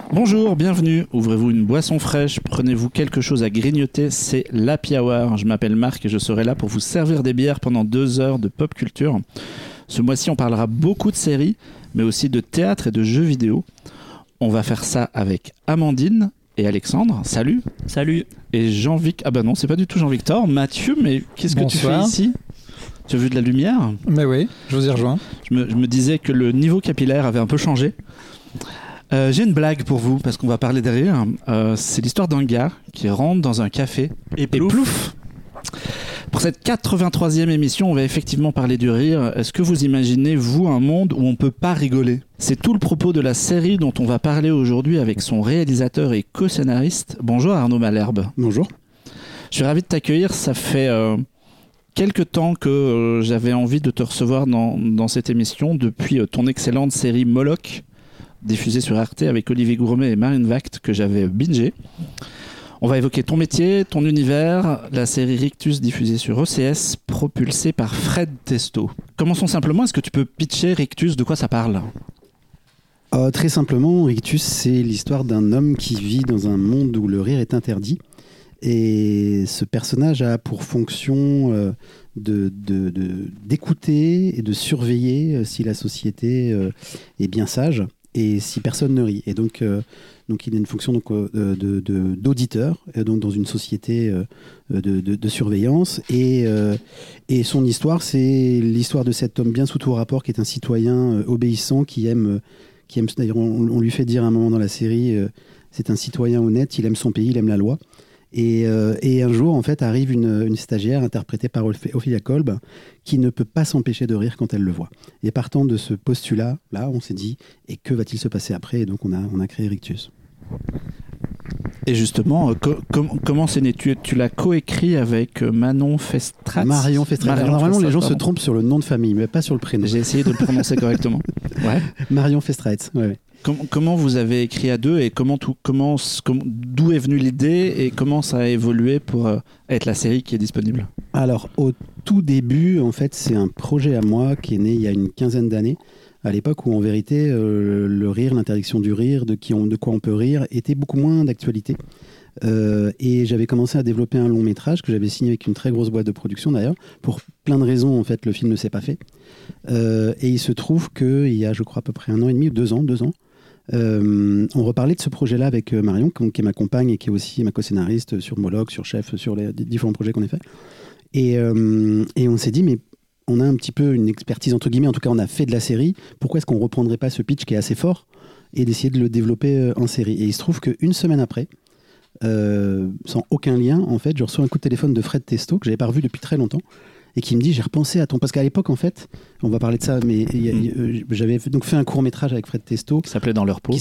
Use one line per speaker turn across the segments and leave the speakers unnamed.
Bonjour, bienvenue. Ouvrez-vous une boisson fraîche, prenez-vous quelque chose à grignoter, c'est l'Happy Hour. Je m'appelle Marc et je serai là pour vous servir des bières pendant 2 heures de pop culture. Ce mois-ci, on parlera beaucoup de séries, mais aussi de théâtre et de jeux vidéo. On va faire ça avec Amandine et Alexandre. Salut.
Salut.
Et Jean-Vic... Ah bah non, c'est pas du tout Jean-Victor. Mathieu, mais qu'est-ce que tu fais ici ? Tu as vu de la lumière ?
Mais oui, je vous y rejoins.
Je me disais que le niveau capillaire avait un peu changé. J'ai une blague pour vous, parce qu'on va parler derrière. C'est l'histoire d'un gars qui rentre dans un café et plouf. Pour cette 83e émission, on va effectivement parler du rire. Est-ce que vous imaginez, vous, un monde où on ne peut pas rigoler ? C'est tout le propos de la série dont on va parler aujourd'hui avec son réalisateur et co-scénariste. Bonjour Arnaud Malherbe.
Bonjour.
Je suis ravi de t'accueillir. Ça fait quelques temps que j'avais envie de te recevoir dans cette émission depuis ton excellente série Moloch, diffusée sur Arte avec Olivier Gourmet et Marine Vact, que j'avais bingé. On va évoquer ton métier, ton univers, la série Rictus diffusée sur OCS, propulsée par Fred Testo. Commençons simplement, est-ce que tu peux pitcher Rictus, de quoi ça parle ?
Très simplement, Rictus, c'est l'histoire d'un homme qui vit dans un monde où le rire est interdit. Et ce personnage a pour fonction d'écouter et de surveiller si la société est bien sage et si personne ne rit. Et donc il a une fonction d'auditeur donc dans une société de surveillance. Et son histoire, c'est l'histoire de cet homme bien sous tout rapport qui est un citoyen obéissant qui aime d'ailleurs, on lui fait dire à un moment dans la série, c'est un citoyen honnête, il aime son pays, il aime la loi. Et un jour, en fait, arrive une stagiaire interprétée par Ophélia Kolb qui ne peut pas s'empêcher de rire quand elle le voit. Et partant de ce postulat, là, on s'est dit, et que va-t-il se passer après ? Et donc, on a créé Rictus.
Et justement, comment c'est né ? Tu l'as coécrit avec Manon Festratz.
Marion Festratz. Alors, normalement, les gens se trompent sur le nom de famille, mais pas sur le prénom.
J'ai essayé de le prononcer correctement. Ouais.
Marion Festratz, ouais.
Comment vous avez écrit à deux et d'où est venue l'idée et comment ça a évolué pour être la série qui est disponible ? Alors,
au tout début, en fait, c'est un projet à moi qui est né il y a une 15aine d'années, à l'époque où, en vérité, le rire, l'interdiction du rire, de quoi on peut rire, était beaucoup moins d'actualité. Et j'avais commencé à développer un long métrage que j'avais signé avec une très grosse boîte de production, d'ailleurs. Pour plein de raisons, en fait, le film ne s'est pas fait. Et il se trouve qu'il y a, je crois, à peu près 1 an et demi ou 2 ans, on reparlait de ce projet-là avec Marion, qui est ma compagne et qui est aussi ma co-scénariste sur Moloch, sur Chef, sur les différents projets qu'on a fait. Et on s'est dit, mais on a un petit peu une expertise, entre guillemets, en tout cas on a fait de la série, pourquoi est-ce qu'on ne reprendrait pas ce pitch qui est assez fort et d'essayer de le développer en série ? Et il se trouve qu'une semaine après, sans aucun lien, en fait, je reçois un coup de téléphone de Fred Testo, que je n'avais pas revu depuis très longtemps, et qui me dit, j'ai repensé à ton... Parce qu'à l'époque, en fait, on va parler de ça, mais j'avais donc fait un court-métrage avec Fred Testo.
Qui s'appelait Dans leur peau.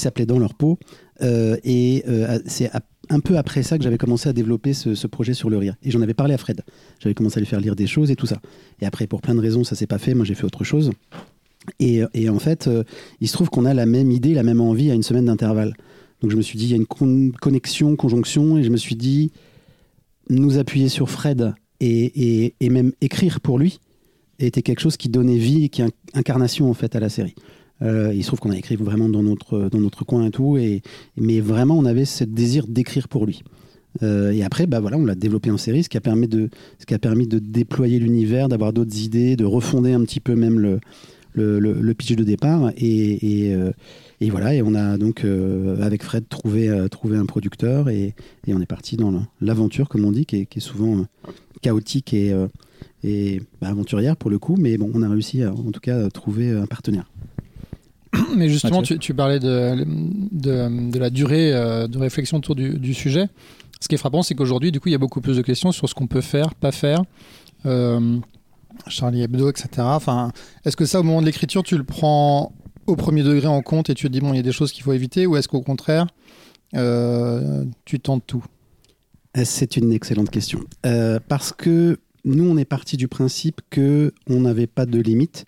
C'est un peu après ça que j'avais commencé à développer ce projet sur le rire. Et j'en avais parlé à Fred. J'avais commencé à lui faire lire des choses et tout ça. Et après, pour plein de raisons, ça s'est pas fait. Moi, j'ai fait autre chose. Et en fait, il se trouve qu'on a la même idée, la même envie à une semaine d'intervalle. Donc je me suis dit, il y a une conjonction, et je me suis dit, nous appuyer sur Fred et même écrire pour lui était quelque chose qui donnait vie, qui incarnation en fait à la série. Il se trouve qu'on a écrit vraiment dans notre coin et tout, mais vraiment on avait ce désir d'écrire pour lui. Et après, voilà, on l'a développé en série, ce qui a permis de déployer l'univers, d'avoir d'autres idées, de refonder un petit peu même le pitch de départ. Et voilà, et on a donc avec Fred trouvé un producteur et on est parti dans l'aventure, comme on dit, qui est souvent chaotique et aventurière pour le coup, mais bon, on a réussi en tout cas à trouver un partenaire.
Mais justement, tu parlais de la durée de réflexion autour du sujet. Ce qui est frappant, c'est qu'aujourd'hui, du coup, il y a beaucoup plus de questions sur ce qu'on peut faire, pas faire. Charlie Hebdo, etc. Enfin, est-ce que ça, au moment de l'écriture, tu le prends au premier degré en compte et tu te dis, bon, il y a des choses qu'il faut éviter, ou est-ce qu'au contraire, tu tentes tout ?
C'est une excellente question. Parce que nous, on est parti du principe qu'on n'avait pas de limite.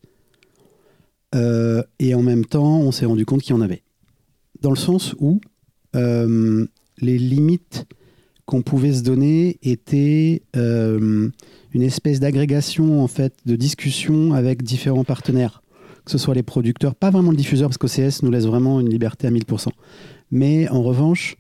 Et en même temps, on s'est rendu compte qu'il y en avait. Dans le sens où les limites qu'on pouvait se donner étaient une espèce d'agrégation en fait, de discussion avec différents partenaires, que ce soit les producteurs, pas vraiment le diffuseur, parce qu'OCS nous laisse vraiment une liberté à 1000%. Mais en revanche,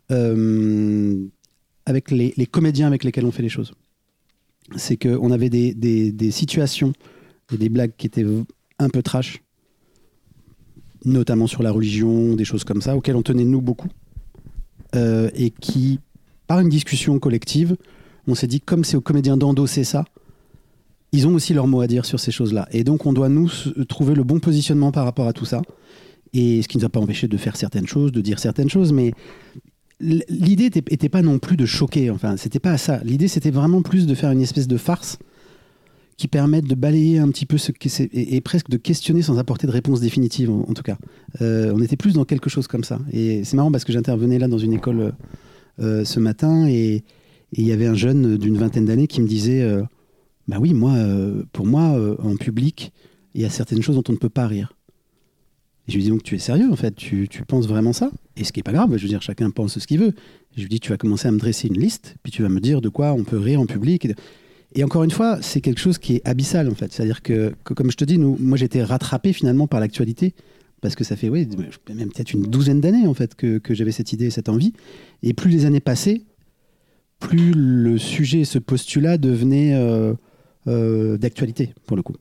avec les comédiens avec lesquels on fait les choses. C'est qu'on avait des situations et des blagues qui étaient un peu trash, notamment sur la religion, des choses comme ça, auxquelles on tenait nous beaucoup. Et qui, par une discussion collective, on s'est dit, comme c'est aux comédiens d'endosser ça, ils ont aussi leur mot à dire sur ces choses-là. Et donc, on doit, nous, trouver le bon positionnement par rapport à tout ça. Et ce qui ne nous a pas empêché de faire certaines choses, de dire certaines choses, mais l'idée n'était pas non plus de choquer. Enfin, c'était pas ça. L'idée, c'était vraiment plus de faire une espèce de farce qui permette de balayer un petit peu et presque de questionner sans apporter de réponse définitive, en tout cas. On était plus dans quelque chose comme ça. Et c'est marrant parce que j'intervenais là dans une école ce matin et il y avait un jeune d'une 20aine d'années qui me disait bah oui, pour moi, en public, il y a certaines choses dont on ne peut pas rire. Et je lui dis donc, tu es sérieux en fait, tu penses vraiment ça? Et ce qui n'est pas grave, je veux dire, chacun pense ce qu'il veut. Je lui dis, tu vas commencer à me dresser une liste, puis tu vas me dire de quoi on peut rire en public. Et encore une fois, c'est quelque chose qui est abyssal en fait. C'est-à-dire que comme je te dis, moi j'étais rattrapé finalement par l'actualité, parce que ça fait même peut-être une 12aine d'années en fait que j'avais cette idée et cette envie. Et plus les années passaient, plus le sujet, ce postulat devenait d'actualité pour le coup.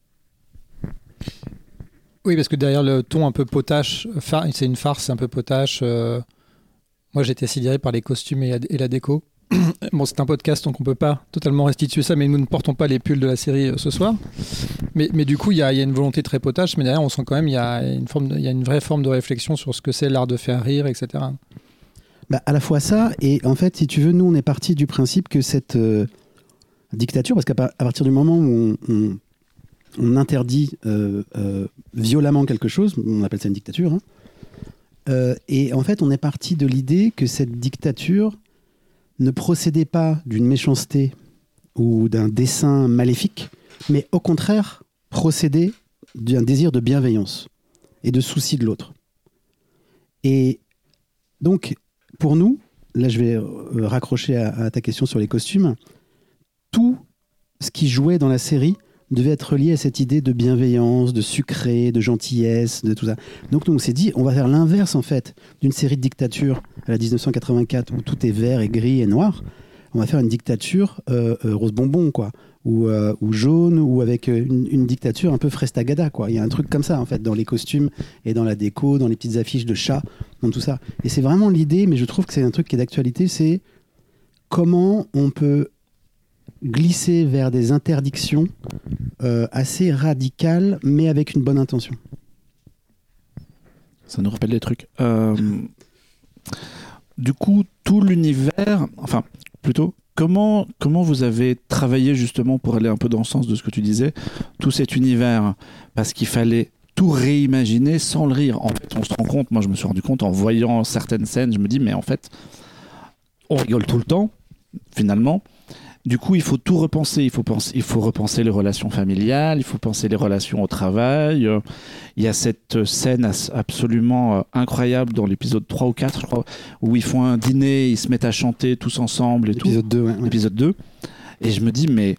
Oui, parce que derrière le ton un peu potache, c'est une farce un peu potache. Moi, j'étais sidéré par les costumes et la déco. Bon, c'est un podcast, donc on ne peut pas totalement restituer ça, mais nous ne portons pas les pulls de la série ce soir. Mais du coup, il y a une volonté très potache, mais derrière, on sent quand même il y a une vraie forme de réflexion sur ce que c'est l'art de faire rire, etc.
Bah, à la fois ça, et en fait, si tu veux, nous, on est parti du principe que cette dictature, parce qu'à partir du moment où on interdit violemment quelque chose, on appelle ça une dictature, hein, et en fait, on est parti de l'idée que cette dictature ne procédait pas d'une méchanceté ou d'un dessein maléfique, mais au contraire procédait d'un désir de bienveillance et de souci de l'autre. Et donc, pour nous, là je vais raccrocher à ta question sur les costumes, tout ce qui jouait dans la série devait être lié à cette idée de bienveillance, de sucré, de gentillesse, de tout ça. Donc nous, on s'est dit, on va faire l'inverse en fait d'une série de dictatures à la 1984 où tout est vert et gris et noir. On va faire une dictature rose bonbon, quoi, ou jaune, ou avec une dictature un peu frestagada, quoi. Il y a un truc comme ça en fait dans les costumes et dans la déco, dans les petites affiches de chats, dans tout ça. Et c'est vraiment l'idée, mais je trouve que c'est un truc qui est d'actualité, c'est comment on peut glisser vers des interdictions assez radicales, mais avec une bonne intention.
Ça nous rappelle des trucs. Du coup, tout l'univers, enfin, plutôt, comment vous avez travaillé justement pour aller un peu dans le sens de ce que tu disais, tout cet univers, parce qu'il fallait tout réimaginer sans le rire. En fait, on se rend compte, moi je me suis rendu compte en voyant certaines scènes, je me dis, mais en fait, on rigole tout le temps, finalement. Du coup, il faut tout repenser. Il faut repenser les relations familiales, il faut penser les relations au travail. Il y a cette scène absolument incroyable dans l'épisode 3 ou 4, je crois, où ils font un dîner, ils se mettent à chanter tous ensemble et
l'épisode
tout.
2, ouais.
L'épisode 2. Et je me dis, mais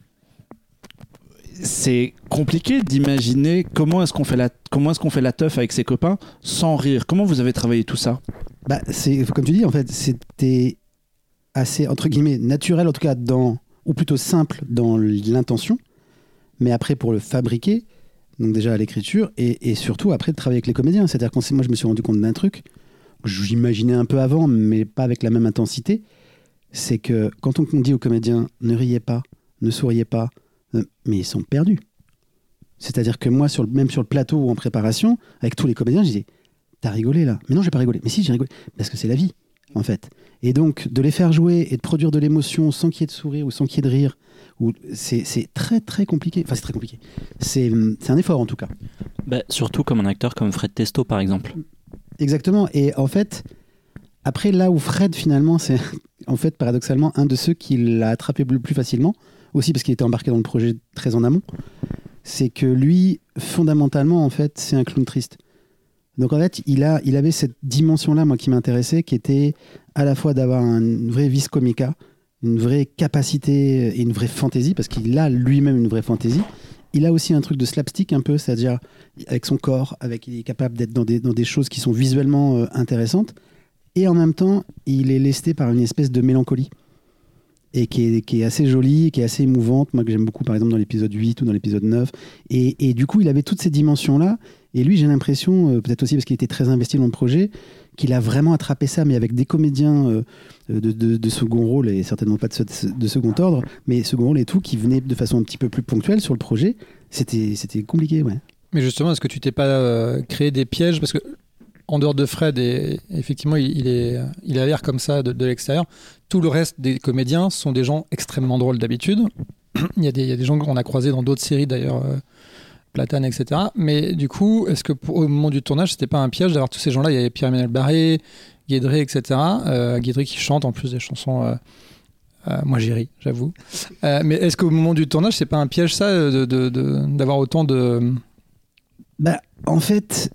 c'est compliqué d'imaginer comment est-ce qu'on fait la teuf avec ses copains sans rire. Comment vous avez travaillé tout ça?
Bah, c'est, comme tu dis, en fait, c'était assez, entre guillemets, naturel, en tout cas ou plutôt simple dans l'intention, mais après pour le fabriquer, donc déjà à l'écriture, et surtout après de travailler avec les comédiens. C'est-à-dire que moi je me suis rendu compte d'un truc, que j'imaginais un peu avant, mais pas avec la même intensité, c'est que quand on dit aux comédiens ne riez pas, ne souriez pas, mais ils sont perdus. C'est-à-dire que moi, même sur le plateau ou en préparation, avec tous les comédiens, je disais, t'as rigolé là? Mais non, j'ai pas rigolé. Mais si, j'ai rigolé. Parce que c'est la vie, en fait. Et donc, de les faire jouer et de produire de l'émotion sans qu'il y ait de sourire ou sans qu'il y ait de rire, c'est très, très compliqué. Enfin, c'est très compliqué. C'est un effort, en tout cas.
Bah, surtout comme un acteur comme Fred Testo, par exemple.
Exactement. Et en fait, après, là où Fred, finalement, c'est en fait, paradoxalement, un de ceux qui l'a attrapé le plus facilement, aussi parce qu'il était embarqué dans le projet très en amont, c'est que lui, fondamentalement, en fait, c'est un clown triste. Donc en fait, il avait cette dimension-là, moi, qui m'intéressait, qui était à la fois d'avoir une vraie vis comica, une vraie capacité et une vraie fantaisie, parce qu'il a lui-même une vraie fantaisie, il a aussi un truc de slapstick un peu, c'est-à-dire avec son corps, il est capable d'être dans des choses qui sont visuellement intéressantes, et en même temps, il est lesté par une espèce de mélancolie, et qui est assez jolie, qui est assez émouvante, moi que j'aime beaucoup par exemple dans l'épisode 8 ou dans l'épisode 9, et du coup il avait toutes ces dimensions-là, et lui j'ai l'impression, peut-être aussi parce qu'il était très investi dans le projet, qu'il a vraiment attrapé ça, mais avec des comédiens de second rôle, et certainement pas de second ordre, mais second rôle et tout, qui venaient de façon un petit peu plus ponctuelle sur le projet. C'était compliqué, ouais.
Mais justement, est-ce que tu t'es pas créé des pièges? Parce que en dehors de Fred, et effectivement, il a l'air comme ça de l'extérieur. Tout le reste des comédiens sont des gens extrêmement drôles d'habitude. Il y a des gens qu'on a croisés dans d'autres séries d'ailleurs, Platane, etc. Mais du coup, est-ce que au moment du tournage, c'était pas un piège d'avoir tous ces gens-là? Il y avait Pierre-Emmanuel Barré, Guédré, etc. Guédré qui chante en plus des chansons. Moi j'ai ri, j'avoue. Mais est-ce qu'au moment du tournage, c'est pas un piège ça d'avoir autant de...
Bah, en fait,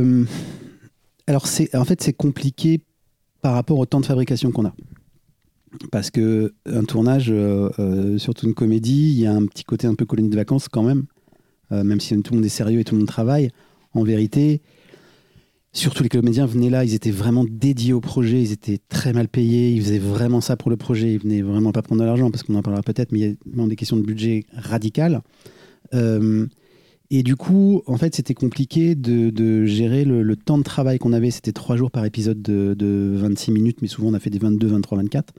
c'est compliqué par rapport au temps de fabrication qu'on a. Parce que un tournage, surtout une comédie, il y a un petit côté un peu colonie de vacances quand même. Même si tout le monde est sérieux et tout le monde travaille, en vérité, surtout les comédiens venaient là, ils étaient vraiment dédiés au projet, ils étaient très mal payés, ils faisaient vraiment ça pour le projet, ils venaient vraiment pas prendre de l'argent, parce qu'on en parlera peut-être, mais il y a vraiment des questions de budget radicales. Et du coup, en fait, c'était compliqué de gérer le temps de travail qu'on avait. C'était 3 jours par épisode de 26 minutes, mais souvent on a fait des 22, 23, 24.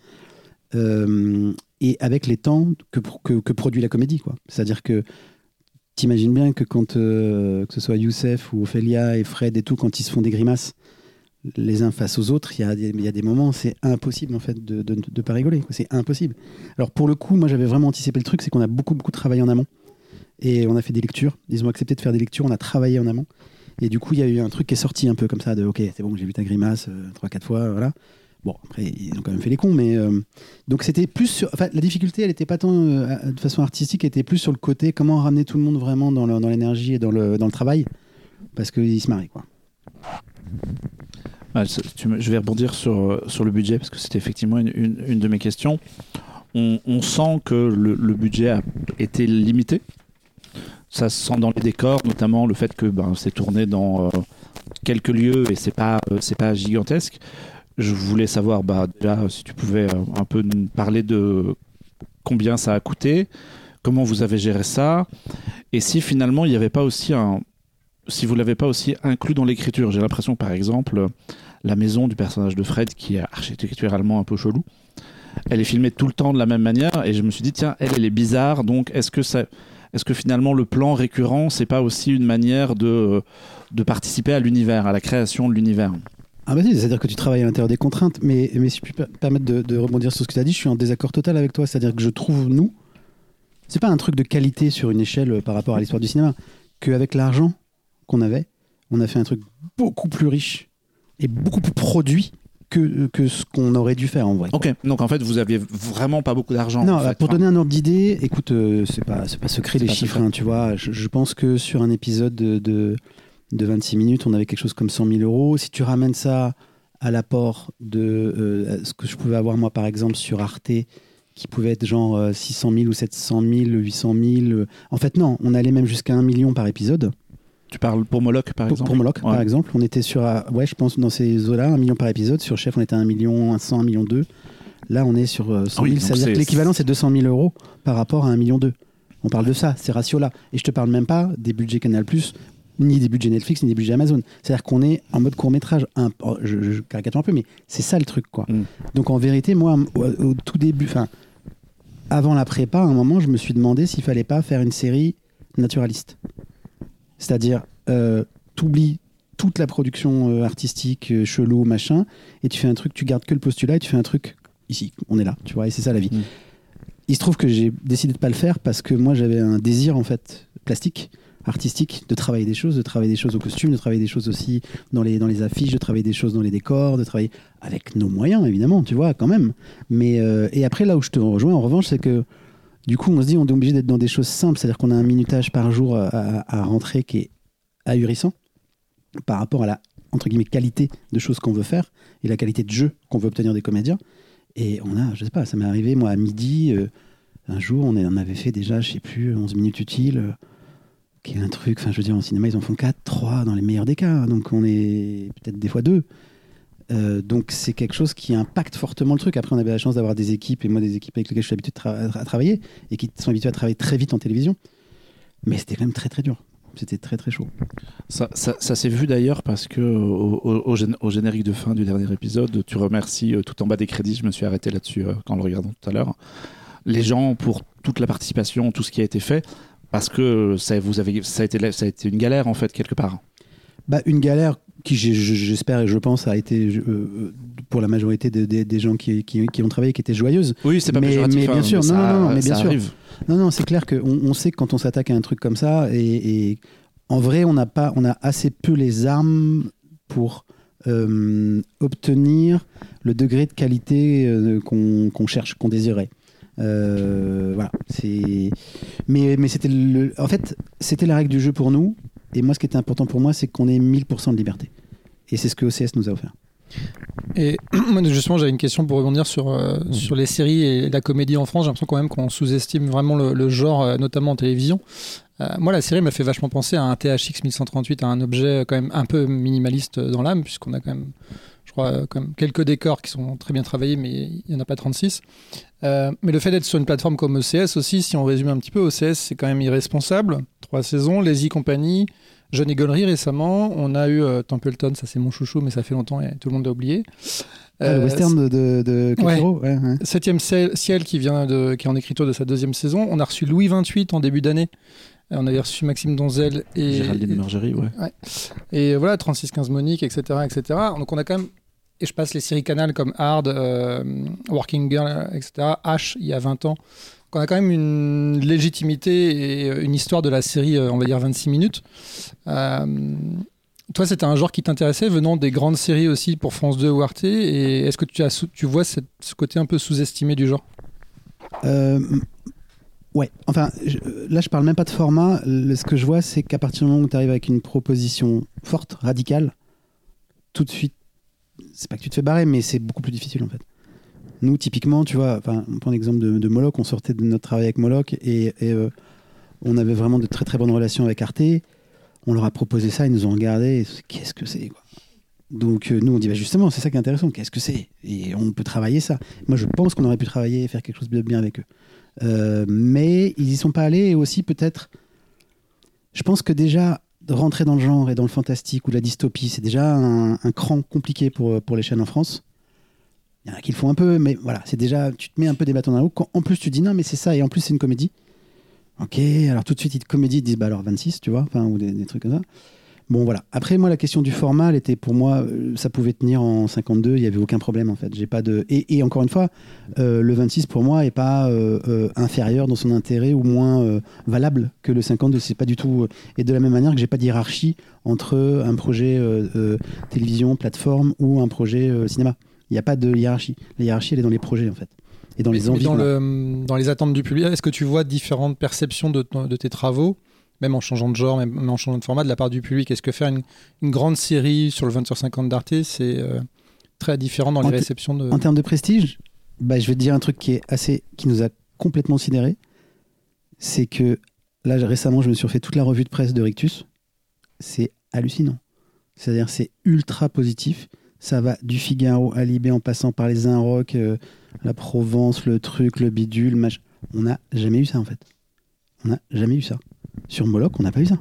Et avec les temps que produit la comédie, quoi. C'est-à-dire que t'imagines bien que quand que ce soit Youssef ou Ophélia et Fred et tout, quand ils se font des grimaces les uns face aux autres, il y a des moments, c'est impossible en fait de pas rigoler, quoi. C'est impossible. Alors pour le coup, moi j'avais vraiment anticipé le truc, c'est qu'on a beaucoup travaillé en amont et on a fait des lectures. Ils ont accepté de faire des lectures, on a travaillé en amont et du coup il y a eu un truc qui est sorti un peu comme ça de ok, c'est bon, j'ai vu ta grimace 3-4 fois, voilà. Bon, après, ils ont quand même fait les cons, mais... donc, c'était plus sur... Enfin, la difficulté, elle n'était pas tant de façon artistique, elle était plus sur le côté comment ramener tout le monde vraiment dans l'énergie et dans le travail, parce qu'ils se marraient, quoi.
Je vais rebondir sur le budget, parce que c'était effectivement une de mes questions. On sent que le budget a été limité. Ça se sent dans les décors, notamment le fait que c'est tourné dans quelques lieux et c'est pas gigantesque. Je voulais savoir, déjà, si tu pouvais un peu nous parler de combien ça a coûté, comment vous avez géré ça, et si finalement il n'y avait pas aussi si vous l'avez pas aussi inclus dans l'écriture. J'ai l'impression, par exemple, la maison du personnage de Fred, qui est architecturalement un peu chelou, elle est filmée tout le temps de la même manière, et je me suis dit, tiens, elle est bizarre, donc est-ce que finalement le plan récurrent, c'est pas aussi une manière de participer à l'univers, à la création de l'univers?
Ah bah si, c'est-à-dire que tu travailles à l'intérieur des contraintes, mais si je peux permettre de rebondir sur ce que tu as dit, je suis en désaccord total avec toi, c'est-à-dire que je trouve, c'est pas un truc de qualité sur une échelle par rapport à l'histoire du cinéma, qu'avec l'argent qu'on avait, on a fait un truc beaucoup plus riche et beaucoup plus produit que ce qu'on aurait dû faire en vrai.
Ok, donc en fait vous aviez vraiment pas beaucoup d'argent.
Non,
en fait.
Pour donner un ordre d'idée, écoute, c'est pas secret les chiffres, hein, tu vois, je pense que sur un épisode de 26 minutes, on avait quelque chose comme 100 000 euros. Si tu ramènes ça à l'apport de ce que je pouvais avoir moi par exemple sur Arte, qui pouvait être genre 600 000 ou 700 000, 800 000. En fait non, on allait même jusqu'à 1 million par épisode.
Tu parles pour Moloch par exemple?
Pour Moloch par exemple, on était sur, je pense dans ces eaux-là, 1 million par épisode. Sur Chef, on était à 1 million 100, 1 million 2. Là, on est sur 100 000, ça veut dire que l'équivalent c'est 200 000 euros par rapport à 1 million 2. On parle de ça, ces ratios-là. Et je te parle même pas des budgets Canal+, ni des budgets Netflix, ni des budgets Amazon. C'est-à-dire qu'on est en mode court-métrage. Je caricature un peu, mais c'est ça le truc, quoi. Donc en vérité, moi, au tout début, avant la prépa, à un moment, je me suis demandé s'il fallait pas faire une série naturaliste. C'est-à-dire, t'oublies toute la production artistique, chelou, machin, et tu fais un truc, tu gardes que le postulat, et tu fais un truc ici, on est là, tu vois, et c'est ça la vie. Il se trouve que j'ai décidé de pas le faire parce que moi, j'avais un désir, en fait, plastique, artistique, de travailler des choses au costume, de travailler des choses aussi dans les affiches, de travailler des choses dans les décors, de travailler avec nos moyens évidemment, tu vois, quand même. Mais et après là où je te rejoins en revanche, c'est que du coup on se dit on est obligé d'être dans des choses simples, c'est-à-dire qu'on a un minutage par jour à rentrer qui est ahurissant par rapport à la entre guillemets qualité de choses qu'on veut faire et la qualité de jeu qu'on veut obtenir des comédiens. Et on a, je sais pas, ça m'est arrivé moi à midi, un jour on avait fait déjà, je sais plus, 11 minutes utiles. qui est un truc, enfin je veux dire, en cinéma ils en font 4, 3 dans les meilleurs des cas, hein, donc on est peut-être des fois 2. Donc c'est quelque chose qui impacte fortement le truc. Après on avait la chance d'avoir des équipes, et moi des équipes avec lesquelles je suis habitué à travailler, et qui sont habituées à travailler très vite en télévision. Mais c'était quand même très très dur. C'était très très chaud.
Ça s'est vu d'ailleurs parce que au générique de fin du dernier épisode, tu remercies tout en bas des crédits, je me suis arrêté là-dessus quand le regardant tout à l'heure, les gens pour toute la participation, tout ce qui a été fait, parce que ça a été une galère en fait quelque part.
Une galère qui j'espère et je pense a été pour la majorité des gens qui ont travaillé, qui était joyeuse.
Oui, c'est pas péjoratif,
mais bien sûr, mais bien sûr.
Arrive.
Non, c'est clair qu'on sait que quand on s'attaque à un truc comme ça, et en vrai, on a assez peu les armes pour obtenir le degré de qualité qu'on cherche, qu'on désirait. Voilà. Mais en fait, c'était la règle du jeu pour nous. Et moi, ce qui était important pour moi, c'est qu'on ait 1000% de liberté. Et c'est ce que OCS nous a offert.
Et moi, justement, j'avais une question pour rebondir sur les séries et la comédie en France. J'ai l'impression quand même qu'on sous-estime vraiment le genre, notamment en télévision. Moi, la série m'a fait vachement penser à un THX 1138, à un objet quand même un peu minimaliste dans l'âme, puisqu'on a quand même, je crois, quand même quelques décors qui sont très bien travaillés, mais il n'y en a pas 36. Mais le fait d'être sur une plateforme comme OCS aussi, si on résume un petit peu, OCS, c'est quand même irresponsable. 3 saisons, Lazy Company, Jeune Égolerie récemment. On a eu Templeton, ça c'est mon chouchou, mais ça fait longtemps et tout le monde l'a oublié.
Le western de Kokoro, ouais.
7e ciel qui est en écriture de sa 2e saison. On a reçu Louis XXVIII en début d'année. On avait reçu Maxime Donzel et
Géraldine Margerie, ouais.
Et voilà, 3615 Monique, etc., etc. Donc on a quand même, et je passe les séries Canal comme Hard, Working Girl, etc., H, il y a 20 ans. Donc on a quand même une légitimité et une histoire de la série, on va dire 26 minutes. Toi, c'était un genre qui t'intéressait, venant des grandes séries aussi pour France 2 ou Arte. Et est-ce que tu vois ce côté un peu sous-estimé du genre ?
Ouais, enfin, là je parle même pas de format. Ce que je vois, c'est qu'à partir du moment où tu arrives avec une proposition forte, radicale, tout de suite, c'est pas que tu te fais barrer, mais c'est beaucoup plus difficile en fait. Nous, typiquement, tu vois, on prend l'exemple de Moloch, on sortait de notre travail avec Moloch et on avait vraiment de très très bonnes relations avec Arte. On leur a proposé ça, ils nous ont regardé, et qu'est-ce que c'est quoi. Donc nous on dit justement, c'est ça qui est intéressant, qu'est-ce que c'est ? Et on peut travailler ça. Moi je pense qu'on aurait pu travailler et faire quelque chose de bien avec eux. Mais ils y sont pas allés, et aussi peut-être, je pense que déjà rentrer dans le genre et dans le fantastique ou la dystopie, c'est déjà un cran compliqué pour les chaînes en France. Il y en a qui le font un peu, mais voilà, c'est déjà, tu te mets un peu des bâtons dans la roue. Quand en plus tu dis non mais c'est ça, et en plus c'est une comédie. Ok, alors tout de suite, ils disent alors 26, tu vois, ou des trucs comme ça. Bon, voilà. Après, moi, la question du format, elle était pour moi, ça pouvait tenir en 52, il n'y avait aucun problème en fait. J'ai pas de... et encore une fois, le 26 pour moi n'est pas inférieur dans son intérêt ou moins valable que le 52. C'est pas du tout. Et de la même manière que j'ai pas de hiérarchie entre un projet télévision, plateforme ou un projet cinéma. Il n'y a pas de hiérarchie. La hiérarchie, elle est dans les projets en fait. Et dans les envies.
Dans les attentes du public, est-ce que tu vois différentes perceptions de tes travaux, même en changeant de genre, même en changeant de format, de la part du public ? Est-ce que faire une grande série sur le 20h50 d'Arte, c'est très différent dans les réceptions de...
En termes de prestige, je vais te dire un truc qui nous a complètement sidérés. C'est que là, récemment, je me suis refait toute la revue de presse de Rictus. C'est hallucinant. C'est-à-dire, c'est ultra positif. Ça va du Figaro à Libé en passant par les Inrocks, la Provence, le truc, le bidule, machin. On n'a jamais eu ça en fait. On n'a jamais eu ça. Sur Moloch, on n'a pas eu ça.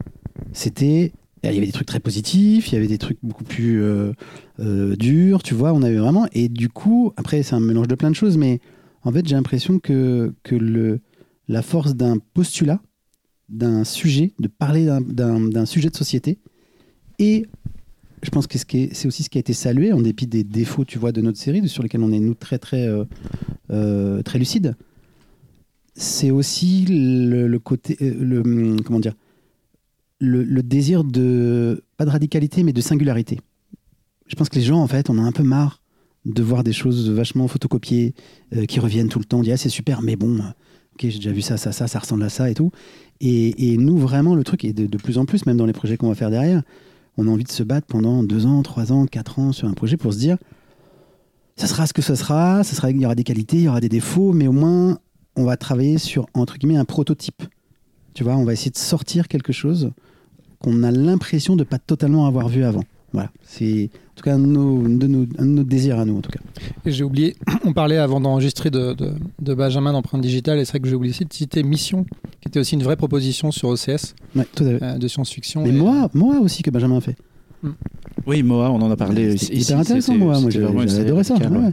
Il y avait des trucs très positifs, il y avait des trucs beaucoup plus durs, tu vois, on avait vraiment... Et du coup, après, c'est un mélange de plein de choses, mais en fait, j'ai l'impression que la force d'un postulat, d'un sujet, de parler d'un sujet de société, et je pense que c'est aussi ce qui a été salué, en dépit des défauts, tu vois, de notre série, sur lesquels on est, nous, très, très, très lucides. C'est aussi le côté... comment dire ? Le désir de... Pas de radicalité, mais de singularité. Je pense que les gens, en fait, on a un peu marre de voir des choses vachement photocopiées, qui reviennent tout le temps. On dit, c'est super, mais bon, ok, j'ai déjà vu ça ressemble à ça et tout. Et nous, vraiment, le truc, et de plus en plus, même dans les projets qu'on va faire derrière, on a envie de se battre pendant 2 ans, 3 ans, 4 ans sur un projet pour se dire ça sera ce que ça sera, il y aura des qualités, il y aura des défauts, mais au moins on va travailler sur, entre guillemets, un prototype. Tu vois, on va essayer de sortir quelque chose qu'on a l'impression de pas totalement avoir vu avant. Voilà, c'est en tout cas un de nos désirs à nous en tout cas.
Et j'ai oublié, on parlait avant d'enregistrer de Benjamin d'Empreinte Digitale, et c'est vrai que j'ai oublié aussi de citer Mission, qui était aussi une vraie proposition sur OCS
Ouais, tout à fait.
de science-fiction.
Mais moi aussi que Benjamin a fait.
Oui, Moa, on en a parlé ici.
C'est hyper intéressant, Moa. Moi, j'ai adoré ça. Ouais.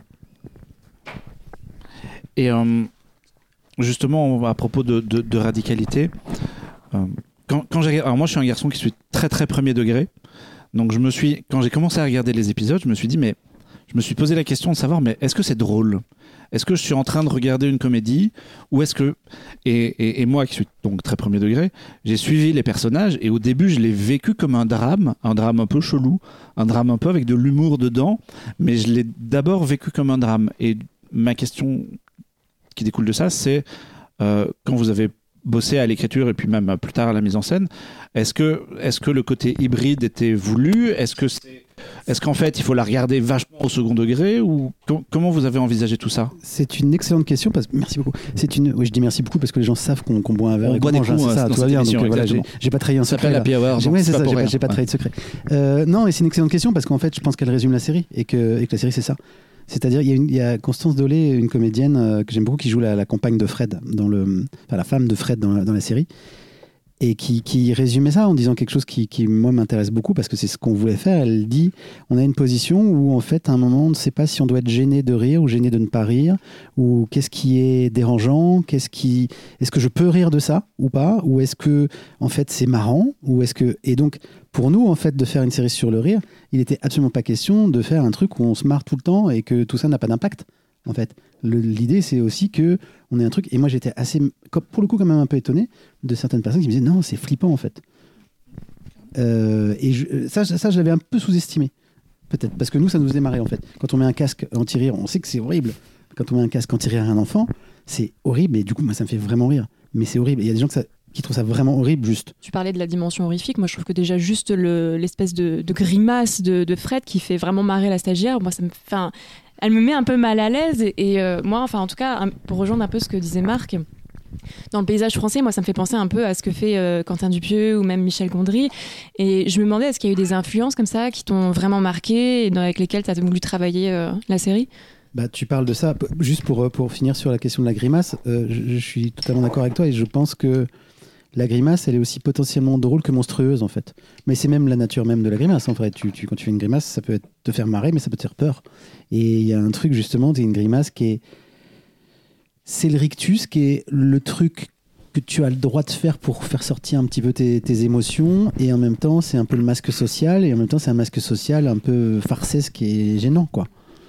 Et justement, à propos de radicalité, alors moi, je suis un garçon qui suis très très premier degré. Donc quand j'ai commencé à regarder les épisodes, je me suis posé la question de savoir, mais est-ce que c'est drôle ? Est-ce que je suis en train de regarder une comédie ? Ou est-ce que... Et moi, qui suis donc très premier degré, j'ai suivi les personnages et au début, je l'ai vécu comme un drame un peu chelou, un drame un peu avec de l'humour dedans, mais je l'ai d'abord vécu comme un drame. Et ma question qui découle de ça, c'est quand vous avez bossé à l'écriture et puis même plus tard à la mise en scène, est-ce que le côté hybride était voulu ? Est-ce qu'en fait il faut la regarder vachement au second degré ou comment vous avez envisagé tout ça ?
C'est une excellente question merci beaucoup. Oui, je dis merci beaucoup parce que les gens savent qu'on boit un verre.
On boit des coups,
c'est ça, tout va bien. Donc voilà, j'ai pas trahi un secret.
Ça s'appelle Happy Hour.
Oui, c'est ça. J'ai pas trahi de secret. Non, et c'est une excellente question parce qu'en fait, je pense qu'elle résume la série et que la série c'est ça. C'est-à-dire, il y a Constance Dolé, une comédienne que j'aime beaucoup, qui joue la compagne de Fred, la femme de Fred dans la série, et qui résumait ça en disant quelque chose qui moi, m'intéresse beaucoup, parce que c'est ce qu'on voulait faire. Elle dit, on a une position où, en fait, à un moment, on ne sait pas si on doit être gêné de rire ou gêné de ne pas rire, ou qu'est-ce qui est dérangeant, est-ce que je peux rire de ça ou pas, ou est-ce que, en fait, c'est marrant, et donc, pour nous, en fait, de faire une série sur le rire, il n'était absolument pas question de faire un truc où on se marre tout le temps et que tout ça n'a pas d'impact. En fait, l'idée, c'est aussi que on ait un truc. Et moi, j'étais pour le coup, quand même un peu étonné de certaines personnes qui me disaient non, c'est flippant en fait. Ça, je l'avais un peu sous-estimé, peut-être, parce que nous, ça nous faisait marrer en fait. Quand on met un casque anti-rire, on sait que c'est horrible. Quand on met un casque anti-rire à un enfant, c'est horrible. Et du coup, moi, ça me fait vraiment rire. Mais c'est horrible. Il y a des gens qui trouvent ça vraiment horrible, juste.
Tu parlais de la dimension horrifique. Moi, je trouve que déjà, juste l'espèce de grimace de Fred qui fait vraiment marrer la stagiaire, moi, elle me met un peu mal à l'aise. Et moi, en tout cas, pour rejoindre un peu ce que disait Marc, dans le paysage français, moi, ça me fait penser un peu à ce que fait Quentin Dupieux ou même Michel Gondry. Et je me demandais, est-ce qu'il y a eu des influences comme ça qui t'ont vraiment marqué et avec lesquelles tu as voulu travailler la série ?
Tu parles de ça. Juste pour finir sur la question de la grimace, je suis totalement d'accord avec toi et je pense que la grimace, elle est aussi potentiellement drôle que monstrueuse, en fait. Mais c'est même la nature même de la grimace, en fait. Quand tu fais une grimace, ça peut te faire marrer, mais ça peut te faire peur. Et il y a un truc, justement, c'est une grimace qui est... C'est le rictus, qui est le truc que tu as le droit de faire pour faire sortir un petit peu tes émotions. Et en même temps, c'est un peu le masque social. Et en même temps, c'est un masque social un peu farcesque et gênant, quoi.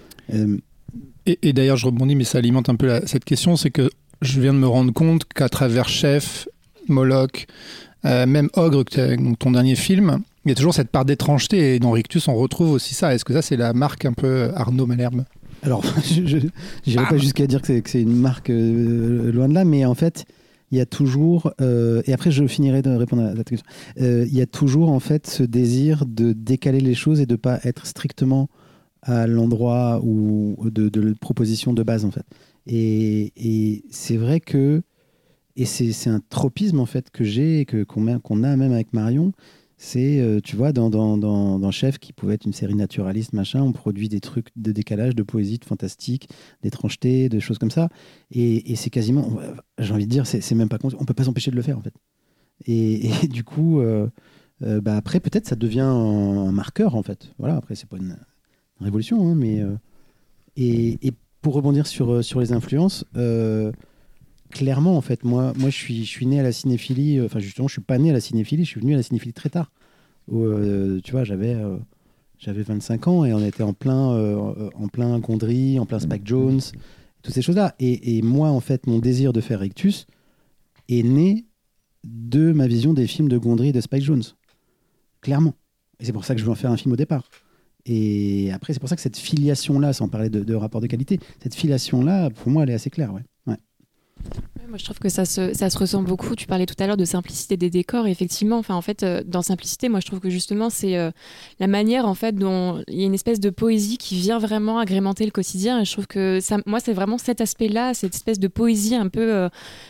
Et d'ailleurs, je rebondis, mais ça alimente un peu cette question, c'est que je viens de me rendre compte qu'à travers Chef, Moloch, même Ogre, ton dernier film, il y a toujours cette part d'étrangeté, et dans Rictus, on retrouve aussi ça. Est-ce que ça, c'est la marque un peu Arnaud Malherbe ?
Alors, je n'irai pas jusqu'à dire que c'est une marque loin de là, mais en fait, il y a toujours, et après je finirai de répondre à ta question, il y a toujours en fait ce désir de décaler les choses et de ne pas être strictement à l'endroit de la proposition de base, en fait. Et c'est vrai que, et c'est un tropisme en fait que j'ai, qu'on a même avec Marion, c'est, tu vois, dans Chef, qui pouvait être une série naturaliste, machin, on produit des trucs de décalage, de poésie, de fantastique, d'étrangeté, de choses comme ça, et c'est quasiment, j'ai envie de dire, c'est même pas, on peut pas s'empêcher de le faire, en fait. Et du coup, après, peut-être ça devient un marqueur, en fait. Voilà, après, c'est pas une révolution, hein, mais... Et pour rebondir sur les influences, clairement, en fait, moi je suis né à la cinéphilie, enfin justement, je suis pas né à la cinéphilie, je suis venu à la cinéphilie très tard. Tu vois, j'avais 25 ans et on était en plein Gondry, en plein Spike Jonze, toutes ces choses-là. Et moi, en fait, mon désir de faire Rictus est né de ma vision des films de Gondry et de Spike Jonze. Clairement. Et c'est pour ça que je veux en faire un film au départ. Et après, c'est pour ça que cette filiation-là, sans parler de rapport de qualité, cette filiation-là, pour moi, elle est assez claire, ouais.
Moi, je trouve que ça se ressent beaucoup. Tu parlais tout à l'heure de simplicité des décors. Et effectivement, en fait, dans Simplicité, moi, je trouve que justement, c'est la manière en fait dont il y a une espèce de poésie qui vient vraiment agrémenter le quotidien. Et je trouve que moi, c'est vraiment cet aspect-là, cette espèce de poésie un peu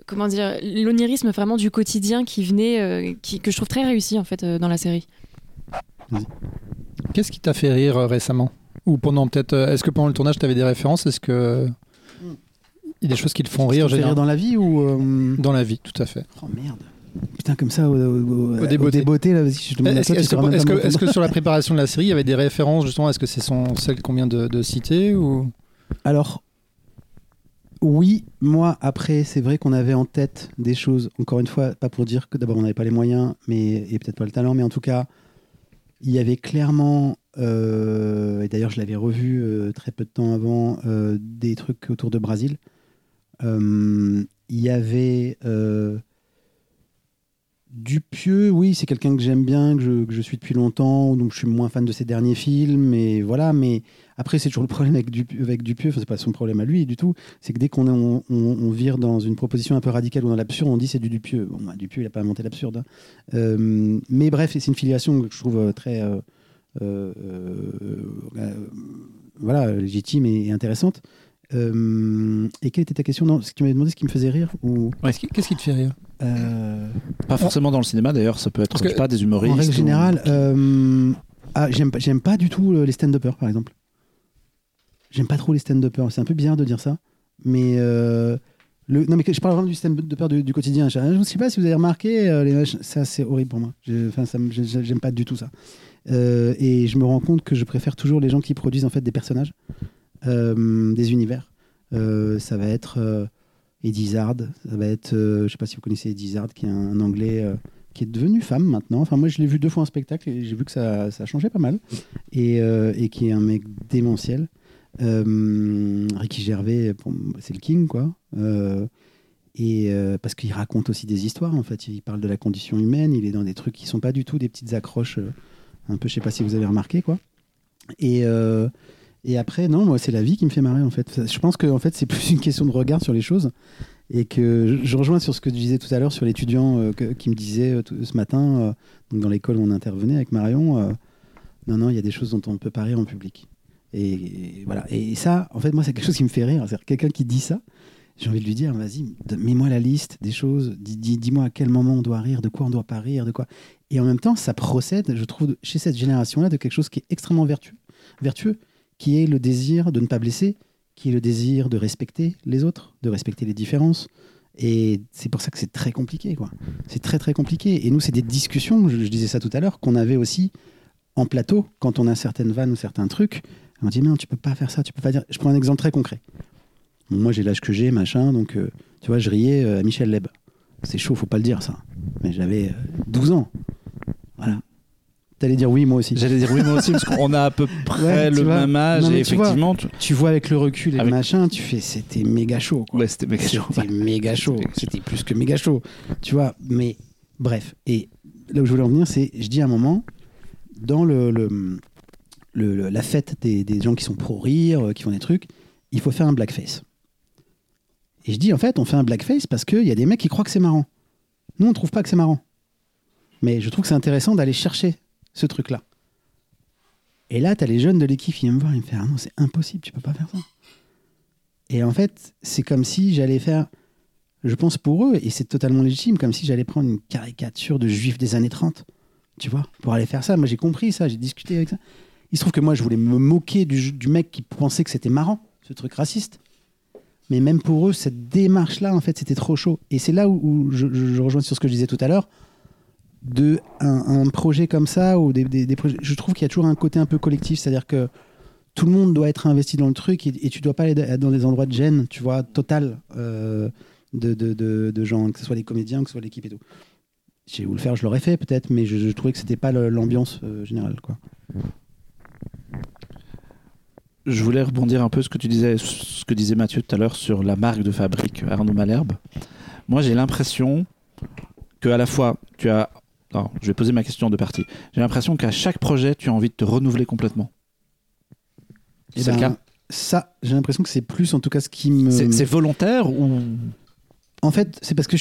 comment dire, l'onirisme vraiment du quotidien qui venait, que je trouve très réussi en fait dans la série.
Qu'est-ce qui t'a fait rire récemment ? Ou pendant peut-être, est-ce que pendant le tournage tu avais des références ? Est-ce que il y a des choses qui te font rire,
rire dans la vie ou
dans la vie, tout à fait.
Oh merde. Putain, comme ça, au débeauté, là, vas-y, je te demande à toi,
est-ce que sur la préparation de la série, il y avait des références, justement, est-ce que ce sont celles qu'on vient de citer ou...
Alors, oui, moi, après, c'est vrai qu'on avait en tête des choses, encore une fois, pas pour dire que d'abord on n'avait pas les moyens, et peut-être pas le talent, mais en tout cas, il y avait clairement, et d'ailleurs je l'avais revu très peu de temps avant, des trucs autour de Brésil. Il y avait... Dupieux, oui, c'est quelqu'un que j'aime bien, que je suis depuis longtemps, donc je suis moins fan de ses derniers films, et voilà. Mais après, c'est toujours le problème avec Dupieux, enfin, c'est pas son problème à lui du tout, c'est que dès qu'on vire dans une proposition un peu radicale ou dans l'absurde, on dit c'est du Dupieux. Bon, bah, Dupieux, il a pas inventé l'absurde. Hein. Mais bref, c'est une filiation que je trouve très voilà, légitime et intéressante. Et quelle était ta question? Non, ce que tu m'avais demandé, ce qui me faisait rire ou...
Ouais. Qu'est-ce qui te fait rire?
Pas forcément dans le cinéma d'ailleurs, ça peut être je sais pas, des humoristes.
En règle générale, j'aime pas du tout les stand-uppers par exemple. J'aime pas trop les stand-uppers, c'est un peu bizarre de dire ça, mais non, mais je parle vraiment du stand-upper du quotidien. Je ne sais pas si vous avez remarqué, ça c'est horrible pour moi. J'aime pas du tout ça. Et je me rends compte que je préfère toujours les gens qui produisent en fait des personnages. Des univers. Ça va être Eddie Izzard, ça va être, je sais pas si vous connaissez Eddie Izzard, qui est un Anglais qui est devenu femme maintenant. Enfin, moi, je l'ai vu 2 fois en spectacle et j'ai vu que ça a changé pas mal. Et qui est un mec démentiel. Ricky Gervais, c'est le king, quoi. Parce qu'il raconte aussi des histoires, en fait. Il parle de la condition humaine, il est dans des trucs qui sont pas du tout des petites accroches, un peu, je sais pas si vous avez remarqué, quoi. Et après, non, moi, c'est la vie qui me fait marrer, en fait. Je pense que en fait, c'est plus une question de regard sur les choses. Et que je rejoins sur ce que tu disais tout à l'heure sur l'étudiant qui me disait ce matin, donc dans l'école où on intervenait avec Marion, non, il y a des choses dont on ne peut pas rire en public. Et voilà. Et ça, en fait, moi, c'est quelque chose qui me fait rire. C'est-à-dire, quelqu'un qui dit ça, j'ai envie de lui dire, vas-y, mets-moi la liste des choses, dis-moi à quel moment on doit rire, de quoi on ne doit pas rire, de quoi. Et en même temps, ça procède, je trouve, chez cette génération-là, de quelque chose qui est extrêmement vertueux, qui est le désir de ne pas blesser, qui est le désir de respecter les autres, de respecter les différences. Et c'est pour ça que c'est très compliqué, quoi. C'est très, très compliqué. Et nous, c'est des discussions, je disais ça tout à l'heure, qu'on avait aussi en plateau, quand on a certaines vannes ou certains trucs. On dit, non, tu peux pas faire ça, tu peux pas dire... Je prends un exemple très concret. Bon, moi, j'ai l'âge que j'ai, machin, donc, tu vois, je riais à Michel Leb. C'est chaud, faut pas le dire, ça. Mais j'avais 12 ans. Voilà. T'allais dire oui, moi aussi.
J'allais dire oui, moi aussi, parce qu'on a à peu près le même âge. Non, et effectivement,
tu vois avec le recul et le machin, tu fais c'était méga chaud, quoi.
Ouais, c'était méga chaud.
C'était méga chaud. C'était plus que méga chaud. Tu vois, mais bref. Et là où je voulais en venir, c'est, je dis à un moment, dans la fête des gens qui sont pro rire, qui font des trucs, il faut faire un blackface. Et je dis, en fait, on fait un blackface parce qu'il y a des mecs qui croient que c'est marrant. Nous, on trouve pas que c'est marrant. Mais je trouve que c'est intéressant d'aller chercher ce truc-là. Et là, t'as les jeunes de l'équipe qui viennent me voir, ils me font « Ah non, c'est impossible, tu peux pas faire ça. » Et en fait, c'est comme si j'allais faire, je pense pour eux, et c'est totalement légitime, comme si j'allais prendre une caricature de juif des années 30, tu vois, pour aller faire ça. Moi, j'ai compris ça, j'ai discuté avec ça. Il se trouve que moi, je voulais me moquer du mec qui pensait que c'était marrant, ce truc raciste. Mais même pour eux, cette démarche-là, en fait, c'était trop chaud. Et c'est là où je rejoins sur ce que je disais tout à l'heure, de un projet comme ça ou des projets, je trouve qu'il y a toujours un côté un peu collectif, c'est-à-dire que tout le monde doit être investi dans le truc et tu dois pas aller dans des endroits de gêne, tu vois, total de gens, que ce soit les comédiens, que ce soit l'équipe et tout. Si j'ai voulu le faire, je l'aurais fait peut-être, mais je trouvais que c'était pas l'ambiance générale, quoi.
Je voulais rebondir un peu ce que disait Mathieu tout à l'heure sur la marque de fabrique Arnaud Malherbe. Moi, j'ai l'impression que à la fois tu as... Alors, je vais poser ma question en 2 parties. J'ai l'impression qu'à chaque projet, tu as envie de te renouveler complètement. C'est le cas ?
Ça, j'ai l'impression que c'est plus, en tout cas, ce qui me...
C'est volontaire ou...
En fait, c'est parce que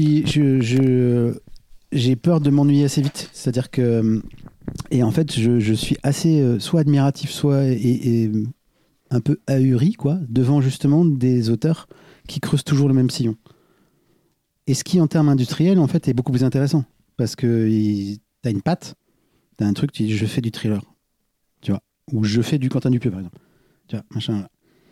j'ai peur de m'ennuyer assez vite. C'est-à-dire que... Et en fait, je suis assez soit admiratif, soit et un peu ahuri, quoi, devant justement des auteurs qui creusent toujours le même sillon. Et ce qui, en termes industriels, en fait, est beaucoup plus intéressant. Parce que t'as une patte, t'as un truc, tu dis je fais du thriller. Tu vois. Ou je fais du Quentin Dupieux, par exemple. Tu vois, machin.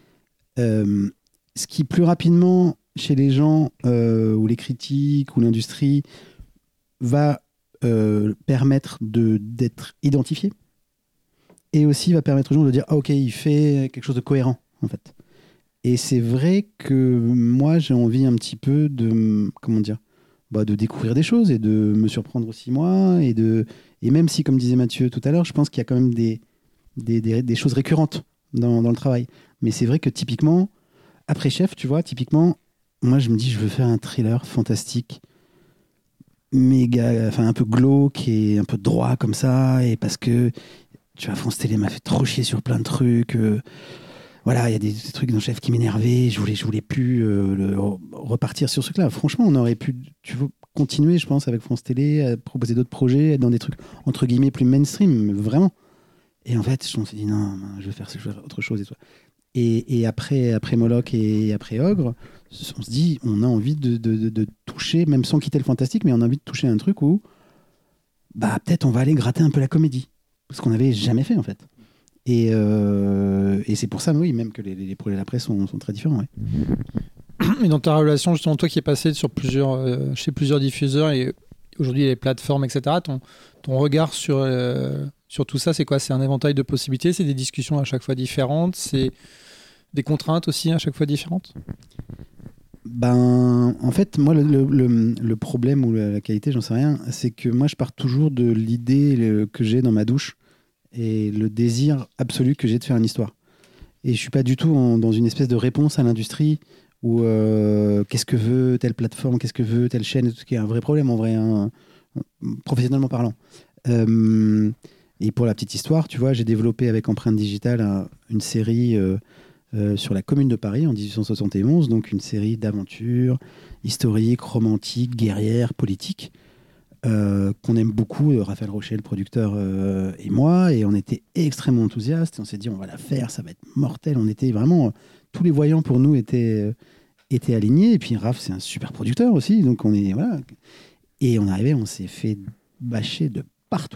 Ce qui, plus rapidement, chez les gens, ou les critiques, ou l'industrie, va permettre d'être identifié. Et aussi va permettre aux gens de dire ah, ok, il fait quelque chose de cohérent, en fait. Et c'est vrai que moi, j'ai envie un petit peu de, comment dire, de découvrir des choses et de me surprendre aussi moi. Et même si, comme disait Mathieu tout à l'heure, je pense qu'il y a quand même des choses récurrentes dans le travail. Mais c'est vrai que typiquement, après Chef, tu vois, typiquement, moi, je me dis, je veux faire un thriller fantastique, méga, enfin un peu glauque et un peu droit comme ça. Et parce que, tu vois, France Télé m'a fait trop chier sur plein de trucs. Voilà, il y a des trucs dans Chef qui m'énervaient. Je voulais plus repartir sur ce truc-là. Franchement, on aurait pu continuer, je pense, avec France Télé, à proposer d'autres projets, être dans des trucs, entre guillemets, plus mainstream, mais vraiment. Et en fait, je me suis dit, non, je vais faire autre chose et tout. Et après Moloch et après Ogre, on se dit, on a envie de toucher, même sans quitter le fantastique, mais on a envie de toucher un truc où, peut-être on va aller gratter un peu la comédie. Ce qu'on n'avait jamais fait, en fait. Et c'est pour ça, oui, même que les projets d'après sont très différents. Ouais.
Et dans ta relation, justement, toi qui es passé chez plusieurs diffuseurs et aujourd'hui les plateformes, etc., ton regard sur tout ça, c'est quoi? C'est un éventail de possibilités, c'est des discussions à chaque fois différentes, c'est des contraintes aussi à chaque fois différentes?
En fait, moi, le problème ou la qualité, j'en sais rien, c'est que moi, je pars toujours de l'idée que j'ai dans ma douche et le désir absolu que j'ai de faire une histoire. Et je suis pas du tout dans une espèce de réponse à l'industrie ou qu'est-ce que veut telle plateforme, qu'est-ce que veut telle chaîne, ce qui est un vrai problème en vrai, professionnellement parlant. Et pour la petite histoire, tu vois, j'ai développé avec Empreinte Digitale une série sur la Commune de Paris en 1871, donc une série d'aventures historiques, romantiques, guerrières, politiques, qu'on aime beaucoup, Raphaël Rocher, le producteur, et moi, et on était extrêmement enthousiastes, et on s'est dit on va la faire, ça va être mortel, on était vraiment, tous les voyants pour nous étaient alignés, et puis Raph c'est un super producteur aussi, donc on est, voilà, et on est arrivé, on s'est fait bâcher de partout,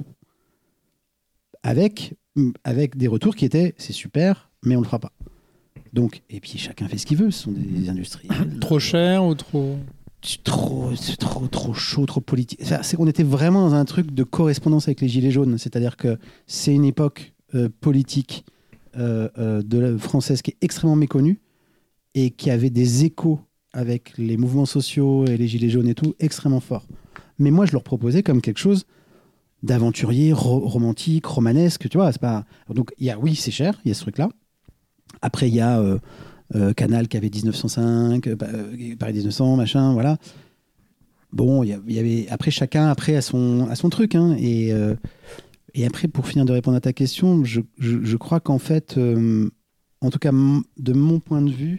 avec des retours qui étaient c'est super, mais on le fera pas. Donc, et puis chacun fait ce qu'il veut, ce sont des industries.
Trop cher ou trop...
C'est trop chaud, trop politique. C'est qu'on était vraiment dans un truc de correspondance avec les Gilets jaunes. C'est-à-dire que c'est une époque politique française qui est extrêmement méconnue et qui avait des échos avec les mouvements sociaux et les Gilets jaunes et tout, extrêmement forts. Mais moi, je leur proposais comme quelque chose d'aventurier, romantique, romanesque, tu vois. C'est pas... Donc, oui, c'est cher, il y a ce truc-là. Après, il y a Canal qui avait 1905, Paris 1900, machin, voilà. Bon, il y avait après chacun à son truc, hein, et après pour finir de répondre à ta question, je crois qu'en fait, en tout cas de mon point de vue,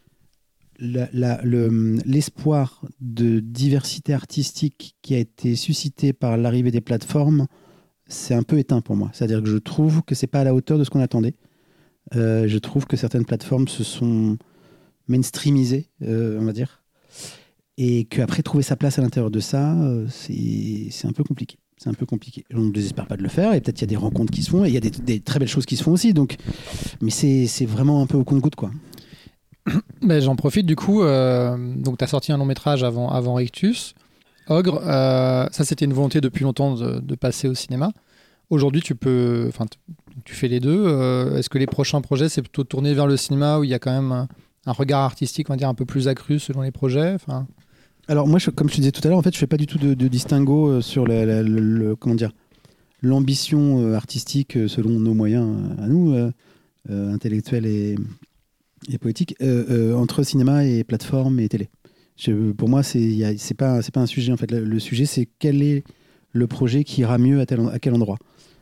l'espoir de diversité artistique qui a été suscité par l'arrivée des plateformes, c'est un peu éteint pour moi. C'est-à-dire que je trouve que c'est pas à la hauteur de ce qu'on attendait. Je trouve que certaines plateformes se sont mainstreamisées, on va dire, et qu'après trouver sa place à l'intérieur de ça, c'est un peu compliqué. C'est un peu compliqué. On ne désespère pas de le faire, et peut-être qu'il y a des rencontres qui se font, et il y a des très belles choses qui se font aussi. Donc, mais c'est vraiment un peu au compte-gouttes, quoi.
J'en profite du coup. Donc, tu as sorti un long métrage avant Rictus. Ogre, ça c'était une volonté depuis longtemps de passer au cinéma. Aujourd'hui, tu fais les deux. Est-ce que les prochains projets, c'est plutôt tourné vers le cinéma où il y a quand même un regard artistique, on va dire, un peu plus accru selon les projets?
Alors moi, comme je te disais tout à l'heure, en fait, je fais pas du tout de distinguo sur comment dire, l'ambition artistique selon nos moyens à nous, intellectuels et poétiques, entre cinéma et plateforme et télé. Pour moi, c'est pas un sujet en fait. Le sujet, c'est quel est le projet qui ira mieux à quel endroit.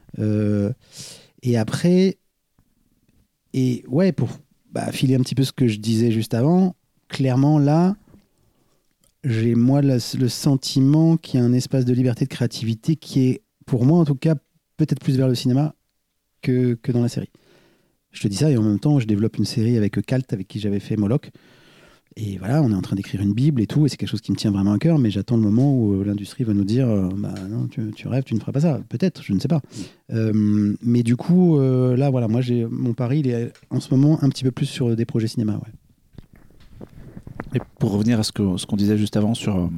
Et après, pour filer un petit peu ce que je disais juste avant, clairement là, j'ai moi le sentiment qu'il y a un espace de liberté, de créativité qui est, pour moi en tout cas, peut-être plus vers le cinéma que dans la série. Je te dis ça et en même temps, je développe une série avec Calt, avec qui j'avais fait Moloch, et voilà, on est en train d'écrire une Bible et tout, et c'est quelque chose qui me tient vraiment à cœur, mais j'attends le moment où l'industrie va nous dire bah non, tu rêves, tu ne feras pas ça. Peut-être, je ne sais pas. Mais du coup, là, voilà, moi, mon pari, il est en ce moment un petit peu plus sur des projets cinéma. Ouais.
Et pour revenir à ce qu'on disait juste avant sur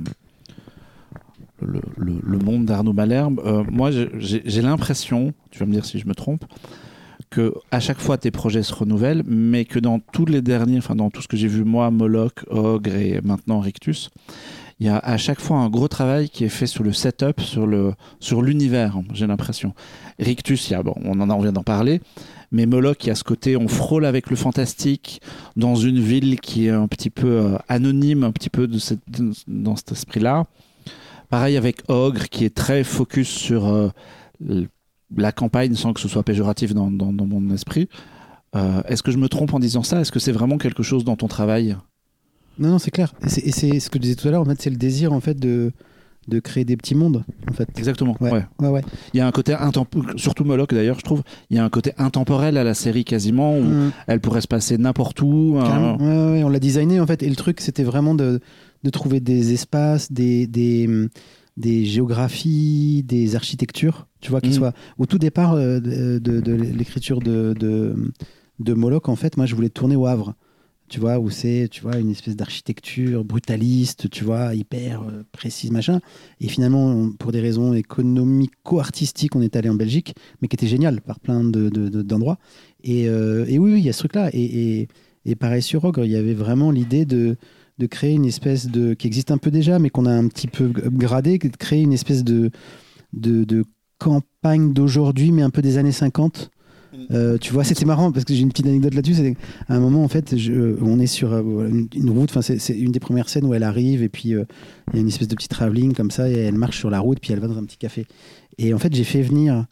le monde d'Arnaud Malherbe, moi, j'ai l'impression, tu vas me dire si je me trompe, que à chaque fois tes projets se renouvellent, mais que dans tous les derniers, enfin dans tout ce que j'ai vu moi, Moloch, Ogre et maintenant Rictus, il y a à chaque fois un gros travail qui est fait sur le setup, sur l'univers, j'ai l'impression. Rictus, on vient d'en parler, mais Moloch, il y a ce côté, on frôle avec le fantastique dans une ville qui est un petit peu anonyme, un petit peu dans cet esprit-là. Pareil avec Ogre, qui est très focus sur la campagne, sans que ce soit péjoratif dans mon esprit. Est-ce que je me trompe en disant ça? Est-ce que c'est vraiment quelque chose dans ton travail?
Non, c'est clair. Et c'est ce que je disais tout à l'heure, en fait, c'est le désir en fait, de créer des petits mondes. En fait.
Exactement. Ouais. Il y a un côté surtout Moloch d'ailleurs, je trouve, il y a un côté intemporel à la série quasiment, où elle pourrait se passer n'importe où.
On l'a designé en fait, et le truc c'était vraiment de trouver des espaces, des géographies, des architectures, tu vois, qui soient... Au tout départ de l'écriture de Moloch, en fait, moi, je voulais tourner au Havre, tu vois, où c'est, tu vois, une espèce d'architecture brutaliste, tu vois, hyper précise, machin. Et finalement, pour des raisons économico-artistiques, on est allé en Belgique, mais qui était génial par plein d'endroits. Et oui, il y a ce truc-là. Et pareil sur Ogre, il y avait vraiment l'idée de créer une espèce qui existe un peu déjà, mais qu'on a un petit peu upgradé, de créer une espèce de campagne d'aujourd'hui, mais un peu des années 50. Tu vois, c'était marrant, parce que j'ai une petite anecdote là-dessus. C'est à un moment, en fait, on est sur une route, c'est une des premières scènes où elle arrive, et puis il y a une espèce de petit travelling comme ça, et elle marche sur la route, puis elle va dans un petit café. Et en fait, j'ai fait venir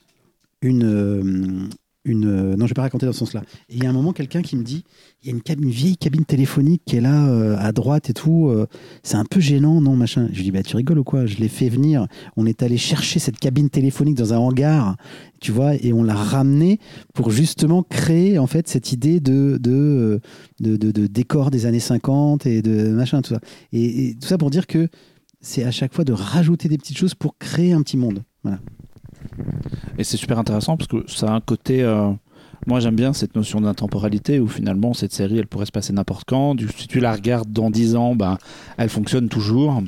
non, je vais pas raconter dans ce sens-là. Et il y a un moment, quelqu'un qui me dit, il y a une vieille cabine téléphonique qui est là, à droite et tout, c'est un peu gênant, non, machin. Je lui dis, bah tu rigoles ou quoi? Je l'ai fait venir, on est allé chercher cette cabine téléphonique dans un hangar, tu vois, et on l'a ramenée pour justement créer, en fait, cette idée de décor des années 50 et de machin, tout ça. Et tout ça pour dire que c'est à chaque fois de rajouter des petites choses pour créer un petit monde. Voilà.
Et c'est super intéressant parce que ça a un côté... moi j'aime bien cette notion d'intemporalité où finalement cette série elle pourrait se passer n'importe quand. Si tu la regardes dans 10 ans, elle fonctionne toujours.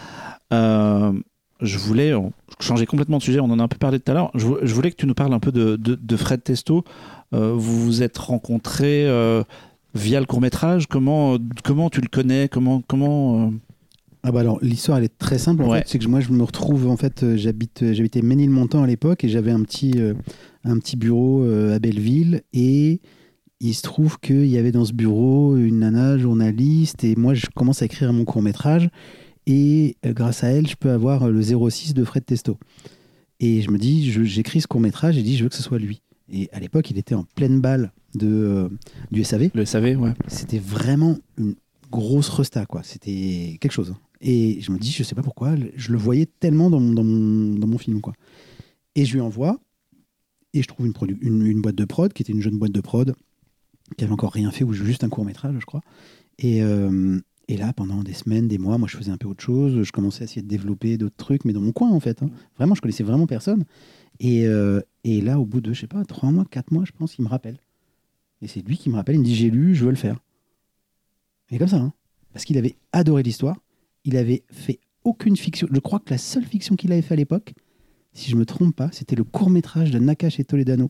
Je voulais changer complètement de sujet, on en a un peu parlé tout à l'heure. Je voulais que tu nous parles un peu de Fred Testo. Vous vous êtes rencontrés via le court-métrage. Comment tu le connais? Comment
Ah bah alors l'histoire elle est très simple en fait, c'est que moi je me retrouve en fait, j'habitais Ménilmontant à l'époque et j'avais un petit bureau à Belleville, et il se trouve qu'il y avait dans ce bureau une nana journaliste, et moi je commence à écrire mon court-métrage, et grâce à elle je peux avoir le 06 de Fred Testo, et je me dis j'écris ce court-métrage et je veux que ce soit lui. Et à l'époque il était en pleine balle du SAV.
Le SAV, ouais.
C'était vraiment une grosse resta, quoi. C'était quelque chose. Et je me dis, je sais pas pourquoi, je le voyais tellement dans mon film, quoi. Et je lui envoie, et je trouve une boîte de prod, qui était une jeune boîte de prod, qui avait encore rien fait, ou juste un court-métrage, je crois. Et là, pendant des semaines, des mois, moi, je faisais un peu autre chose. Je commençais à essayer de développer d'autres trucs, mais dans mon coin, en fait. Hein. Vraiment, je connaissais vraiment personne. Et là, au bout de, je sais pas, 3 mois, 4 mois, je pense, il me rappelle. Et c'est lui qui me rappelle, il me dit, j'ai lu, je veux le faire. Et comme ça, hein. Parce qu'il avait adoré l'histoire. Il avait fait aucune fiction. Je crois que la seule fiction qu'il avait fait à l'époque, si je me trompe pas, c'était le court-métrage de Nakache et Toledano,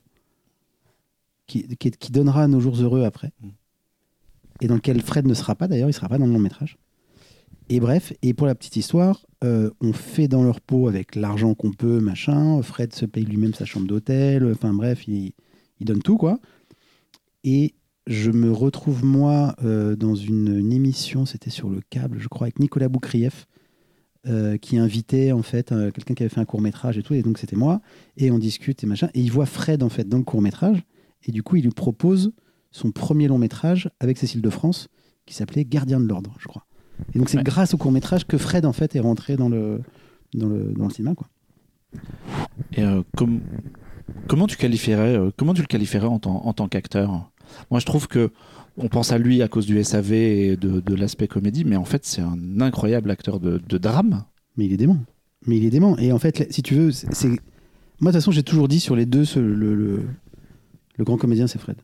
qui donnera Nos jours heureux après, et dans lequel Fred ne sera pas, d'ailleurs, il sera pas dans le long-métrage. Et bref, et pour la petite histoire, on fait dans leur peau avec l'argent qu'on peut, machin. Fred se paye lui-même sa chambre d'hôtel. Enfin bref, il donne tout, quoi. Et je me retrouve, moi, dans une émission, c'était sur le câble, je crois, avec Nicolas Boukrieff, qui invitait, en fait, quelqu'un qui avait fait un court-métrage et tout, et donc c'était moi, et on discute et machin, et il voit Fred, en fait, dans le court-métrage, et du coup, il lui propose son premier long-métrage avec Cécile de France, qui s'appelait Gardien de l'ordre, je crois. Et donc c'est grâce au court-métrage que Fred, en fait, est rentré dans le cinéma, quoi.
Et comment tu le qualifierais en tant qu'acteur? Moi, je trouve que on pense à lui à cause du SAV et de l'aspect comédie, mais en fait, c'est un incroyable acteur de drame.
Mais il est dément. Et en fait, si tu veux, c'est... Moi, de toute façon, j'ai toujours dit sur les deux, le grand comédien, c'est Fred.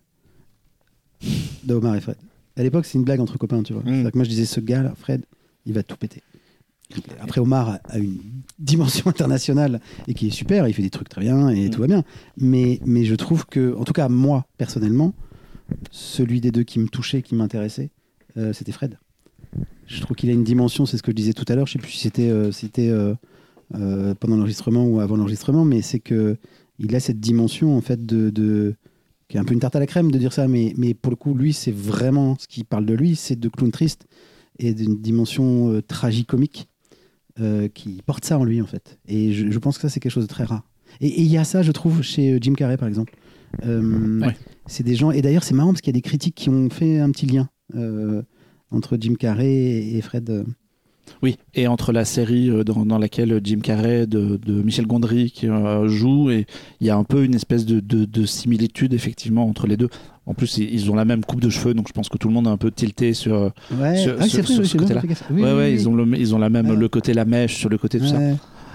De Omar et Fred. À l'époque, c'est une blague entre copains, tu vois. C'est-à-dire que moi, je disais, ce gars-là, Fred, il va tout péter. Après, Omar a une dimension internationale et qui est super, il fait des trucs très bien et tout va bien. Mais je trouve que, en tout cas, moi, personnellement, celui des deux qui me touchait, qui m'intéressait, c'était Fred. Je trouve qu'il a une dimension, c'est ce que je disais tout à l'heure, je sais plus si c'était pendant l'enregistrement ou avant l'enregistrement, mais c'est que il a cette dimension en fait qui est un peu une tarte à la crème de dire ça, mais pour le coup, lui, c'est vraiment ce qui parle de lui, c'est de clown triste et d'une dimension tragicomique qui porte ça en lui en fait. Et je pense que ça, c'est quelque chose de très rare. Et il y a ça, je trouve, chez Jim Carrey par exemple. C'est des gens, et d'ailleurs, c'est marrant parce qu'il y a des critiques qui ont fait un petit lien entre Jim Carrey et Fred.
Oui, et entre la série dans laquelle Jim Carrey de Michel Gondry qui joue, et il y a un peu une espèce de similitude effectivement entre les deux. En plus, ils ont la même coupe de cheveux, donc je pense que tout le monde est un peu tilté sur ce côté-là. Oui. Ils ont la même, le côté la mèche sur le côté tout ça.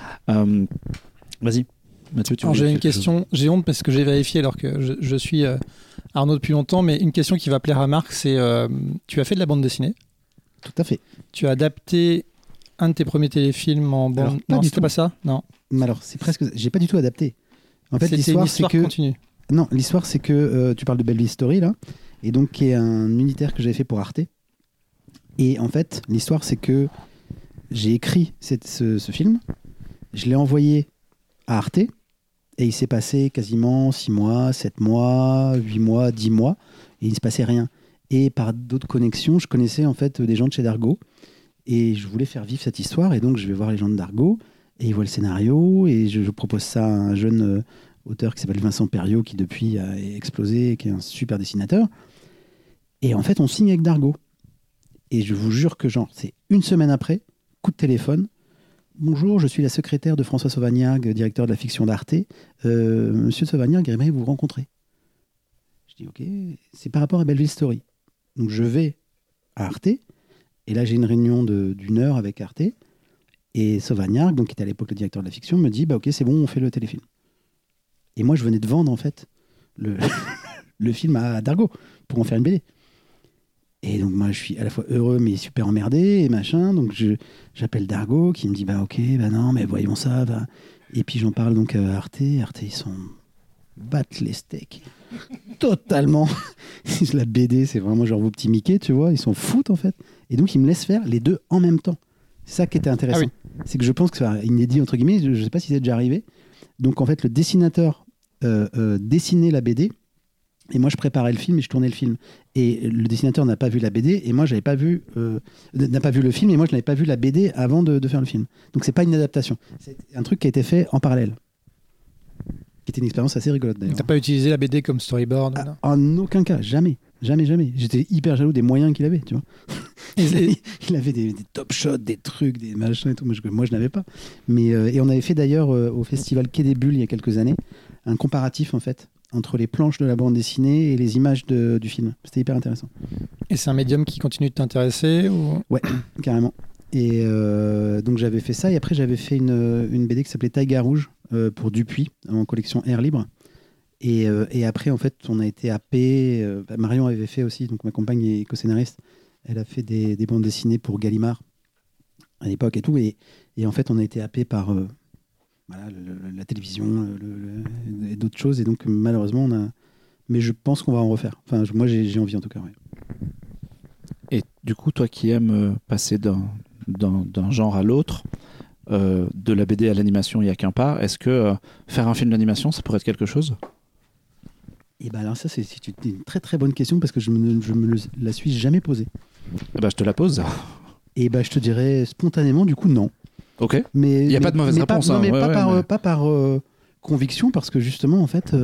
Vas-y, Mathieu, tu veux
j'ai une question, j'ai honte parce que j'ai vérifié alors que je suis Arnaud depuis longtemps, mais une question qui va plaire à Marc, c'est tu as fait de la bande dessinée?
Tout à fait.
Tu as adapté un de tes premiers téléfilms en bande... Non, c'était pas ça? Non.
Mais alors, c'est presque... J'ai pas du tout adapté. En fait,
c'était
l'histoire, c'est que...
continue.
Non, l'histoire, c'est que tu parles de Belleville Story, là, et donc qui est un unitaire que j'avais fait pour Arte. Et en fait, l'histoire, c'est que j'ai écrit ce film, je l'ai envoyé à Arte, et il s'est passé quasiment 6 mois, 7 mois, 8 mois, 10 mois, et il ne se passait rien. Et par d'autres connexions, je connaissais en fait des gens de chez Dargaud, et je voulais faire vivre cette histoire, et donc je vais voir les gens de Dargaud, et ils voient le scénario, et je propose ça à un jeune auteur qui s'appelle Vincent Perriot, qui depuis a explosé, qui est un super dessinateur. Et en fait, on signe avec Dargaud. Et je vous jure que c'est une semaine après, coup de téléphone. Bonjour, je suis la secrétaire de François Sauvagnargues, directeur de la fiction d'Arte. Monsieur Sauvagnargues aimerait vous rencontrer. Je dis ok, c'est par rapport à Belleville Story. Donc je vais à Arte, et là j'ai une réunion d'une heure avec Arte, et Sauvagnargues, donc qui était à l'époque le directeur de la fiction, me dit bah ok, c'est bon, on fait le téléfilm. Et moi je venais de vendre en fait le film à Dargaud pour en faire une BD. Et donc moi je suis à la fois heureux mais super emmerdé et machin, donc j'appelle Dargaud qui me dit bah ok, bah non mais voyons ça, bah. Et puis j'en parle donc à Arte ils sont battent les steaks totalement. La BD c'est vraiment genre vos petits Mickey, tu vois, ils s'en foutent en fait, et donc ils me laissent faire les deux en même temps. C'est ça qui était intéressant. Ah oui. C'est que je pense que c'est inédit entre guillemets, je sais pas si c'est déjà arrivé. Donc en fait le dessinateur dessinait la BD et moi je préparais le film et je tournais le film, et le dessinateur n'a pas vu la BD et moi j'avais pas vu n'a pas vu le film et moi je n'avais pas vu la BD avant de faire le film. Donc c'est pas une adaptation, c'est un truc qui a été fait en parallèle, qui était une expérience assez rigolote d'ailleurs.
T'as pas utilisé la BD comme storyboard?
En aucun cas, jamais. J'étais hyper jaloux des moyens qu'il avait, tu vois. Il avait des top shots, des trucs, des machins et tout. Moi, je n'avais pas. Mais, et on avait fait d'ailleurs au festival Quai des Bulles il y a quelques années un comparatif en fait entre les planches de la bande dessinée et les images du film. C'était hyper intéressant.
Et c'est un médium qui continue de t'intéresser ou... Ouais,
carrément. Et donc j'avais fait ça, et après j'avais fait une BD qui s'appelait Taïga Rouge pour Dupuis en collection Air Libre. Et après, en fait, on a été happé. Marion avait fait aussi, donc ma compagne est co-scénariste. Elle a fait des bandes dessinées pour Gallimard à l'époque et tout. Et en fait, on a été happé par la télévision et d'autres choses. Et donc, malheureusement, on a. Mais je pense qu'on va en refaire. Enfin, moi, j'ai envie en tout cas. Ouais.
Et du coup, toi qui aimes passer d'un genre à l'autre, de la BD à l'animation, il n'y a qu'un pas. Est-ce que faire un film d'animation, ça pourrait être quelque chose ?
Et ben alors ça, c'est une très très bonne question parce que je me la suis jamais posée.
Je te la pose.
Et je te dirais spontanément, du coup, non.
Ok. Mais il n'y a pas de mauvaise réponse.
Pas par conviction, parce que justement, en fait,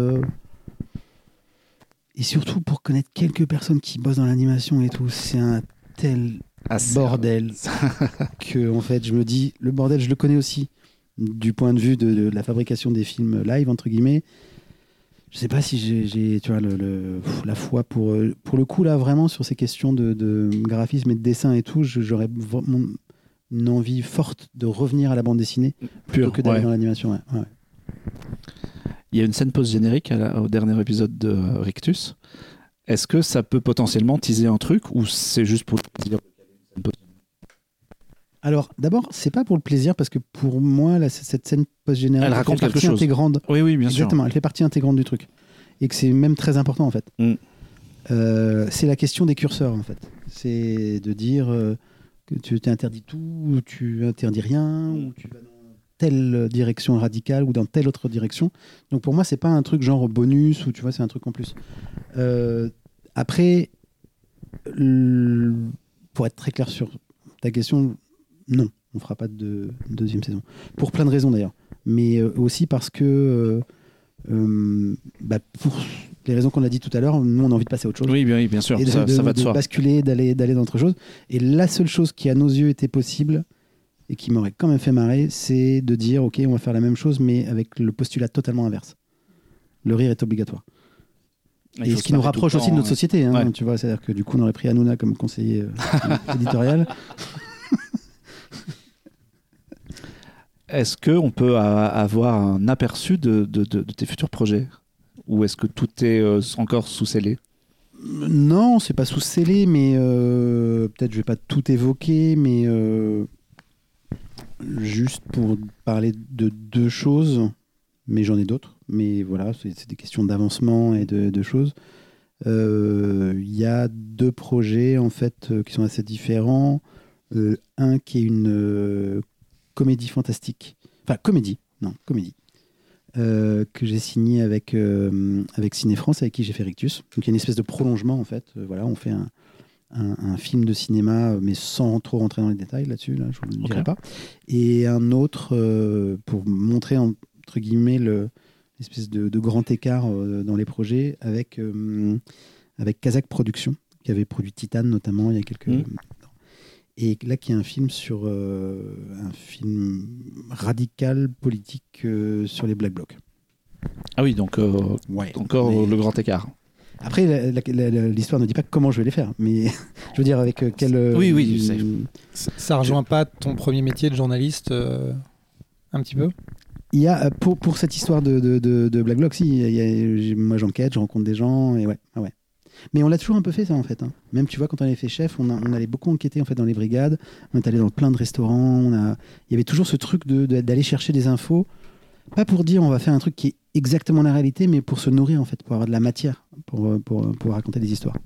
et surtout pour connaître quelques personnes qui bossent dans l'animation et tout, c'est un tel bordel que en fait, je me dis, le bordel, je le connais aussi du point de vue de la fabrication des films live, entre guillemets. je sais pas si j'ai tu vois, la foi pour le coup, là, vraiment, sur ces questions de graphisme et de dessin et tout, j'aurais vraiment une envie forte de revenir à la bande dessinée plutôt que d'aller dans l'animation. Ouais.
Il y a une scène post-générique au dernier épisode de Rictus. Est-ce que ça peut potentiellement teaser un truc ou c'est juste pour le plaisir?
Alors, d'abord, c'est pas pour le plaisir parce que pour moi, cette scène post-générique,
elle raconte quelque chose
intégrante.
Oui, bien sûr.
Exactement, elle fait partie intégrante du truc. Et que c'est même très important, en fait. C'est la question des curseurs, en fait. C'est de dire que tu t'interdis tout, ou tu interdis rien, ou tu vas dans telle direction radicale ou dans telle autre direction. Donc pour moi, c'est pas un truc genre bonus ou tu vois, c'est un truc en plus. Après, pour être très clair sur ta question, non, on fera pas de deuxième saison. Pour plein de raisons d'ailleurs, mais aussi parce que pour les raisons qu'on a dit tout à l'heure, nous on a envie de passer à autre chose.
Oui, bien sûr,
et
ça va de soi.
Basculer, d'aller dans autre chose. Et la seule chose qui à nos yeux était possible et qui m'aurait quand même fait marrer, c'est de dire ok, on va faire la même chose, mais avec le postulat totalement inverse. Le rire est obligatoire. Et ce qui nous rapproche aussi de notre société, hein, ouais. Tu vois, c'est-à-dire que du coup, on aurait pris Hanouna comme conseiller éditorial.
Est-ce qu'on peut avoir un aperçu de tes futurs projets? Ou est-ce que tout est encore sous scellé?
Non, c'est pas sous scellé, mais peut-être je vais pas tout évoquer, mais juste pour parler de deux choses, mais j'en ai d'autres. Mais voilà, c'est des questions d'avancement et de choses. Il y a deux projets en fait qui sont assez différents. Un qui est une comédie fantastique, comédie, que j'ai signé avec Ciné France, avec qui j'ai fait Rictus. Donc il y a une espèce de prolongement en fait. Voilà, on fait un film de cinéma, mais sans trop rentrer dans les détails là-dessus. Là, je ne le dirai pas. Et un autre pour montrer entre guillemets l'espèce de grand écart dans les projets avec Kazakh Productions, qui avait produit Titan notamment il y a quelques et là qui est un film sur un film radical politique sur les Black Blocs.
Ah oui, donc encore le grand écart.
Après, l'histoire ne dit pas comment je vais les faire, mais je veux dire avec quel...
Oui,
ça rejoint pas ton premier métier de journaliste un petit peu?
Il y a, pour cette histoire de Black Bloc, si, moi j'enquête, je rencontre des gens, et ouais. Mais on l'a toujours un peu fait ça en fait. Hein. Même tu vois, quand on avait fait chef, on allait beaucoup enquêter en fait dans les brigades, on est allé dans plein de restaurants, il y avait toujours ce truc d'aller chercher des infos, pas pour dire on va faire un truc qui est exactement la réalité, mais pour se nourrir en fait, pour avoir de la matière, pour raconter des histoires.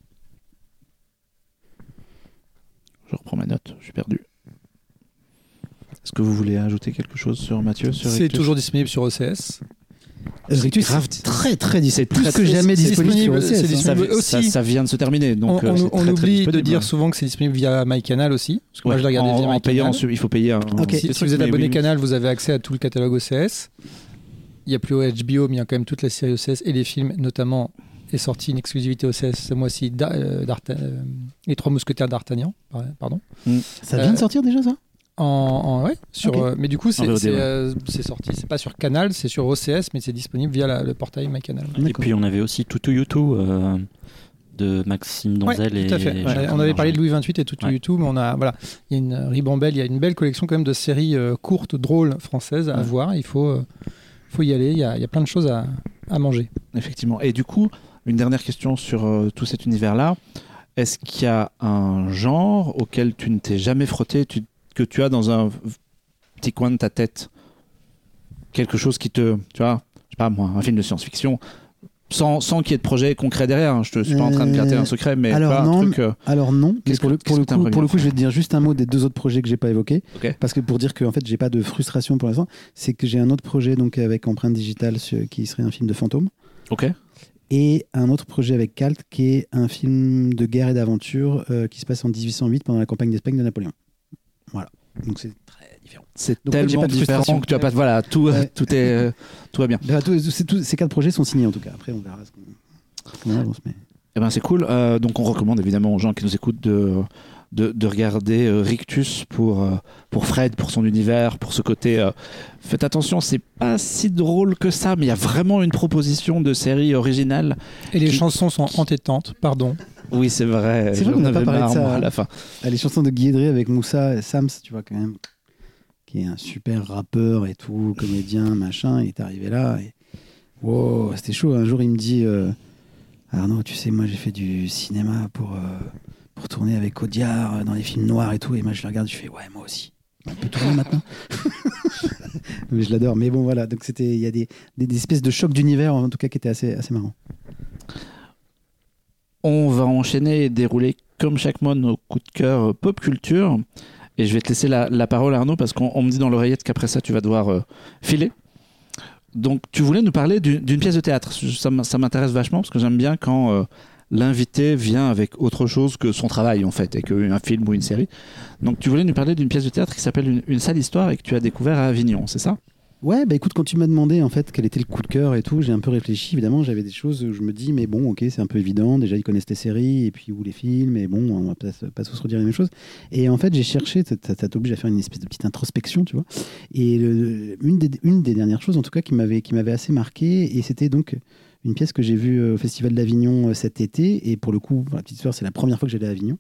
Je reprends mes notes, je suis perdu. Est-ce que vous voulez ajouter quelque chose sur Mathieu, sur
C'est
Rictus?
toujours disponible sur OCS.
Rictus, c'est très disponible. Plus que jamais disponible sur OCS.
Ça vient de se terminer. Donc
on oublie de dire souvent que c'est disponible via MyCanal aussi. Parce que moi je l'ai regardé via MyCanal.
Il faut payer.
Si vous êtes abonné Canal, vous avez accès à tout le catalogue OCS. Il n'y a plus HBO, mais il y a quand même toute la série OCS et les films, notamment est sorti une exclusivité OCS ce mois-ci, Les Trois Mousquetaires d'Artagnan. Pardon.
Ça vient de sortir déjà ça?
Mais du coup c'est sorti, c'est pas sur Canal, c'est sur OCS, mais c'est disponible via le portail MyCanal.
Et puis on avait aussi Toutou YouTube de Maxime Donzel.
Tout à fait. On avait parlé de Louis XXVIII et Toutou YouTube, mais il y a une ribambelle, il y a une belle collection quand même de séries courtes, drôles françaises à voir. Il faut y aller, il y a plein de choses à manger.
Effectivement. Et du coup, une dernière question sur tout cet univers-là. Est-ce qu'il y a un genre auquel tu ne t'es jamais frotté, que tu as dans un petit coin de ta tête, quelque chose qui te, tu vois, je sais pas moi, un film de science-fiction, sans qu'il y ait de projet concret derrière, hein. Je ne suis pas en train de gratter un secret, mais
alors
non,
un truc, alors non, mais pour le coup, je vais te dire juste un mot des deux autres projets que j'ai pas évoqués, parce que pour dire que en fait j'ai pas de frustration pour l'instant, c'est que j'ai un autre projet donc avec Empreinte Digitale qui serait un film de fantôme. Et un autre projet avec Calt qui est un film de guerre et d'aventure qui se passe en 1808 pendant la campagne d'Espagne de Napoléon. Voilà. Donc c'est très différent.
C'est tellement différent que tu as pas. Voilà, tout va bien.
Ces 4 projets sont signés en tout cas. Après, on verra comment on avance. Mais...
Eh ben, c'est cool. Donc on recommande évidemment aux gens qui nous écoutent de regarder Rictus pour Fred, pour son univers, pour ce côté. Faites attention, c'est pas si drôle que ça, mais il y a vraiment une proposition de série originale.
Et les chansons sont entêtantes, pardon.
Oui, c'est vrai.
C'est vrai qu'on n'a pas parlé de ça
à la fin.
Les chansons de Guy Edré avec Moussa Sams, tu vois, quand même, qui est un super rappeur et tout, comédien, machin, il est arrivé là et wow, c'était chaud. Un jour, il me dit Arnaud, tu sais, moi j'ai fait du cinéma pour tourner avec Audiard dans les films noirs et tout, et moi je le regarde, je fais ouais, moi aussi. On peut tourner maintenant. Mais je l'adore. Mais bon, voilà, donc il y a des espèces de chocs d'univers, en tout cas, qui étaient assez marrants.
On va enchaîner et dérouler comme chaque mois nos coups de cœur pop culture. Et je vais te laisser la parole, Arnaud, parce qu'on me dit dans l'oreillette qu'après ça, tu vas devoir filer. Donc, tu voulais nous parler d'une pièce de théâtre. Ça m'intéresse vachement, parce que j'aime bien quand l'invité vient avec autre chose que son travail, en fait, et qu'un film ou une série. Donc, tu voulais nous parler d'une pièce de théâtre qui s'appelle Une sale histoire et que tu as découvert à Avignon, c'est ça ?
Ouais, bah écoute, quand tu m'as demandé en fait quel était le coup de cœur et tout, j'ai un peu réfléchi. Évidemment, j'avais des choses où je me dis, mais bon, ok, c'est un peu évident. Déjà, ils connaissent les séries et puis ou les films, et bon, on va pas tous redire les mêmes choses. Et en fait, j'ai cherché, ça t'oblige à faire une espèce de petite introspection, tu vois. Et une des dernières choses, en tout cas, qui m'avait assez marqué, et c'était donc une pièce que j'ai vue au Festival d'Avignon cet été. Et pour le coup, pour la petite histoire, c'est la première fois que j'allais à Avignon.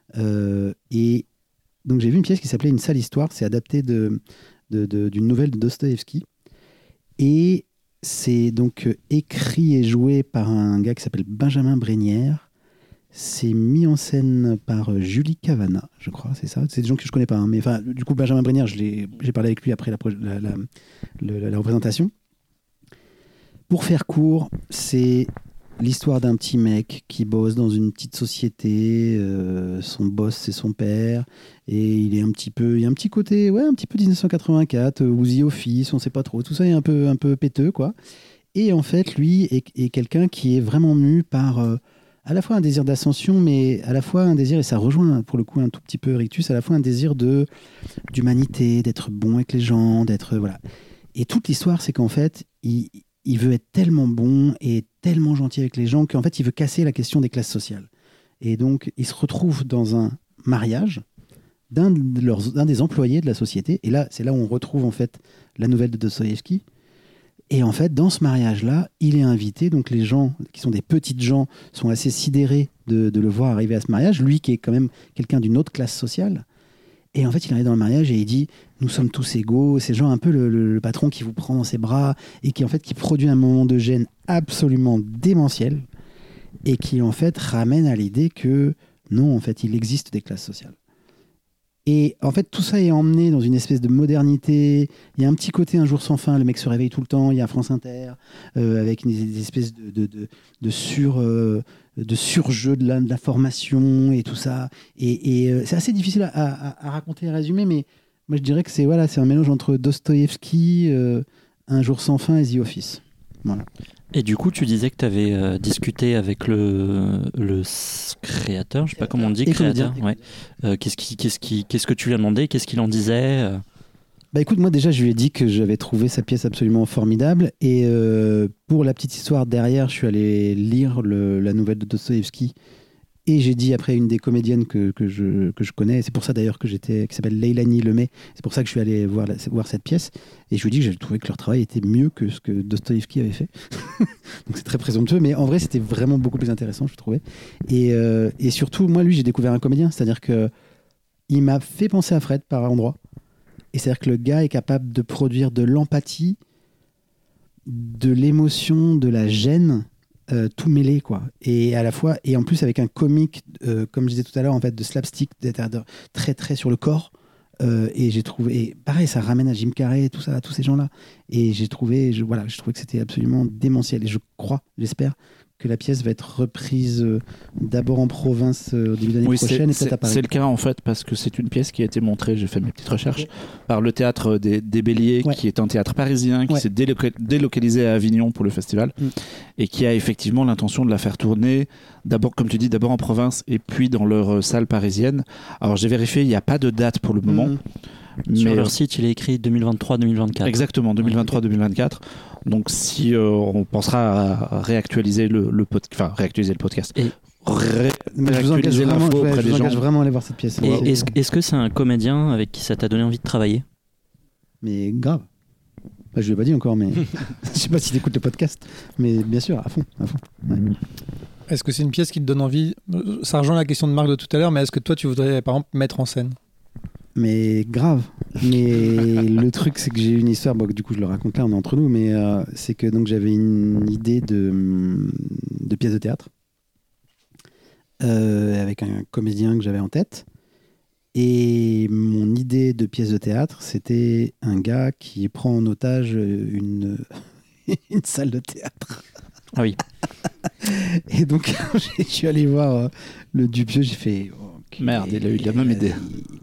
Et donc, j'ai vu une pièce qui s'appelait Une sale histoire. C'est adapté d'une nouvelle de Dostoïevski. Et c'est donc écrit et joué par un gars qui s'appelle Benjamin Brénière. C'est mis en scène par Julie Cavana, je crois, c'est ça. C'est des gens que je connais pas. Hein. Mais enfin, du coup, Benjamin Brénière, j'ai parlé avec lui après la représentation. Pour faire court, c'est l'histoire d'un petit mec qui bosse dans une petite société. Son boss, c'est son père. Et il y a un petit côté, un petit peu 1984, ou The Office, on sait pas trop. Tout ça est un peu péteux, quoi. Et en fait, lui est quelqu'un qui est vraiment mu par à la fois un désir d'ascension, mais à la fois un désir, et ça rejoint pour le coup un tout petit peu Rictus, à la fois un désir d'humanité, d'être bon avec les gens, d'être voilà. Et toute l'histoire, c'est qu'en fait, il veut être tellement bon et tellement gentil avec les gens qu'en fait, il veut casser la question des classes sociales. Et donc, il se retrouve dans un mariage d'un des employés de la société. Et là, c'est là où on retrouve en fait la nouvelle de Dostoïevski. Et en fait, dans ce mariage-là, il est invité. Donc, les gens qui sont des petites gens sont assez sidérés de le voir arriver à ce mariage. Lui, qui est quand même quelqu'un d'une autre classe sociale. Et en fait, il arrive dans le mariage et il dit « Nous sommes tous égaux ». C'est genre un peu le patron qui vous prend dans ses bras et qui produit un moment de gêne absolument démentiel et qui en fait ramène à l'idée que non, en fait, il existe des classes sociales. Et en fait, tout ça est emmené dans une espèce de modernité. Il y a un petit côté Un jour sans fin, le mec se réveille tout le temps. Il y a France Inter avec des espèces de surjeu de l'information et tout ça. Et c'est assez difficile à raconter et à résumer, mais moi je dirais que c'est un mélange entre Dostoïevski, Un jour sans fin et The Office. Voilà.
Et du coup, tu disais que tu avais discuté avec le créateur, je sais pas comment on dit, créateur. Ouais. Qu'est-ce que tu lui as demandé? Qu'est-ce qu'il en disait?
Bah écoute, moi déjà, je lui ai dit que j'avais trouvé sa pièce absolument formidable. Et pour la petite histoire derrière, je suis allé lire la nouvelle de Dostoïevski. Et j'ai dit après une des comédiennes que je connais, c'est pour ça d'ailleurs qui s'appelle Leilani Lemay, c'est pour ça que je suis allé voir cette pièce, et je lui ai dit que j'avais trouvé que leur travail était mieux que ce que Dostoïevski avait fait. Donc c'est très présomptueux, mais en vrai c'était vraiment beaucoup plus intéressant, je trouvais. Et surtout, moi lui j'ai découvert un comédien, c'est-à-dire que il m'a fait penser à Fred par endroits. Et c'est-à-dire que le gars est capable de produire de l'empathie, de l'émotion, de la gêne, tout mêlé, quoi. Et à la fois, et en plus avec un comique, comme je disais tout à l'heure, en fait, de slapstick, très très sur le corps. Et j'ai trouvé, et pareil, ça ramène à Jim Carrey, tout ça, à tous ces gens-là. Et j'ai trouvé que c'était absolument démentiel. Et j'espère que la pièce va être reprise d'abord en province au début d'année prochaine et peut-être à Paris.
C'est le cas en fait parce que c'est une pièce qui a été montrée, j'ai fait mes petites recherches, par le théâtre des Béliers, qui est un théâtre parisien qui s'est délocalisé à Avignon pour le festival et qui a effectivement l'intention de la faire tourner d'abord, comme tu dis, d'abord en province et puis dans leur salle parisienne. Alors j'ai vérifié, il n'y a pas de date pour le moment.
Sur leur site, il est écrit 2023-2024.
Exactement, 2023-2024. Donc si on pensera à réactualiser le podcast,
je vous engage vraiment à aller voir cette pièce.
Et est-ce que c'est un comédien avec qui ça t'a donné envie de travailler ?
Mais grave. Je lui ai pas dit encore, mais je sais pas si tu écoutes le podcast. Mais bien sûr, à fond. Ouais.
Est-ce que c'est une pièce qui te donne envie ? Ça rejoint la question de Marc de tout à l'heure, mais est-ce que toi, tu voudrais, par exemple, mettre en scène ?
Mais grave. Mais le truc, c'est que j'ai une histoire, bon, du coup, je le raconte là, on est entre nous, mais c'est que donc, j'avais une idée de pièce de théâtre avec un comédien que j'avais en tête. Et mon idée de pièce de théâtre, c'était un gars qui prend en otage une salle de théâtre.
Ah oui.
Et donc, je suis allé voir le Dupieux, j'ai fait... Okay,
merde, il a eu la même idée.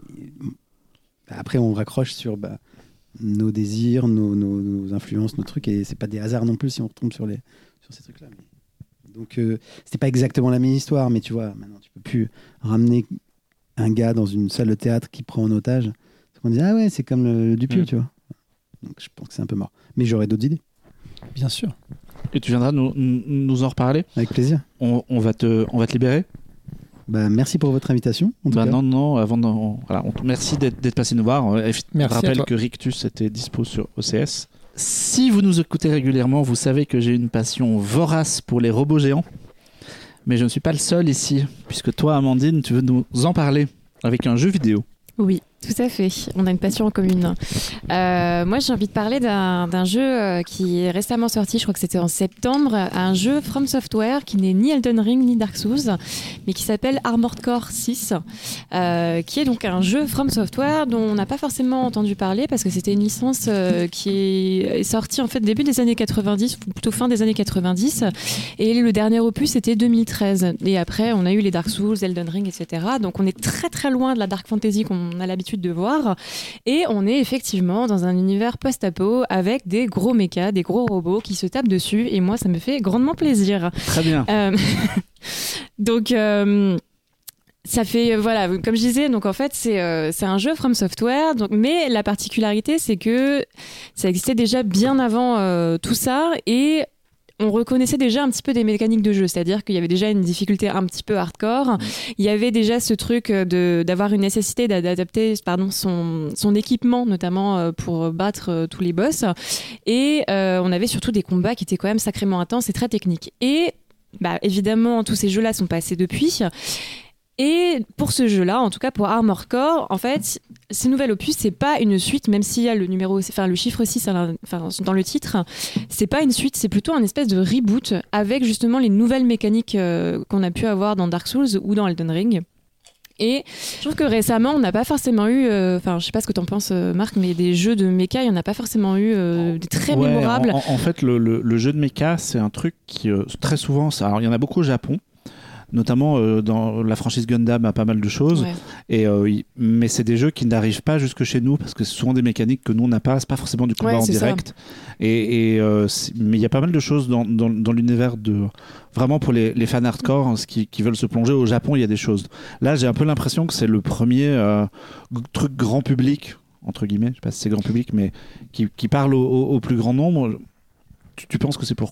Après, on raccroche sur nos désirs, nos influences, nos trucs, et c'est pas des hasards non plus si on retombe sur ces trucs-là. Donc, c'était pas exactement la même histoire, mais tu vois, maintenant, tu peux plus ramener un gars dans une salle de théâtre qui prend en otage. On dit, ah ouais, c'est comme le Dupieux, tu vois. Donc, je pense que c'est un peu mort. Mais j'aurais d'autres idées.
Bien sûr.
Et tu viendras nous en reparler ?
Avec plaisir.
On va te libérer ?
Merci pour votre invitation.
Non, merci d'être passé nous voir. Je rappelle que Rictus était dispo sur OCS. Si vous nous écoutez régulièrement, vous savez que j'ai une passion vorace pour les robots géants. Mais je ne suis pas le seul ici, puisque toi, Amandine, tu veux nous en parler avec un jeu vidéo.
Oui, tout à fait. On a une passion en commune. Moi, j'ai envie de parler d'un jeu qui est récemment sorti, je crois que c'était en septembre, un jeu From Software qui n'est ni Elden Ring ni Dark Souls, mais qui s'appelle Armored Core 6, qui est donc un jeu From Software dont on n'a pas forcément entendu parler parce que c'était une licence qui est sortie en fait début des années 90, ou plutôt fin des années 90, et le dernier opus c'était 2013. Et après, on a eu les Dark Souls, Elden Ring, etc. Donc on est très très loin de la Dark Fantasy qu'on a l'habitude de voir, et on est effectivement dans un univers post-apo avec des gros mechas, des gros robots qui se tapent dessus, et moi ça me fait grandement plaisir.
Très bien.
Donc ça fait voilà, comme je disais, donc en fait c'est un jeu From Software, donc, mais la particularité c'est que ça existait déjà bien avant tout ça, et on reconnaissait déjà un petit peu des mécaniques de jeu, c'est-à-dire qu'il y avait déjà une difficulté un petit peu hardcore. Il y avait déjà ce truc d'avoir une nécessité d'adapter son équipement, notamment pour battre tous les boss. Et on avait surtout des combats qui étaient quand même sacrément intenses et très techniques. Et évidemment, tous ces jeux-là sont passés depuis. Et pour ce jeu-là, en tout cas pour Armored Core, en fait, ce nouvel opus, c'est pas une suite, même s'il y a le chiffre 6 dans le titre, c'est pas une suite, c'est plutôt un espèce de reboot avec justement les nouvelles mécaniques qu'on a pu avoir dans Dark Souls ou dans Elden Ring. Et je trouve que récemment, on n'a pas forcément eu, je sais pas ce que t'en penses, Marc, mais des jeux de mecha, il n'y en a pas forcément eu des très mémorables.
En fait, le jeu de mecha, c'est un truc qui, très souvent, alors il y en a beaucoup au Japon, notamment dans la franchise Gundam a pas mal de choses, mais c'est des jeux qui n'arrivent pas jusque chez nous parce que c'est souvent des mécaniques que nous on n'a pas, c'est pas forcément du combat en direct, mais il y a pas mal de choses dans l'univers de vraiment pour les fans hardcore qui veulent se plonger. Au Japon il y a des choses, là j'ai un peu l'impression que c'est le premier truc grand public entre guillemets, je sais pas si c'est grand public, mais qui parle au plus grand nombre. Tu penses que c'est pourquoi ?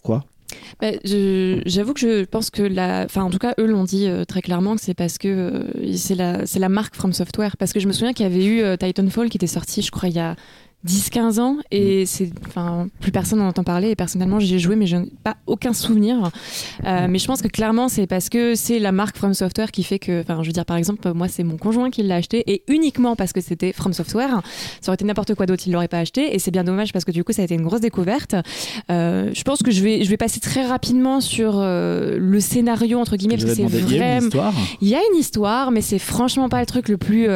J'avoue que je pense que en tout cas eux l'ont dit très clairement que c'est parce que c'est la marque From Software, parce que je me souviens qu'il y avait eu Titanfall qui était sorti je crois il y a 10-15 ans et plus personne n'en entend parler, et personnellement j'y ai joué mais je n'ai pas aucun souvenir, mais je pense que clairement c'est parce que c'est la marque From Software qui fait que, je veux dire par exemple moi c'est mon conjoint qui l'a acheté, et uniquement parce que c'était From Software. Ça aurait été n'importe quoi d'autre, il l'aurait pas acheté, et c'est bien dommage parce que du coup ça a été une grosse découverte. Je pense que je vais passer très rapidement sur le scénario entre guillemets, parce que c'est vraiment, il y a une histoire mais c'est franchement pas le truc le plus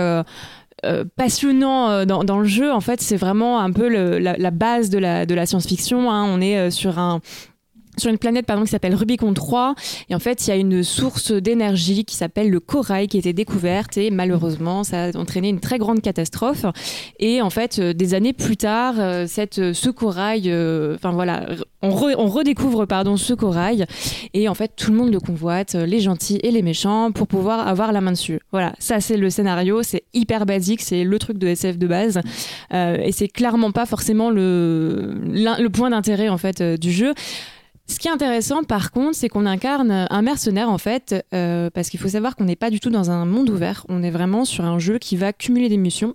passionnant dans le jeu. En fait c'est vraiment un peu la base de la science-fiction, hein. On est sur une planète qui s'appelle Rubicon 3, et en fait il y a une source d'énergie qui s'appelle le corail qui a été découverte, et malheureusement ça a entraîné une très grande catastrophe, et en fait des années plus tard ce corail on redécouvre ce corail, et en fait tout le monde le convoite, les gentils et les méchants, pour pouvoir avoir la main dessus. Voilà, ça c'est le scénario, c'est hyper basique, c'est le truc de SF de base, et c'est clairement pas forcément le point d'intérêt en fait du jeu. Ce qui est intéressant, par contre, c'est qu'on incarne un mercenaire, en fait, parce qu'il faut savoir qu'on n'est pas du tout dans un monde ouvert. On est vraiment sur un jeu qui va cumuler des missions.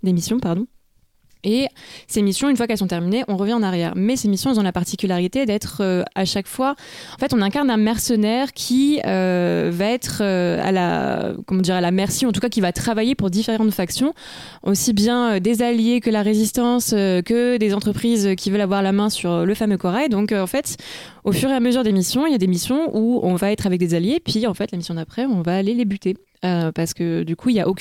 Et ces missions, une fois qu'elles sont terminées, on revient en arrière. Mais ces missions, elles ont la particularité d'être à chaque fois... En fait, on incarne un mercenaire qui va être à la merci, en tout cas qui va travailler pour différentes factions, aussi bien des alliés que la résistance, que des entreprises qui veulent avoir la main sur le fameux corail. Donc, en fait, au fur et à mesure des missions, il y a des missions où on va être avec des alliés, puis en fait, la mission d'après, on va aller les buter. Parce que du coup il n'y a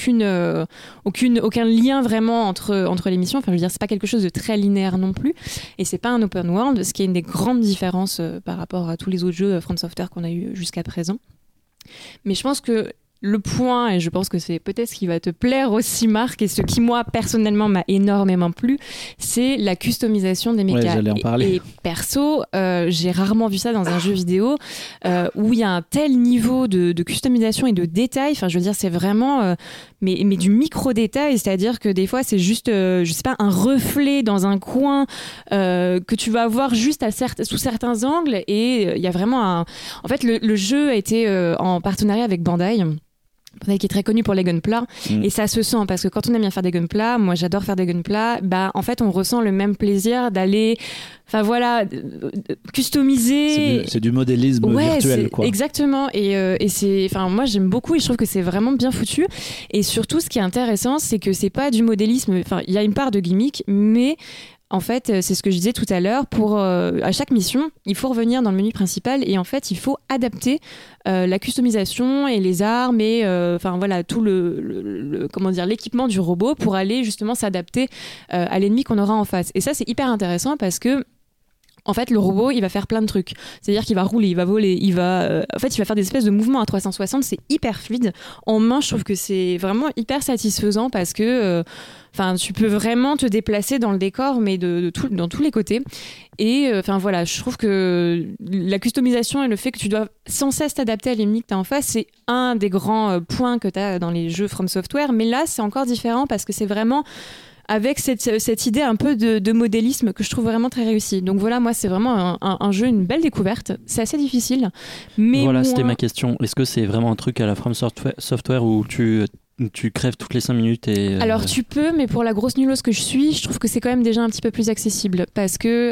aucun lien vraiment entre les missions. Enfin, je veux dire, c'est pas quelque chose de très linéaire non plus, et c'est pas un open world, ce qui est une des grandes différences par rapport à tous les autres jeux From Software qu'on a eu jusqu'à présent. Mais je pense que le point, et je pense que c'est peut-être ce qui va te plaire aussi, Marc, et ce qui moi personnellement m'a énormément plu, c'est la customisation des mechas.
Ouais, j'allais en parler.
Et perso, j'ai rarement vu ça dans un jeu vidéo où il y a un tel niveau de customisation et de détail. Enfin, je veux dire, c'est vraiment mais du micro détail, c'est-à-dire que des fois c'est juste, je sais pas, un reflet dans un coin que tu vas voir juste sous certains angles, et il y a vraiment en fait le jeu a été en partenariat avec Bandai qui est très connu pour les gunpla, et ça se sent, parce que quand on aime bien faire des gunpla, moi j'adore faire des gunpla, en fait on ressent le même plaisir d'aller, enfin voilà, customiser.
C'est du modélisme virtuel, quoi.
Exactement, et c'est, enfin moi j'aime beaucoup, et je trouve que c'est vraiment bien foutu, et surtout ce qui est intéressant, c'est que c'est pas du modélisme, enfin il y a une part de gimmick, mais en fait, c'est ce que je disais tout à l'heure, à chaque mission, il faut revenir dans le menu principal, et en fait, il faut adapter la customisation et les armes et enfin voilà, tout l'équipement du robot pour aller justement s'adapter à l'ennemi qu'on aura en face. Et ça, c'est hyper intéressant parce que en fait, le robot, il va faire plein de trucs. C'est-à-dire qu'il va rouler, il va voler, en fait, il va faire des espèces de mouvements à 360. C'est hyper fluide. En main, je trouve que c'est vraiment hyper satisfaisant parce que, tu peux vraiment te déplacer dans le décor, mais dans tous les côtés. Et voilà, je trouve que la customisation et le fait que tu dois sans cesse t'adapter à l'ennemi que tu as en face, c'est un des grands points que tu as dans les jeux From Software. Mais là, c'est encore différent parce que c'est vraiment avec cette idée un peu de modélisme que je trouve vraiment très réussie. Donc voilà, moi c'est vraiment un jeu, une belle découverte. C'est assez difficile, mais
voilà, c'était ma question. Est-ce que c'est vraiment un truc à la From Software où tu crèves toutes les 5 minutes
Alors tu peux, mais pour la grosse nulose que je suis, je trouve que c'est quand même déjà un petit peu plus accessible, parce que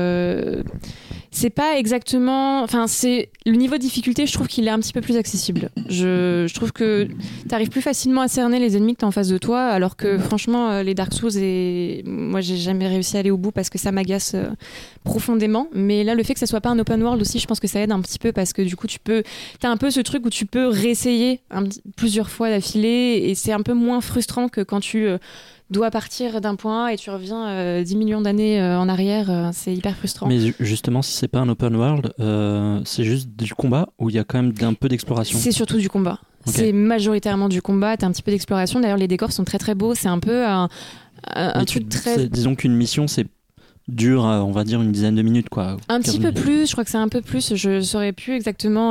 c'est pas exactement... Enfin, c'est le niveau de difficulté, je trouve qu'il est un petit peu plus accessible. Je trouve que t'arrives plus facilement à cerner les ennemis que t'as en face de toi, alors que franchement, les Dark Souls, moi j'ai jamais réussi à aller au bout parce que ça m'agace profondément. Mais là, le fait que ça soit pas un open world aussi, je pense que ça aide un petit peu, parce que du coup, t'as un peu ce truc où tu peux réessayer plusieurs fois d'affilée, et c'est un peu moins frustrant que quand tu dois partir d'un point A et tu reviens 10 millions d'années en arrière. C'est hyper frustrant.
Mais justement, si c'est pas un open world, c'est juste du combat, ou il y a quand même un peu d'exploration? C'est
surtout du combat. Okay. C'est majoritairement du combat, t'as un petit peu d'exploration. D'ailleurs, les décors sont très très beaux. C'est un peu un truc très...
Disons qu'une mission, c'est dure, on va dire, une dizaine de minutes, quoi.
Un petit peu plus, je crois que c'est un peu plus. Je saurais plus exactement...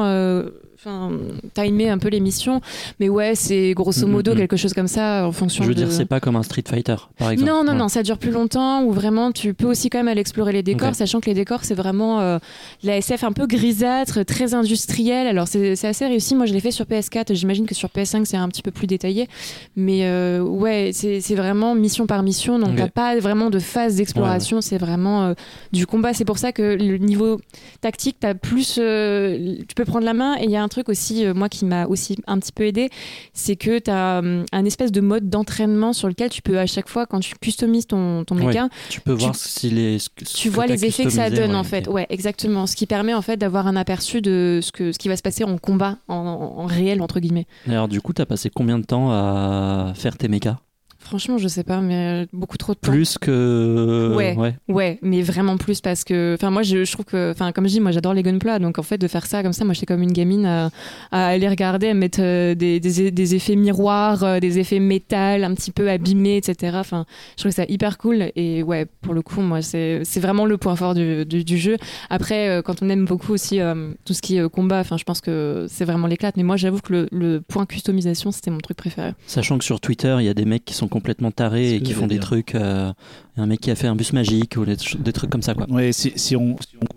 timer un peu les missions, mais ouais, c'est grosso modo quelque chose comme ça en fonction de...
Je veux dire, c'est pas comme un Street Fighter, par exemple.
Non, ça dure plus longtemps, ou vraiment tu peux aussi quand même aller explorer les décors, sachant que les décors c'est vraiment la SF un peu grisâtre, très industrielle. Alors c'est assez réussi. Moi je l'ai fait sur PS4, j'imagine que sur PS5 c'est un petit peu plus détaillé, mais ouais, c'est vraiment mission par mission, donc t'as pas vraiment de phase d'exploration, c'est vraiment du combat. C'est pour ça que le niveau tactique, t'as plus tu peux prendre la main. Et il y a un truc aussi, moi qui m'a aussi un petit peu aidé, c'est que tu as un espèce de mode d'entraînement sur lequel tu peux à chaque fois, quand tu customises ton méca,
tu peux voir
tu vois les effets que ça donne en fait. Ouais, exactement. Ce qui permet en fait d'avoir un aperçu de ce qui va se passer en combat, en réel entre guillemets.
Et alors du coup, tu as passé combien de temps à faire tes mécas ?
Franchement, je sais pas, mais beaucoup trop de temps.
Plus que...
Ouais, mais vraiment plus, parce que... Enfin, moi, je trouve que... Enfin, comme je dis, moi, j'adore les gunpla, donc en fait, de faire ça comme ça, moi, j'étais comme une gamine à aller regarder, à mettre des effets miroirs, des effets métal, un petit peu abîmés, etc. Enfin, je trouve ça hyper cool, et ouais, pour le coup, moi, c'est vraiment le point fort du jeu. Après, quand on aime beaucoup aussi tout ce qui est combat, enfin, je pense que c'est vraiment l'éclate, mais moi, j'avoue que le point customisation, c'était mon truc préféré.
Sachant que sur Twitter, il y a des mecs qui sont complètement tarés et qui font des trucs, un mec qui a fait un bus magique ou des trucs comme ça, quoi.
Ouais, si on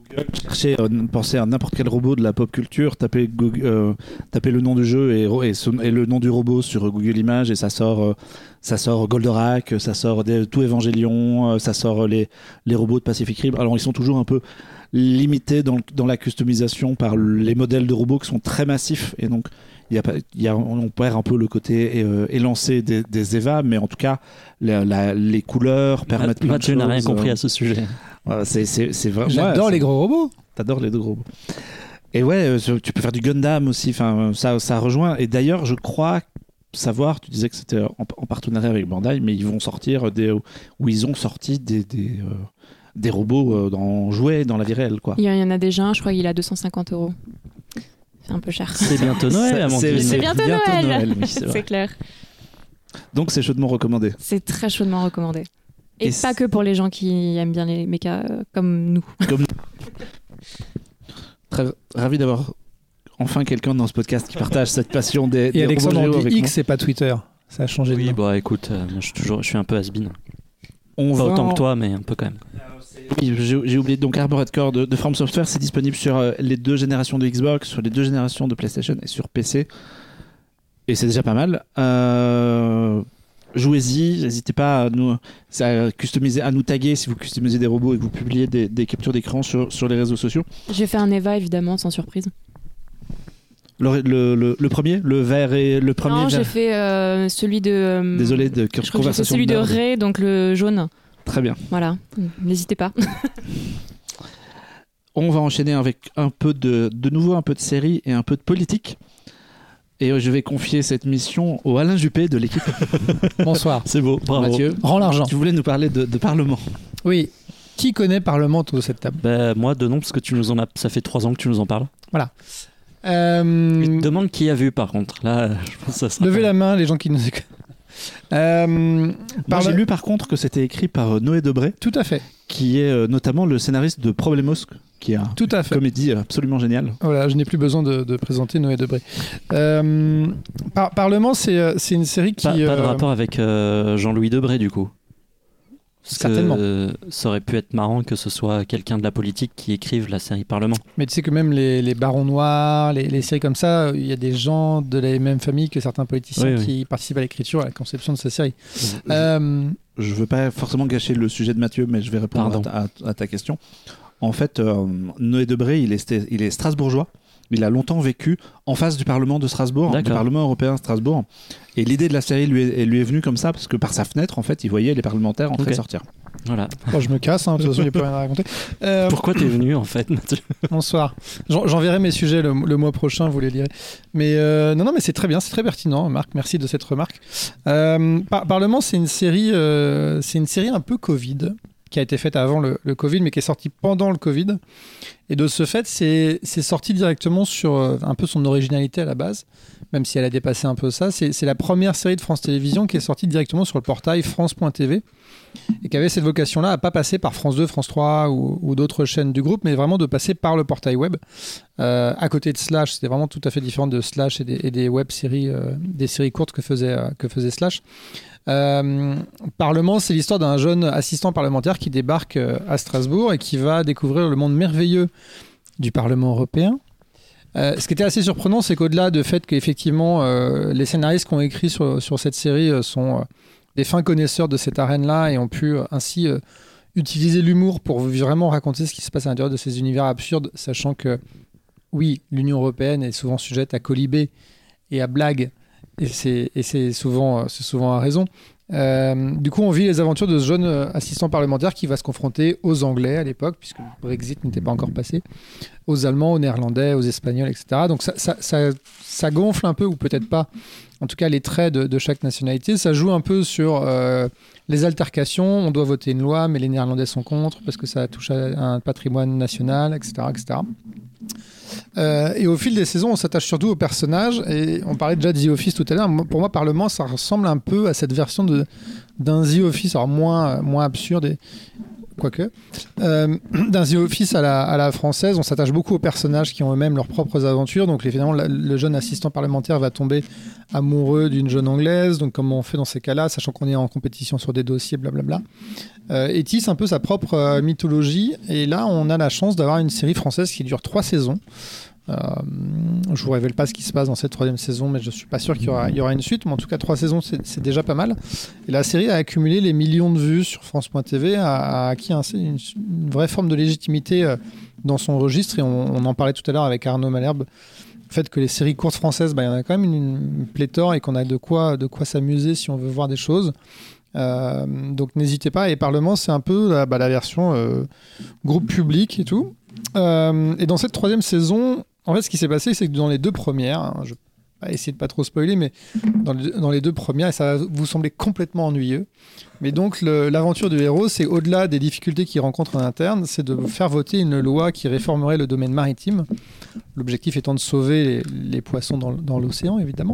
Pensez à n'importe quel robot de la pop culture, tapez le nom du jeu et le nom du robot sur Google Images et ça sort Goldorak, ça sort tout Evangelion, ça sort les robots de Pacific Rim. Alors ils sont toujours un peu limités dans la customisation par les modèles de robots qui sont très massifs et donc on perd un peu le côté élancé des EVA, mais en tout cas les couleurs permettent plein de choses.
Mathieu n'a rien compris à ce sujet.
C'est vraiment.
J'adore les gros robots.
T'adores les gros robots. Et ouais, tu peux faire du Gundam aussi. Enfin, ça rejoint. Et d'ailleurs, je crois savoir, tu disais que c'était en partenariat avec Bandai, mais ils vont sortir ils ont sorti des robots dans jouets dans la vie réelle, quoi.
Il y en a déjà un, je crois qu'il a 250 €. C'est un peu cher.
C'est bientôt Noël,
C'est bientôt Noël.
Oui,
c'est clair.
Donc c'est chaudement recommandé.
C'est très chaudement recommandé. Et pas que pour les gens qui aiment bien les mechas comme nous.
Très ravi d'avoir enfin quelqu'un dans ce podcast qui partage cette passion des
Alexandre
robots
dit X, c'est pas Twitter. Ça a changé de nom.
Oui, bah écoute, moi je suis un peu has-been. Pas
va
autant que toi, mais un peu quand même.
Oui, j'ai oublié. Donc Armored Core de From Software, c'est disponible sur les 2 générations de Xbox, sur les 2 générations de PlayStation et sur PC. Et c'est déjà pas mal. Jouez-y, n'hésitez pas à customiser, à nous taguer si vous customisez des robots et que vous publiez des captures d'écran sur les réseaux sociaux.
J'ai fait un Eva évidemment, sans surprise.
Le premier, le vert et le premier.
Non, j'ai fait celui de.
Désolé de
je crois que j'ai fait celui de Ray, donc le jaune.
Très bien.
Voilà, n'hésitez pas.
On va enchaîner avec un peu de nouveau un peu de série et un peu de politique. Et je vais confier cette mission au Alain Juppé de l'équipe.
Bonsoir.
C'est beau, bravo.
Mathieu, rends l'argent.
Tu voulais nous parler de Parlement.
Oui. Qui connaît Parlement autour de cette table?
Moi, de nom, parce que ça fait 3 ans que tu nous en parles.
Voilà.
Demande qui a vu, par contre. Là, je pense que ça sera
levez la main, les gens qui nous écoutent.
Moi, j'ai lu par contre que c'était écrit par Noé Debré.
Tout à fait.
Qui est notamment le scénariste de Problemos, qui est une comédie absolument géniale.
Voilà, je n'ai plus besoin de présenter Noé Debré. Parlement, c'est une série qui...
Pas de rapport avec Jean-Louis Debré, du coup.
Certainement.
Ça aurait pu être marrant que ce soit quelqu'un de la politique qui écrive la série Parlement.
Mais tu sais que même les Barons Noirs, les séries comme ça, il y a des gens de la même famille que certains politiciens qui participent à l'écriture, à la conception de ces séries.
Je veux pas forcément gâcher le sujet de Mathieu, mais je vais répondre à ta question. En fait, Noé Debré, il est strasbourgeois. Il a longtemps vécu en face du Parlement de Strasbourg, du Parlement européen de Strasbourg. Et l'idée de la série lui est venue comme ça, parce que par sa fenêtre, en fait, il voyait les parlementaires entrer et sortir.
Voilà.
Bon, je me casse, de toute façon, il n'y a plus rien à raconter.
Pourquoi t'es venu, en fait, Mathieu?
Bonsoir. J'enverrai mes sujets le mois prochain, vous les lirez. Mais non, mais c'est très bien, c'est très pertinent, Marc. Merci de cette remarque. Parlement, c'est une série un peu Covid, qui a été faite avant le Covid, mais qui est sortie pendant le Covid. Et de ce fait, c'est sorti directement sur un peu son originalité à la base, même si elle a dépassé un peu ça. C'est la première série de France Télévisions qui est sortie directement sur le portail France.tv et qui avait cette vocation-là à pas passer par France 2, France 3 ou d'autres chaînes du groupe, mais vraiment de passer par le portail web. À côté de Slash, c'était vraiment tout à fait différent de Slash et des web-séries, des séries courtes que faisait Slash. Parlement, c'est l'histoire d'un jeune assistant parlementaire qui débarque à Strasbourg et qui va découvrir le monde merveilleux du Parlement européen. Ce qui était assez surprenant, c'est qu'au-delà du fait qu'effectivement les scénaristes qui ont écrit sur cette série sont des fins connaisseurs de cette arène-là et ont pu ainsi utiliser l'humour pour vraiment raconter ce qui se passe à l'intérieur de ces univers absurdes, sachant que oui, l'Union européenne est souvent sujette à colibés et à blagues. Et c'est souvent à raison. Du coup, on vit les aventures de ce jeune assistant parlementaire qui va se confronter aux Anglais à l'époque, puisque le Brexit n'était pas encore passé, aux Allemands, aux Néerlandais, aux Espagnols, etc. Donc ça gonfle un peu, ou peut-être pas, en tout cas les traits de chaque nationalité. Ça joue un peu sur les altercations. On doit voter une loi, mais les Néerlandais sont contre, parce que ça touche à un patrimoine national, etc. etc. Et au fil des saisons, on s'attache surtout aux personnages. Et on parlait déjà de The Office tout à l'heure. Pour moi, Parlement, ça ressemble un peu à cette version d'un The Office, alors moins absurde. quoique. Dans The Office à la française, on s'attache beaucoup aux personnages qui ont eux-mêmes leurs propres aventures. Donc évidemment, le jeune assistant parlementaire va tomber amoureux d'une jeune anglaise. Donc comment on fait dans ces cas-là, sachant qu'on est en compétition sur des dossiers, blablabla. Et tisse un peu sa propre mythologie. Et là, on a la chance d'avoir une série française qui dure 3 saisons. Je vous révèle pas ce qui se passe dans cette 3e saison, mais je suis pas sûr qu'il y aura une suite, mais en tout cas 3 saisons c'est déjà pas mal. Et la série a accumulé les millions de vues sur France.tv, a acquis une vraie forme de légitimité dans son registre, et on en parlait tout à l'heure avec Arnaud Malherbe, le fait que les séries courtes françaises, il y en a quand même une pléthore et qu'on a de quoi s'amuser si on veut voir des choses. Donc n'hésitez pas, et Parlement c'est un peu la version groupe public et tout. Et dans cette 3e saison, en fait, ce qui s'est passé, c'est que dans les 2 premières, je vais pas essayer de pas trop spoiler, mais dans les 2 premières, et ça va vous sembler complètement ennuyeux, mais donc l'aventure du héros, c'est au-delà des difficultés qu'il rencontre en interne, c'est de faire voter une loi qui réformerait le domaine maritime, l'objectif étant de sauver les poissons dans l'océan, évidemment.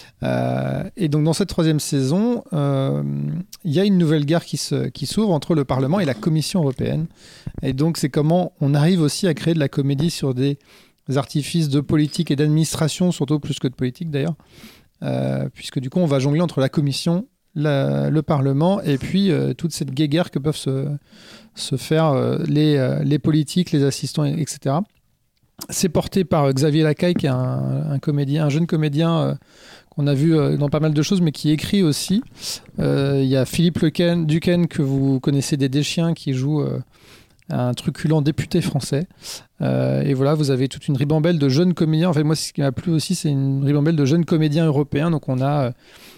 Et donc dans cette 3e saison, il y a une nouvelle guerre qui s'ouvre entre le Parlement et la Commission européenne, et donc c'est comment on arrive aussi à créer de la comédie sur des artifices de politique et d'administration, surtout plus que de politique d'ailleurs, puisque du coup on va jongler entre la Commission, le Parlement et puis toute cette guéguerre que peuvent se faire les politiques, les assistants, etc. C'est porté par Xavier Lacaille, qui est un jeune comédien qu'on a vu dans pas mal de choses, mais qui écrit aussi. Il y a Philippe Duquesne, que vous connaissez des Deschiens, qui joue un truculent député français. Et voilà, vous avez toute une ribambelle de jeunes comédiens. En fait, moi, ce qui m'a plu aussi, c'est une ribambelle de jeunes comédiens européens. Donc, on a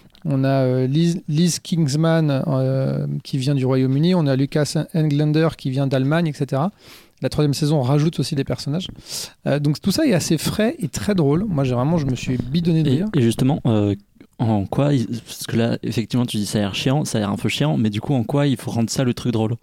Liz Kingsman qui vient du Royaume-Uni, on a Lucas Englander qui vient d'Allemagne, etc. La 3e saison rajoute aussi des personnages. Donc tout ça est assez frais et très drôle. Moi, je me suis bidonné de rire.
Et justement, en quoi, parce que là, effectivement, tu dis ça a l'air chiant, ça a l'air un peu chiant, mais du coup, en quoi il faut rendre ça le truc drôle?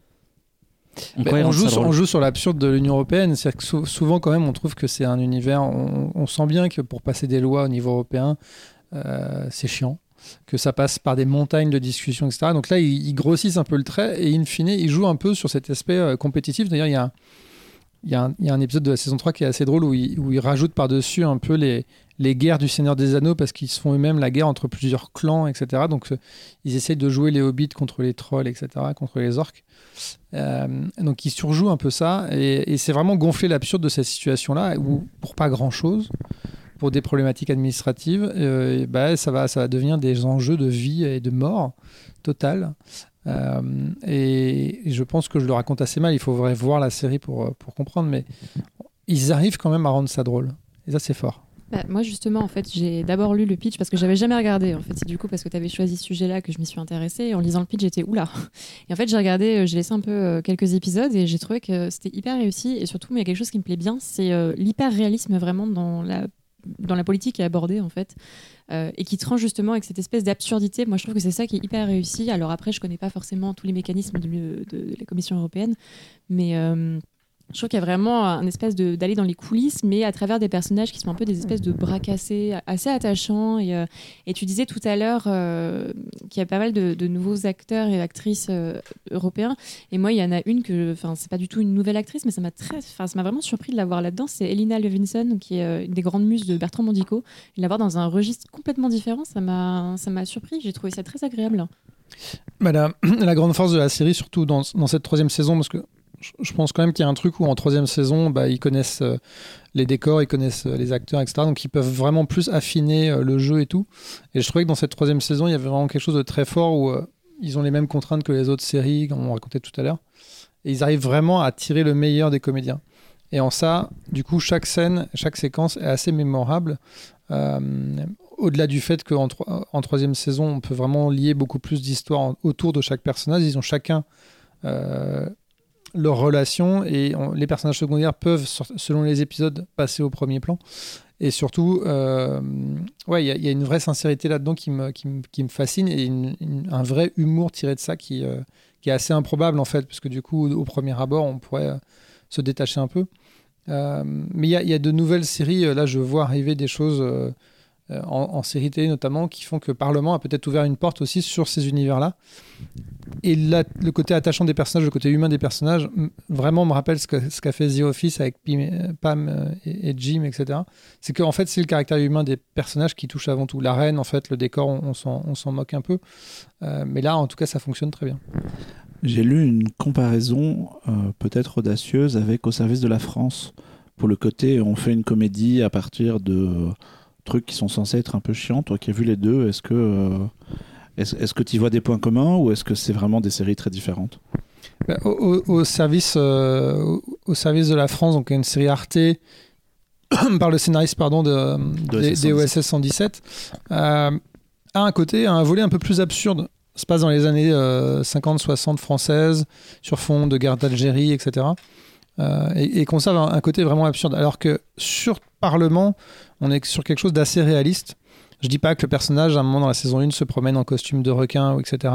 On joue sur l'absurde de l'Union européenne. C'est-à-dire que souvent, quand même, on trouve que c'est un univers. On sent bien que pour passer des lois au niveau européen, c'est chiant, que ça passe par des montagnes de discussions, etc. Donc là, ils grossissent un peu le trait et in fine, ils jouent un peu sur cet aspect compétitif. D'ailleurs, il y a un épisode de la saison 3 qui est assez drôle où ils rajoutent par-dessus un peu les guerres du Seigneur des Anneaux, parce qu'ils se font eux-mêmes la guerre entre plusieurs clans, etc. Donc ils essayent de jouer les hobbits contre les trolls, etc., contre les orques. Donc ils surjouent un peu ça, et c'est vraiment gonfler l'absurde de cette situation-là, où pour pas grand-chose, pour des problématiques administratives, ça va devenir des enjeux de vie et de mort totale. Et je pense que je le raconte assez mal, il faudrait voir la série pour comprendre, mais ils arrivent quand même à rendre ça drôle. Et ça, c'est fort.
Moi, justement, en fait, j'ai d'abord lu le pitch parce que j'avais jamais regardé. En fait, c'est du coup parce que tu avais choisi ce sujet-là que je m'y suis intéressée. Et en lisant le pitch, j'étais oula. Et en fait, j'ai laissé un peu quelques épisodes et j'ai trouvé que c'était hyper réussi. Et surtout, il y a quelque chose qui me plaît bien, c'est l'hyper-réalisme vraiment dans la politique qui est abordée, en fait. Et qui tranche justement avec cette espèce d'absurdité. Moi, je trouve que c'est ça qui est hyper réussi. Alors après, je connais pas forcément tous les mécanismes de la Commission européenne, mais je trouve qu'il y a vraiment un espèce d'aller dans les coulisses, mais à travers des personnages qui sont un peu des espèces de bras cassés, assez attachants. Et tu disais tout à l'heure qu'il y a pas mal de nouveaux acteurs et actrices européens. Et moi, il y en a une c'est pas du tout une nouvelle actrice, mais ça m'a vraiment surpris de la voir là-dedans. C'est Elina Levinson, qui est une des grandes muses de Bertrand Mandico. Et la voir dans un registre complètement différent, ça m'a surpris. J'ai trouvé ça très agréable.
La grande force de la série, surtout dans cette 3e saison, parce que je pense quand même qu'il y a un truc où en 3e saison, ils connaissent les décors, ils connaissent les acteurs, etc. Donc ils peuvent vraiment plus affiner le jeu et tout. Et je trouvais que dans cette 3e saison, il y avait vraiment quelque chose de très fort où ils ont les mêmes contraintes que les autres séries, comme on racontait tout à l'heure. Et ils arrivent vraiment à tirer le meilleur des comédiens. Et en ça, du coup, chaque scène, chaque séquence est assez mémorable. Au-delà du fait qu'en 3e saison, on peut vraiment lier beaucoup plus d'histoires autour de chaque personnage. Ils ont chacun leur relation, et les personnages secondaires peuvent, selon les épisodes, passer au premier plan. Et surtout, il y a une vraie sincérité là-dedans qui me fascine, et un vrai humour tiré de ça qui est assez improbable, en fait, parce que du coup, au premier abord, on pourrait se détacher un peu. Mais il y a de nouvelles séries. Là, je vois arriver des choses en série télé notamment, qui font que Parlement a peut-être ouvert une porte aussi sur ces univers-là. Et là, le côté attachant des personnages, le côté humain des personnages, vraiment me rappelle ce qu'a fait The Office avec Pam et Jim, etc. C'est qu'en fait, c'est le caractère humain des personnages qui touche avant tout. La reine, en fait, le décor, on s'en moque un peu. Mais là, en tout cas, ça fonctionne très bien.
J'ai lu une comparaison peut-être audacieuse avec Au service de la France. Pour le côté, on fait une comédie à partir de trucs qui sont censés être un peu chiants. Toi qui as vu les deux, est-ce que tu y vois des points communs ou est-ce que c'est vraiment des séries très différentes ?
Au service de la France, donc une série Arte par le scénariste des OSS 117, a un volet un peu plus absurde. Ça se passe dans les années 50-60 françaises, sur fond de guerre d'Algérie, etc. Et conserve un côté vraiment absurde. Alors que sur Parlement, on est sur quelque chose d'assez réaliste. Je dis pas que le personnage, à un moment dans la saison 1, se promène en costume de requin, etc.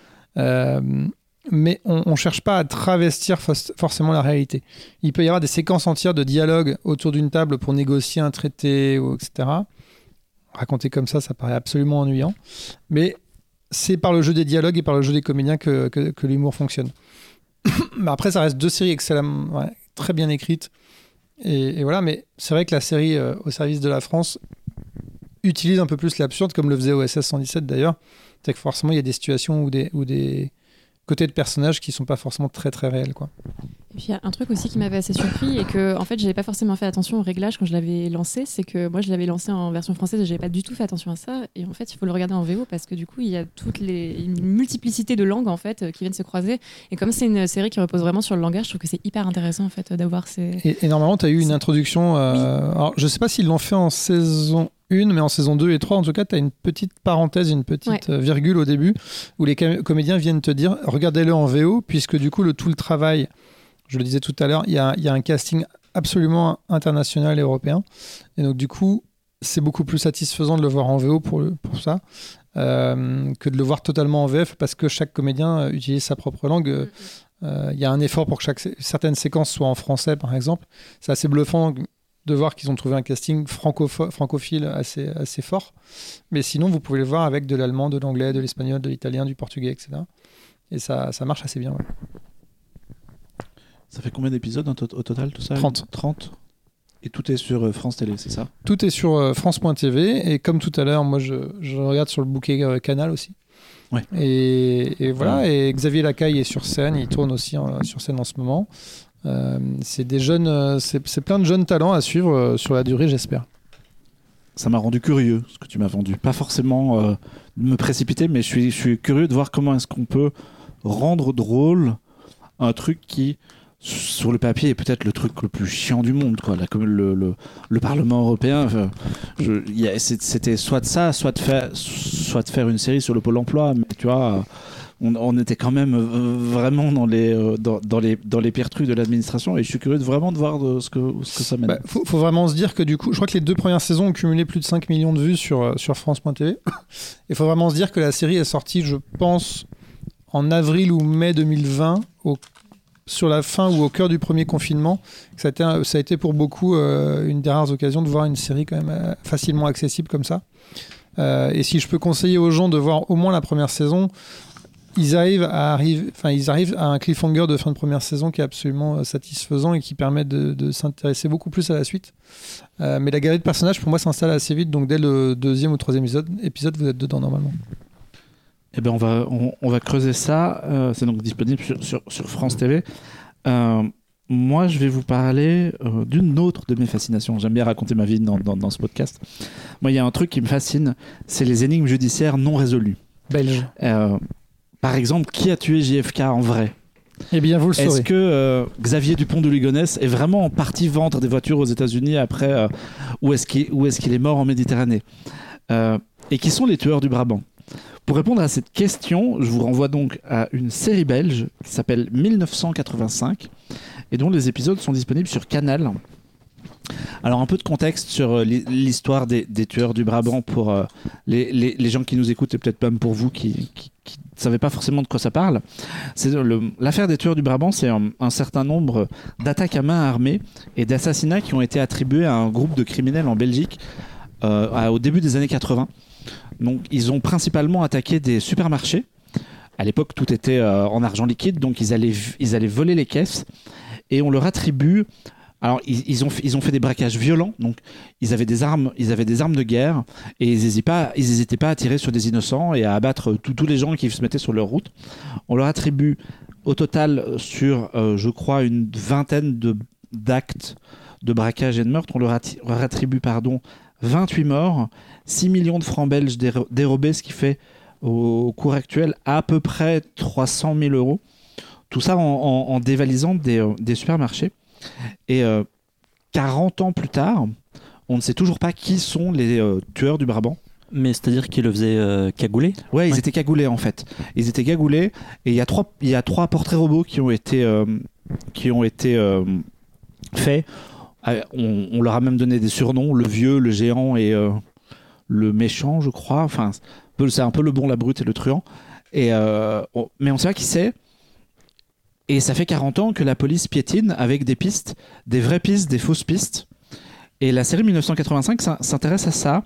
Mais on cherche pas à travestir forcément la réalité. Il peut y avoir des séquences entières de dialogue autour d'une table pour négocier un traité, etc. Raconter comme ça paraît absolument ennuyant. Mais c'est par le jeu des dialogues et par le jeu des comédiens que l'humour fonctionne. Mais après, ça reste deux séries excellemment, très bien écrites. Et voilà, mais c'est vrai que la série Au service de la France utilise un peu plus l'absurde, comme le faisait OSS 117 d'ailleurs. C'est que forcément, il y a des situations ou des côtés de personnages qui sont pas forcément très très réels, quoi.
Et puis il y a un truc aussi qui m'avait assez surpris et que en fait j'avais pas forcément fait attention au réglage quand je l'avais lancé, c'est que moi je l'avais lancé en version française et j'avais pas du tout fait attention à ça, et en fait il faut le regarder en VO parce que du coup il y a une multiplicité de langues en fait qui viennent se croiser, et comme c'est une série qui repose vraiment sur le langage, je trouve que c'est hyper intéressant en fait d'avoir ces...
Et normalement tu as eu une introduction, oui. Alors je sais pas s'ils l'ont fait en saison 1, mais en saison 2 et 3, en tout cas, tu as une petite parenthèse, une petite virgule au début, où les comédiens viennent te dire, regardez-le en VO, puisque du coup, tout le travail, je le disais tout à l'heure, il y a un casting absolument international et européen. Et donc, du coup, c'est beaucoup plus satisfaisant de le voir en VO pour ça, que de le voir totalement en VF, parce que chaque comédien utilise sa propre langue. Il y a un effort pour que certaines séquences soient en français, par exemple. C'est assez bluffant de voir qu'ils ont trouvé un casting francophile assez fort. Mais sinon, vous pouvez le voir avec de l'allemand, de l'anglais, de l'espagnol, de l'italien, du portugais, etc. Et ça marche assez bien. Ouais.
Ça fait combien d'épisodes au total, tout ça ?
30.
Et tout est sur France Télé, c'est ça ?
Tout est sur France.tv. Et comme tout à l'heure, moi, je regarde sur le bouquet Canal aussi.
Ouais.
Et voilà. Et Xavier Lacaille est sur scène. Il tourne aussi sur scène en ce moment. C'est des jeunes, c'est plein de jeunes talents à suivre sur la durée, j'espère.
Ça m'a rendu curieux ce que tu m'as vendu. Pas forcément me précipiter, mais je suis curieux de voir comment est-ce qu'on peut rendre drôle un truc qui, sur le papier, est peut-être le truc le plus chiant du monde, quoi. Le Parlement européen. C'était soit de ça, soit de faire une série sur le Pôle emploi, mais tu vois. On était quand même vraiment dans les pires trucs de l'administration, et je suis curieux de voir ce que ça mène.
Faut vraiment se dire que du coup, je crois que les 2 premières saisons ont cumulé plus de 5 millions de vues sur France.tv. Il faut vraiment se dire que la série est sortie, je pense, en avril ou mai 2020, sur la fin ou au cœur du premier confinement. Ça a été pour beaucoup une des rares occasions de voir une série quand même facilement accessible comme ça. Et si je peux conseiller aux gens de voir au moins la première saison, ils arrivent à un cliffhanger de fin de première saison qui est absolument satisfaisant et qui permet de s'intéresser beaucoup plus à la suite. Mais la galerie de personnages, pour moi, s'installe assez vite. Donc, dès le 2e ou 3e épisode, vous êtes dedans normalement.
Eh ben, on va creuser ça. C'est donc disponible sur France TV. Moi, je vais vous parler d'une autre de mes fascinations. J'aime bien raconter ma vie dans ce podcast. Moi, il y a un truc qui me fascine, c'est les énigmes judiciaires non résolues.
Belge.
Par exemple, qui a tué JFK en vrai ?
Eh bien, vous le saurez.
Est-ce que Xavier Dupont de Ligonnès est vraiment parti vendre des voitures aux États-Unis après, ou est-ce qu'il est mort en Méditerranée ? Et qui sont les tueurs du Brabant ? Pour répondre à cette question, je vous renvoie donc à une série belge qui s'appelle 1985 et dont les épisodes sont disponibles sur Canal. Alors un peu de contexte sur l'histoire des tueurs du Brabant pour les gens qui nous écoutent, et peut-être même pour vous qui ne savez pas forcément de quoi ça parle. L'affaire des tueurs du Brabant, c'est un certain nombre d'attaques à main armée et d'assassinats qui ont été attribués à un groupe de criminels en Belgique au début des années 80. Donc, ils ont principalement attaqué des supermarchés. À l'époque, tout était en argent liquide, donc ils allaient voler les caisses et on leur attribue. Alors, ils ont fait des braquages violents, donc ils avaient des armes de guerre et ils n'hésitaient pas à tirer sur des innocents et à abattre tous les gens qui se mettaient sur leur route. On leur attribue au total sur, je crois, une vingtaine d'actes de braquage et de meurtre. On leur attribue 28 morts, 6 millions de francs belges dérobés, ce qui fait au cours actuel à peu près 300 000 euros. Tout ça en dévalisant des supermarchés. Et 40 ans plus tard, on ne sait toujours pas qui sont les tueurs du Brabant.
Mais c'est-à-dire qu'ils le faisaient cagouler ?
Ouais, ils étaient cagoulés en fait. Ils étaient cagoulés et il y a trois portraits robots qui ont été faits. On leur a même donné des surnoms, le vieux, le géant et le méchant, je crois. Enfin, c'est un peu le bon, la brute et le truand. Mais on sait pas qui c'est. Et ça fait 40 ans que la police piétine avec des pistes, des vraies pistes, des fausses pistes. Et la série 1985 s'intéresse à ça.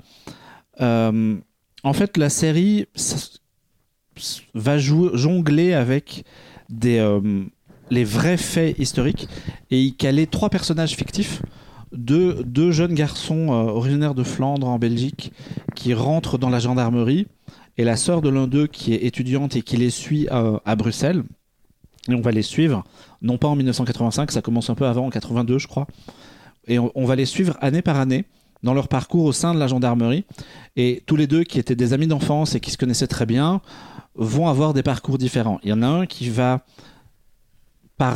En fait, la série va jongler avec les vrais faits historiques et y caler 3 personnages fictifs. Deux jeunes garçons originaires de Flandre en Belgique qui rentrent dans la gendarmerie et la sœur de l'un d'eux qui est étudiante et qui les suit à Bruxelles. Et on va les suivre, non pas en 1985, ça commence un peu avant, en 82 je crois. Et on va les suivre année par année dans leur parcours au sein de la gendarmerie. Et tous les deux qui étaient des amis d'enfance et qui se connaissaient très bien vont avoir des parcours différents. Il y en a un qui va, par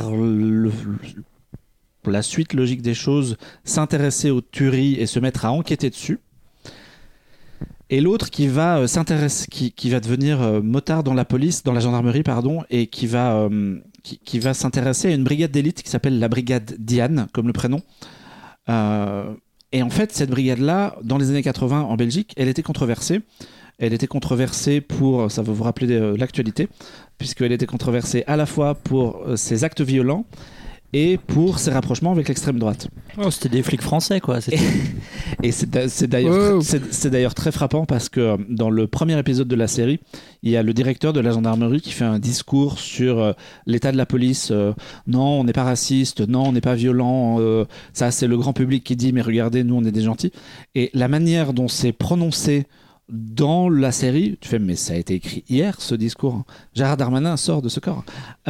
la suite logique des choses, s'intéresser aux tueries et se mettre à enquêter dessus. Et l'autre qui va s'intéresser, qui va devenir motard dans la police, dans la gendarmerie, pardon, et qui va s'intéresser à une brigade d'élite qui s'appelle la brigade Diane, comme le prénom. Et en fait, cette brigade-là, dans les années 80 en Belgique, elle était controversée. Elle était controversée pour, ça va vous rappeler l'actualité, puisqu'elle était controversée à la fois pour ses actes violents et pour ses rapprochements avec l'extrême droite.
Oh, c'était des flics français, quoi.
Et c'est d'ailleurs très frappant parce que dans le premier épisode de la série, il y a le directeur de la gendarmerie qui fait un discours sur l'état de la police. Non, on n'est pas raciste. Non, on n'est pas violent. Ça, c'est le grand public qui dit, mais regardez, nous, on est des gentils. Et la manière dont c'est prononcé dans la série, tu fais, mais ça a été écrit hier, ce discours. Gérard Darmanin sort de ce corps.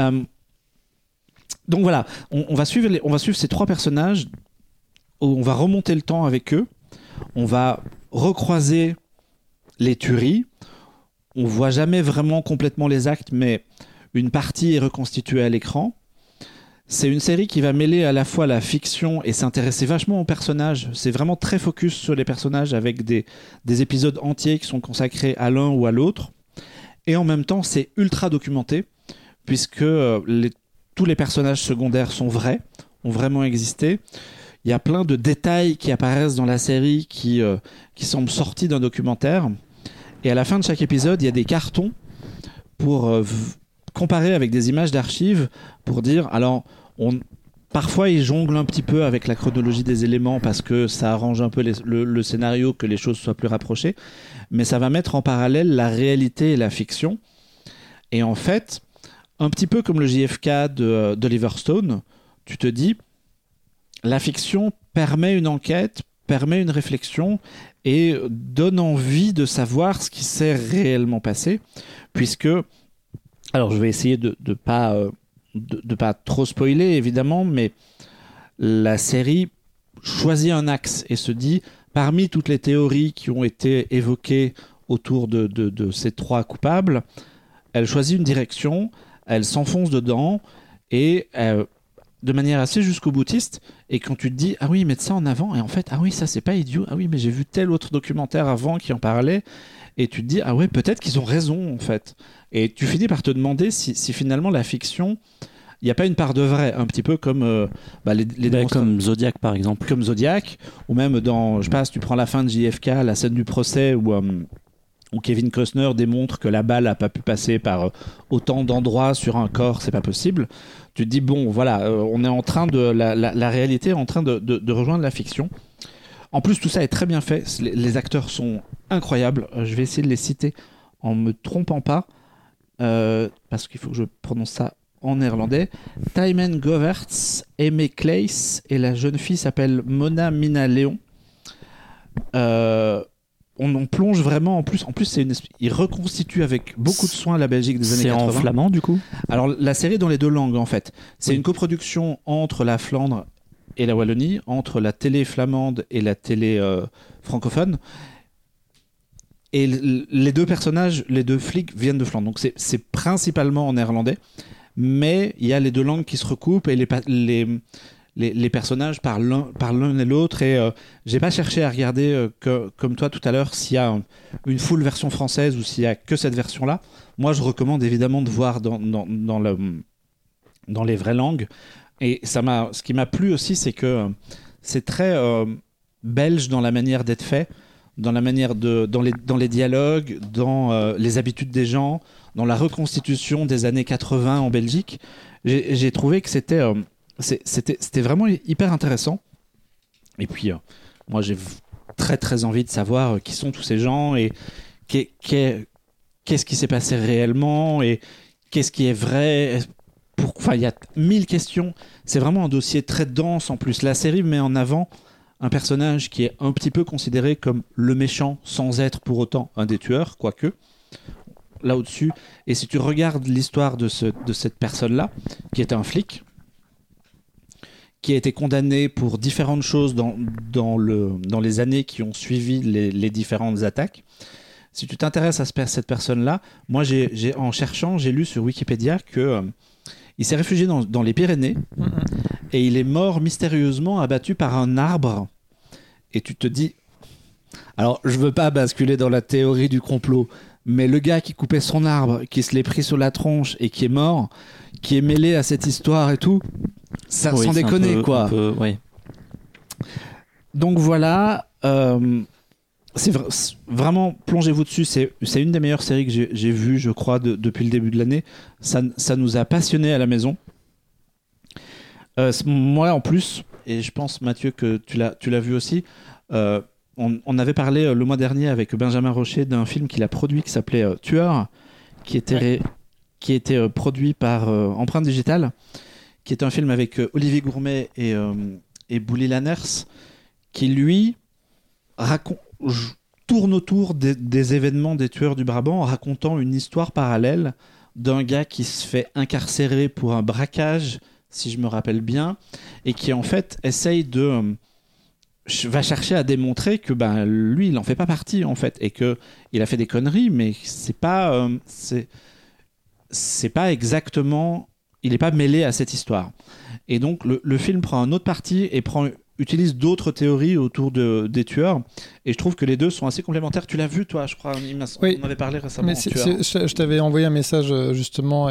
Donc voilà, on va suivre ces 3 personnages, on va remonter le temps avec eux, on va recroiser les tueries, on voit jamais vraiment complètement les actes, mais une partie est reconstituée à l'écran. C'est une série qui va mêler à la fois la fiction et s'intéresser vachement aux personnages. C'est vraiment très focus sur les personnages avec des épisodes entiers qui sont consacrés à l'un ou à l'autre. Et en même temps, c'est ultra documenté, puisque tous les personnages secondaires sont vrais, ont vraiment existé. Il y a plein de détails qui apparaissent dans la série qui semblent sortis d'un documentaire. Et à la fin de chaque épisode, il y a des cartons pour comparer avec des images d'archives pour dire, alors, parfois ils jonglent un petit peu avec la chronologie des éléments parce que ça arrange un peu le scénario, que les choses soient plus rapprochées, mais ça va mettre en parallèle la réalité et la fiction. Et en fait, un petit peu comme le JFK d'Oliver Stone, tu te dis, la fiction permet une enquête, permet une réflexion et donne envie de savoir ce qui s'est réellement passé, puisque, alors je vais essayer de pas trop spoiler évidemment, mais la série choisit un axe et se dit, parmi toutes les théories qui ont été évoquées autour de ces 3 coupables, elle choisit une direction, elle s'enfonce dedans et de manière assez jusqu'au boutiste. Et quand tu te dis, ah oui, mettre ça en avant, et en fait, ah oui, ça c'est pas idiot, ah oui, mais j'ai vu tel autre documentaire avant qui en parlait, et tu te dis, ah ouais, peut-être qu'ils ont raison en fait. Et tu finis par te demander si finalement la fiction, il n'y a pas une part de vrai, un petit peu comme
comme Zodiac par exemple.
Comme Zodiac, ou même dans, je sais pas, si tu prends la fin de JFK, la scène du procès où Kevin Costner démontre que la balle n'a pas pu passer par autant d'endroits sur un corps, c'est pas possible. Tu te dis, bon, voilà, on est en train de... La réalité est en train de rejoindre la fiction. En plus, tout ça est très bien fait. Les acteurs sont incroyables. Je vais essayer de les citer en me trompant pas, parce qu'il faut que je prononce ça en néerlandais. Tijmen Govertz, Aimé Claes, et la jeune fille s'appelle Mona Mina Léon. On plonge vraiment. En plus, il reconstitue avec beaucoup de soin la Belgique des années 80.
C'est en flamand, du coup ?
Alors, la série est dans les deux langues, en fait. C'est une coproduction entre la Flandre et la Wallonie, entre la télé flamande et la télé francophone. Et les deux personnages, les deux flics viennent de Flandre. Donc, c'est principalement en néerlandais. Mais il y a les deux langues qui se recoupent et les personnages parlent l'un et l'autre. Et j'ai pas cherché à regarder, comme toi tout à l'heure, s'il y a une full version française ou s'il y a que cette version-là. Moi, je recommande évidemment de voir dans les vraies langues. Et ce qui m'a plu aussi, c'est que c'est très belge dans la manière d'être fait, dans la manière dans les dialogues, dans les habitudes des gens, dans la reconstitution des années 80 en Belgique. J'ai trouvé que c'était vraiment hyper intéressant. Et puis, moi, j'ai très très envie de savoir qui sont tous ces gens et qu'est-ce qui s'est passé réellement et qu'est-ce qui est vrai. Enfin, il y a 1000 questions. C'est vraiment un dossier très dense en plus. La série met en avant un personnage qui est un petit peu considéré comme le méchant sans être pour autant un des tueurs, quoique, là au-dessus. Et si tu regardes l'histoire de cette personne-là, qui est un flic, qui a été condamné pour différentes choses dans les années qui ont suivi les différentes attaques, si tu t'intéresses à cette personne-là, moi, en cherchant, j'ai lu sur Wikipédia que il s'est réfugié dans les Pyrénées et il est mort mystérieusement abattu par un arbre. Et tu te dis... Alors, je veux pas basculer dans la théorie du complot, mais le gars qui coupait son arbre, qui se l'est pris sur la tronche et qui est mort, qui est mêlé à cette histoire et tout, ça sans déconner, quoi.
Ouais.
Donc voilà... c'est vraiment, plongez-vous dessus. C'est une des meilleures séries que j'ai vues, je crois, depuis le début de l'année. Ça nous a passionnés à la maison. Moi, en plus, et je pense, Mathieu, que tu l'as vu aussi, on avait parlé le mois dernier avec Benjamin Rocher d'un film qu'il a produit qui s'appelait Tueur, qui était produit par Empreinte Digitale, qui est un film avec Olivier Gourmet et Bouli Lanners, qui, lui, tourne autour des événements des Tueurs du Brabant en racontant une histoire parallèle d'un gars qui se fait incarcérer pour un braquage, si je me rappelle bien, et qui en fait essaye va chercher à démontrer que lui il n'en fait pas partie en fait, et que il a fait des conneries, mais c'est pas exactement, il n'est pas mêlé à cette histoire. Et donc le film prend un autre parti et utilise d'autres théories autour des tueurs, et je trouve que les deux sont assez complémentaires. Tu l'as vu, toi, je crois,
oui.
On avait parlé récemment.
Mais je t'avais envoyé un message justement,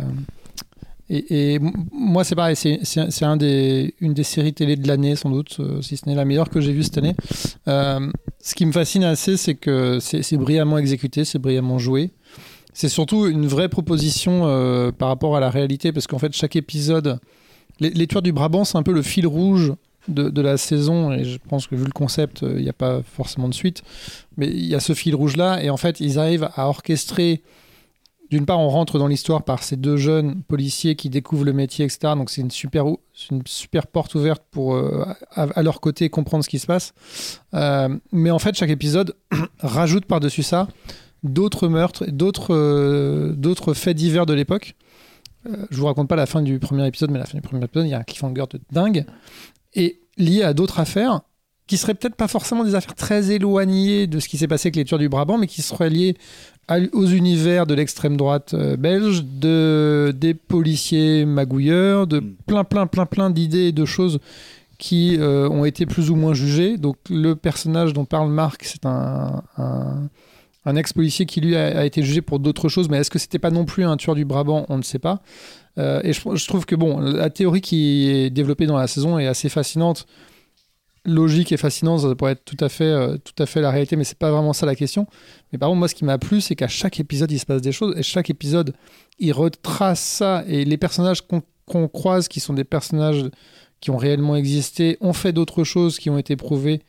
et moi c'est pareil, c'est une des séries télé de l'année sans doute, si ce n'est la meilleure que j'ai vue cette année. Ce qui me fascine assez, c'est que c'est brillamment exécuté, c'est brillamment joué. C'est surtout une vraie proposition par rapport à la réalité, parce qu'en fait chaque épisode, les Tueurs du Brabant, c'est un peu le fil rouge de la saison, et je pense que vu le concept, il n'y a pas forcément de suite, mais il y a ce fil rouge là, et en fait ils arrivent à orchestrer. D'une part, on rentre dans l'histoire par ces deux jeunes policiers qui découvrent le métier, etc. Donc c'est une super porte ouverte pour à leur côté comprendre ce qui se passe, mais en fait chaque épisode rajoute par-dessus ça d'autres meurtres, d'autres faits divers de l'époque. Je vous raconte pas la fin du premier épisode, mais à la fin du premier épisode, il y a un cliffhanger de dingue, et lié à d'autres affaires qui seraient peut-être pas forcément des affaires très éloignées de ce qui s'est passé avec les Tueurs du Brabant, mais qui seraient liées aux univers de l'extrême droite belge, des policiers magouilleurs, de plein d'idées et de choses qui ont été plus ou moins jugées. Donc le personnage dont parle Marc, c'est un ex-policier qui lui a été jugé pour d'autres choses, mais est-ce que c'était pas non plus un tueur du Brabant? On ne sait pas. Et je trouve que la théorie qui est développée dans la saison est assez fascinante, logique et fascinante. Ça pourrait être tout à fait la réalité, mais c'est pas vraiment ça la question. Mais par contre, moi, ce qui m'a plu, c'est qu'à chaque épisode, il se passe des choses, et chaque épisode, il retrace ça, et les personnages qu'on croise, qui sont des personnages qui ont réellement existé, ont fait d'autres choses qui ont été prouvées,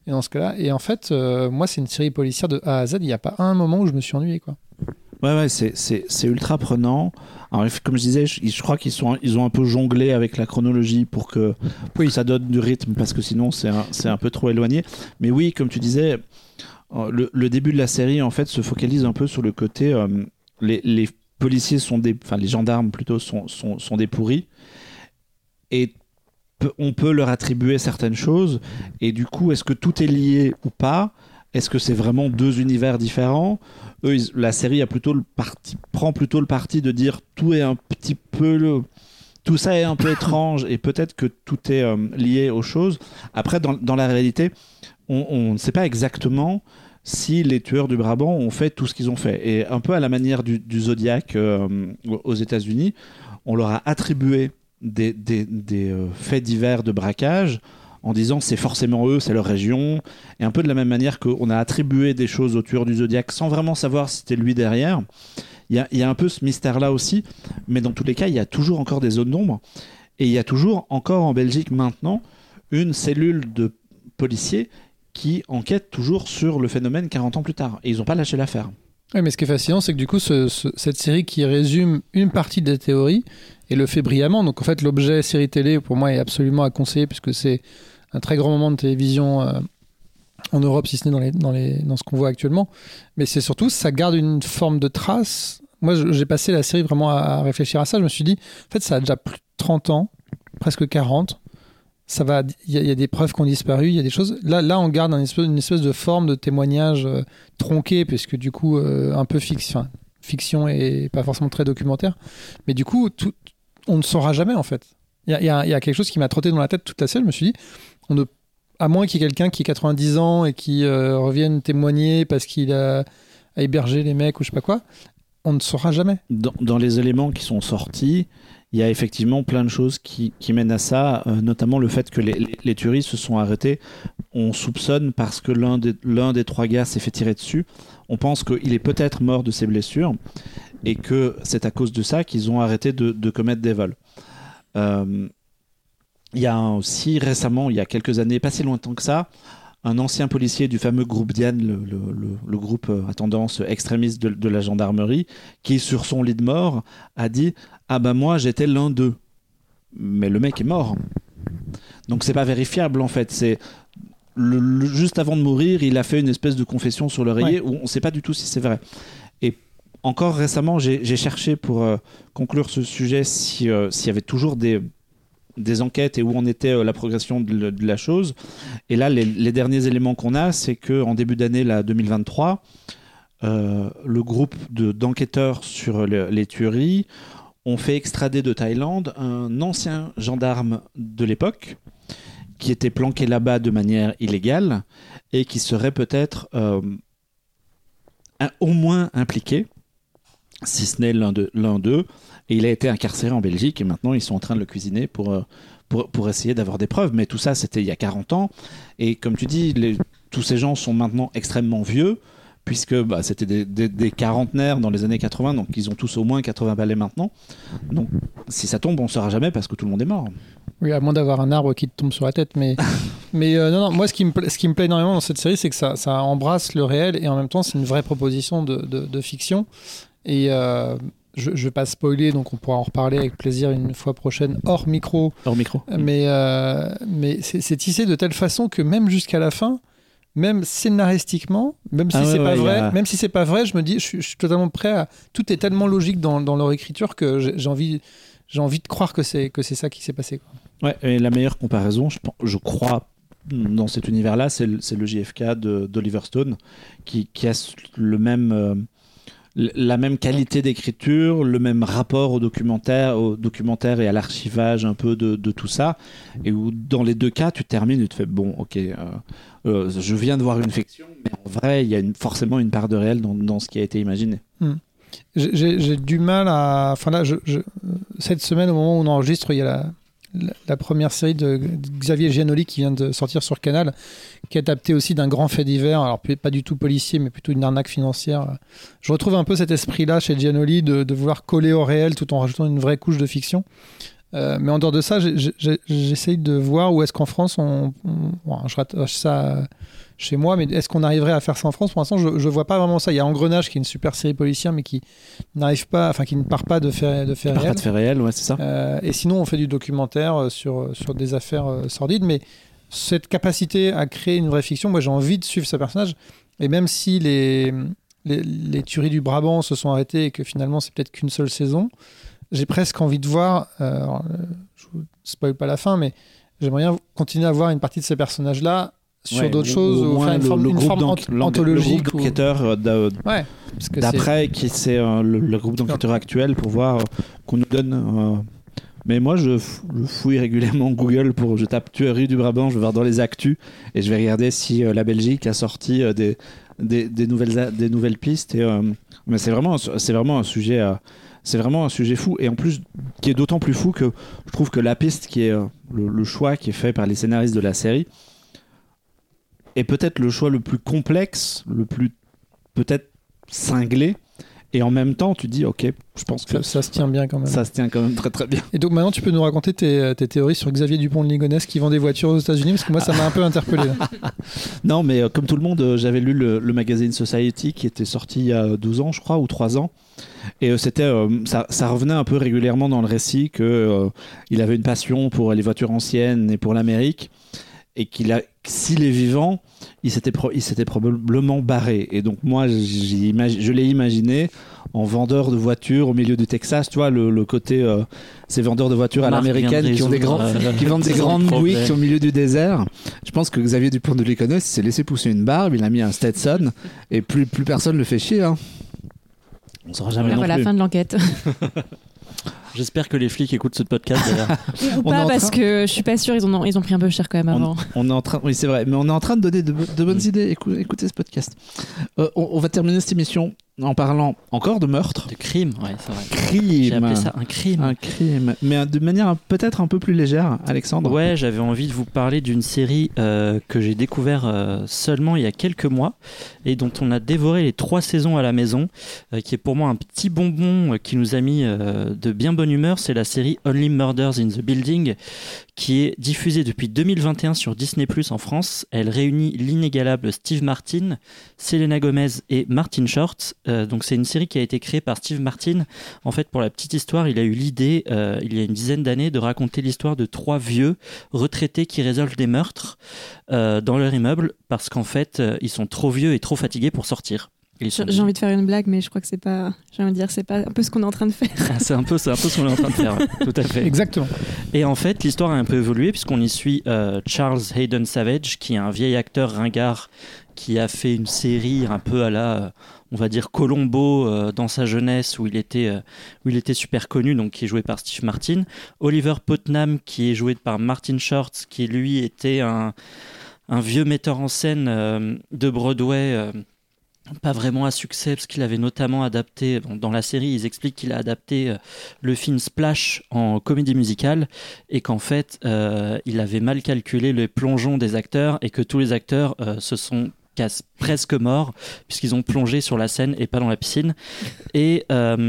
Et dans ce cas-là, et en fait, moi, c'est une série policière de A à Z. Il n'y a pas un moment où je me suis ennuyé, quoi.
Ouais, c'est ultra prenant. Alors, comme je disais, je crois qu'ils ont un peu jonglé avec la chronologie pour que ça donne du rythme, parce que sinon c'est un peu trop éloigné. Mais oui, comme tu disais, le début de la série en fait se focalise un peu sur le côté les policiers les gendarmes plutôt sont des pourris, et on peut leur attribuer certaines choses, et du coup est-ce que tout est lié ou pas? Est-ce que c'est vraiment deux univers différents? La série prend plutôt le parti de dire tout est un petit peu tout ça est un peu étrange, et peut-être que tout est lié aux choses. Après, dans la réalité, on ne sait pas exactement si les tueurs du Brabant ont fait tout ce qu'ils ont fait. Et un peu à la manière du Zodiac aux États-Unis, on leur a attribué des faits divers de braquage en disant c'est forcément eux, c'est leur région, et un peu de la même manière qu'on a attribué des choses au tueur du Zodiac sans vraiment savoir si c'était lui derrière. Il y a un peu ce mystère-là aussi, mais dans tous les cas, il y a toujours encore des zones d'ombre, et il y a toujours encore en Belgique maintenant une cellule de policiers qui enquête toujours sur le phénomène 40 ans plus tard, et ils n'ont pas lâché l'affaire.
Oui, mais ce qui est fascinant, c'est que du coup, cette série qui résume une partie des théories et le fait brillamment. Donc en fait, l'objet série télé, pour moi, est absolument à conseiller, puisque c'est un très grand moment de télévision en Europe, si ce n'est dans ce qu'on voit actuellement. Mais c'est surtout, ça garde une forme de trace. Moi, j'ai passé la série vraiment à réfléchir à ça. Je me suis dit, en fait, ça a déjà plus de 30 ans, presque 40. Il y a des preuves qui ont disparu, il y a des choses. Là, on garde une espèce de forme de témoignage tronqué, puisque du coup, un peu fiction et pas forcément très documentaire. Mais du coup, on ne saura jamais, en fait. Il y a quelque chose qui m'a trotté dans la tête toute la série. Je me suis dit, à moins qu'il y ait quelqu'un qui ait 90 ans et qui revienne témoigner parce qu'il a hébergé les mecs ou je sais pas quoi, on ne saura jamais.
Dans les éléments qui sont sortis, il y a effectivement plein de choses qui mènent à ça, notamment le fait que les tueries se sont arrêtées. On soupçonne, parce que l'un des trois gars s'est fait tirer dessus, on pense qu'il est peut-être mort de ses blessures, et que c'est à cause de ça qu'ils ont arrêté de commettre des vols. Il y a aussi récemment, il y a quelques années, pas si longtemps que ça, un ancien policier du fameux groupe Diane, le groupe à tendance extrémiste de la gendarmerie, qui sur son lit de mort a dit « Ah ben moi j'étais l'un d'eux ». Mais le mec est mort. Donc c'est pas vérifiable en fait. C'est juste avant de mourir, il a fait une espèce de confession sur l'oreiller où on sait pas du tout si c'est vrai. Et encore récemment, j'ai cherché pour conclure ce sujet s'il y avait toujours des enquêtes et où en était la progression de la chose. Et là, les derniers éléments qu'on a, c'est qu'en début d'année 2023, le groupe d'enquêteurs sur les tueries ont fait extrader de Thaïlande un ancien gendarme de l'époque qui était planqué là-bas de manière illégale et qui serait peut-être au moins impliqué, si ce n'est l'un d'eux. Et il a été incarcéré en Belgique, et maintenant ils sont en train de le cuisiner pour essayer d'avoir des preuves. Mais tout ça, c'était il y a 40 ans. Et comme tu dis, tous ces gens sont maintenant extrêmement vieux, puisque c'était des quarantenaires dans les années 80, donc ils ont tous au moins 80 balais maintenant. Donc si ça tombe, on ne saura jamais, parce que tout le monde est mort.
Oui, à moins d'avoir un arbre qui te tombe sur la tête. Mais, non, moi ce qui me plaît énormément dans cette série, c'est que ça embrasse le réel, et en même temps c'est une vraie proposition de fiction. Et je ne vais pas spoiler, donc on pourra en reparler avec plaisir une fois prochaine, hors micro. Mais c'est tissé de telle façon que même jusqu'à la fin, même scénaristiquement, même si même si c'est pas vrai, je me dis, je suis totalement prêt à. Tout est tellement logique dans leur écriture que j'ai envie de croire que c'est ça qui s'est passé, quoi.
Ouais, et la meilleure comparaison, je crois, dans cet univers-là, c'est le JFK d'Oliver Stone, qui a la même qualité d'écriture, le même rapport au documentaire et à l'archivage un peu de tout ça, et où dans les deux cas tu termines et tu te fais bon, ok, je viens de voir une fiction, mais en vrai il y a forcément une part de réel dans ce qui a été imaginé.
J'ai du mal à... Enfin là, cette semaine, au moment où on enregistre, il y a la première série de Xavier Giannoli qui vient de sortir sur Canal, qui est adaptée aussi d'un grand fait divers, alors pas du tout policier, mais plutôt une arnaque financière. Je retrouve un peu cet esprit-là chez Giannoli de vouloir coller au réel tout en rajoutant une vraie couche de fiction. Mais en dehors de ça, j'essaye de voir où est-ce qu'en France, je rattache ça chez moi, mais est-ce qu'on arriverait à faire ça en France? Pour l'instant, je ne vois pas vraiment ça. Il y a Engrenage, qui est une super série policière, mais qui n'arrive pas, enfin qui ne part pas de faits réels.
Pas de faits réels, ouais, c'est ça.
Et sinon, on fait du documentaire sur des affaires sordides, mais cette capacité à créer une vraie fiction, moi j'ai envie de suivre ce personnage. Et même si les tueries du Brabant se sont arrêtées et que finalement c'est peut-être qu'une seule saison, j'ai presque envie de voir, je vous spoil pas la fin, mais j'aimerais bien continuer à voir une partie de ces personnages-là sur d'autres choses, ou faire une forme anthologique.
Le groupe d'enquêteurs d'après, qui c'est le groupe d'enquêteurs actuel, pour voir qu'on nous donne... Mais moi, je fouille régulièrement Google, je tape tuerie du Brabant, je vais voir dans les actus, et je vais regarder si la Belgique a sorti des nouvelles pistes. Mais c'est vraiment un sujet... c'est vraiment un sujet fou, et en plus qui est d'autant plus fou que je trouve que la piste qui est le choix qui est fait par les scénaristes de la série est peut-être le choix le plus complexe, le plus peut-être cinglé, et en même temps tu dis ok, je pense que
ça se tient bien quand même.
Ça se tient quand même très très bien.
Et donc maintenant tu peux nous raconter tes théories sur Xavier Dupont de Ligonnès qui vend des voitures aux États-Unis, parce que moi ça m'a un peu interpellé là.
Non, mais comme tout le monde, j'avais lu le magazine Society qui était sorti il y a 12 ans je crois, ou 3 ans, et c'était ça revenait un peu régulièrement dans le récit que il avait une passion pour les voitures anciennes et pour l'Amérique, et s'il est vivant, il s'était probablement barré. Et donc moi, je l'ai imaginé en vendeur de voitures au milieu du Texas, tu vois, le côté ces vendeurs de voitures à l'américaine qui vendent des grandes Buick au milieu du désert. Je pense que Xavier Dupont de Ligonnès s'est laissé pousser une barbe, il a mis un Stetson, et plus personne le fait chier. Hein. On saura jamais non plus.
La fin de l'enquête.
J'espère que les flics écoutent ce podcast d'ailleurs.
Ou pas, parce que je suis pas sûre, ils ont pris un peu cher quand même avant.
On est en train, oui c'est vrai, mais on est en train de donner de bonnes idées. Écoutez ce podcast. On va terminer cette émission en parlant encore de meurtre.
De crime, ouais, c'est vrai.
Crime.
J'ai appelé ça un crime.
Un crime, mais de manière peut-être un peu plus légère, Alexandre.
Ouais, j'avais envie de vous parler d'une série que j'ai découvert seulement il y a quelques mois et dont on a dévoré les 3 saisons à la maison, qui est pour moi un petit bonbon qui nous a mis de bien bonne humeur. C'est la série Only Murders in the Building, qui est diffusée depuis 2021 sur Disney+ en France. Elle réunit l'inégalable Steve Martin, Selena Gomez et Martin Short. Donc c'est une série qui a été créée par Steve Martin. En fait, pour la petite histoire, il a eu l'idée, il y a une dizaine d'années, de raconter l'histoire de 3 vieux retraités qui résolvent des meurtres dans leur immeuble, parce qu'en fait, ils sont trop vieux et trop fatigués pour sortir.
J'ai envie de faire une blague, mais je crois que c'est pas. J'ai envie de dire, c'est pas un peu ce qu'on est en train de faire.
C'est un peu ce qu'on est en train de faire, tout à fait.
Exactement.
Et en fait, l'histoire a un peu évolué, puisqu'on y suit Charles Hayden Savage, qui est un vieil acteur ringard qui a fait une série un peu à la, on va dire, Columbo dans sa jeunesse, où il était super connu, donc qui est joué par Steve Martin. Oliver Putnam, qui est joué par Martin Short, qui lui était un vieux metteur en scène de Broadway. Pas vraiment à succès, parce qu'il avait notamment adapté, dans la série ils expliquent qu'il a adapté le film Splash en comédie musicale, et qu'en fait il avait mal calculé les plongeons des acteurs, et que tous les acteurs se sont presque morts puisqu'ils ont plongé sur la scène et pas dans la piscine. Et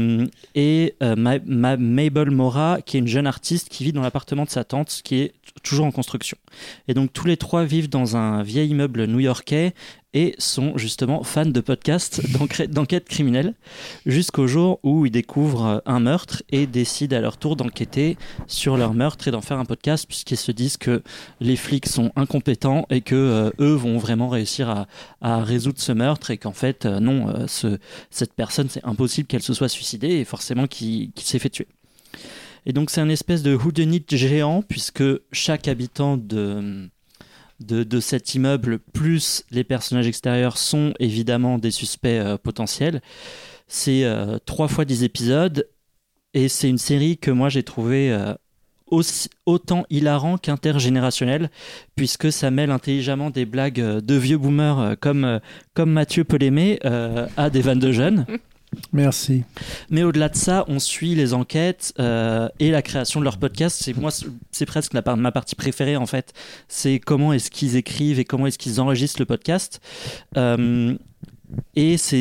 Mabel Mora, qui est une jeune artiste qui vit dans l'appartement de sa tante, qui est toujours en construction. Et donc tous les 3 vivent dans un vieil immeuble new-yorkais et sont justement fans de podcasts d'enquête criminelle, jusqu'au jour où ils découvrent un meurtre et décident à leur tour d'enquêter sur leur meurtre et d'en faire un podcast, puisqu'ils se disent que les flics sont incompétents et que eux vont vraiment réussir à résoudre ce meurtre, et qu'en fait non, cette personne, c'est impossible qu'elle se soit suicidée, et forcément qu'il s'est fait tuer. Et donc c'est un espèce de whodunit géant, puisque chaque habitant de cet immeuble, plus les personnages extérieurs, sont évidemment des suspects potentiels. C'est 3 fois 10 épisodes, et c'est une série que moi j'ai trouvée autant hilarant qu'intergénérationnel, puisque ça mêle intelligemment des blagues de vieux boomers comme Mathieu peut l'aimer à des vannes de jeunes.
Merci.
Mais au-delà de ça, on suit les enquêtes et la création de leur podcast. C'est presque ma partie préférée en fait. C'est comment est-ce qu'ils écrivent et comment est-ce qu'ils enregistrent le podcast. Et c'est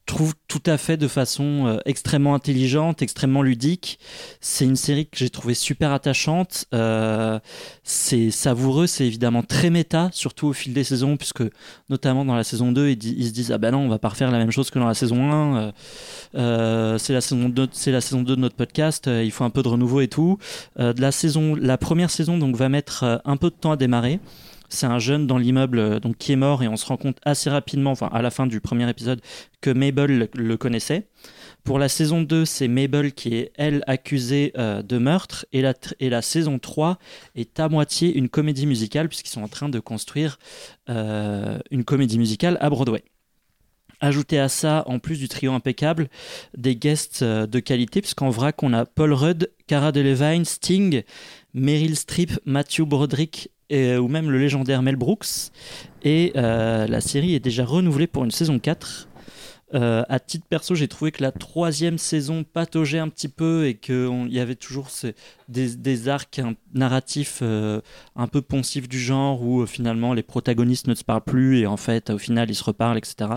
trouve tout à fait de façon extrêmement intelligente, extrêmement ludique. C'est une série que j'ai trouvée super attachante. C'est savoureux, c'est évidemment très méta, surtout au fil des saisons, puisque notamment dans la saison 2, ils se disent « Ah ben non, on va pas refaire la même chose que dans la saison 1. C'est la saison 2 de notre podcast, il faut un peu de renouveau et tout. » La première saison donc, va mettre un peu de temps à démarrer. C'est un jeune dans l'immeuble donc, qui est mort et on se rend compte assez rapidement, enfin à la fin du premier épisode, que Mabel le connaissait. Pour la saison 2, c'est Mabel qui est, elle, accusée de meurtre et la saison 3 est à moitié une comédie musicale puisqu'ils sont en train de construire une comédie musicale à Broadway. Ajouter à ça, en plus du trio impeccable, des guests de qualité, puisqu'en vrac, on a Paul Rudd, Cara Delevingne, Sting, Meryl Streep, Matthew Broderick ou même le légendaire Mel Brooks. Et la série est déjà renouvelée pour une saison 4. À titre perso, j'ai trouvé que la 3e saison pataugeait un petit peu et qu'il y avait toujours des arcs narratifs un peu poncifs du genre où finalement les protagonistes ne se parlent plus et en fait au final ils se reparlent, etc.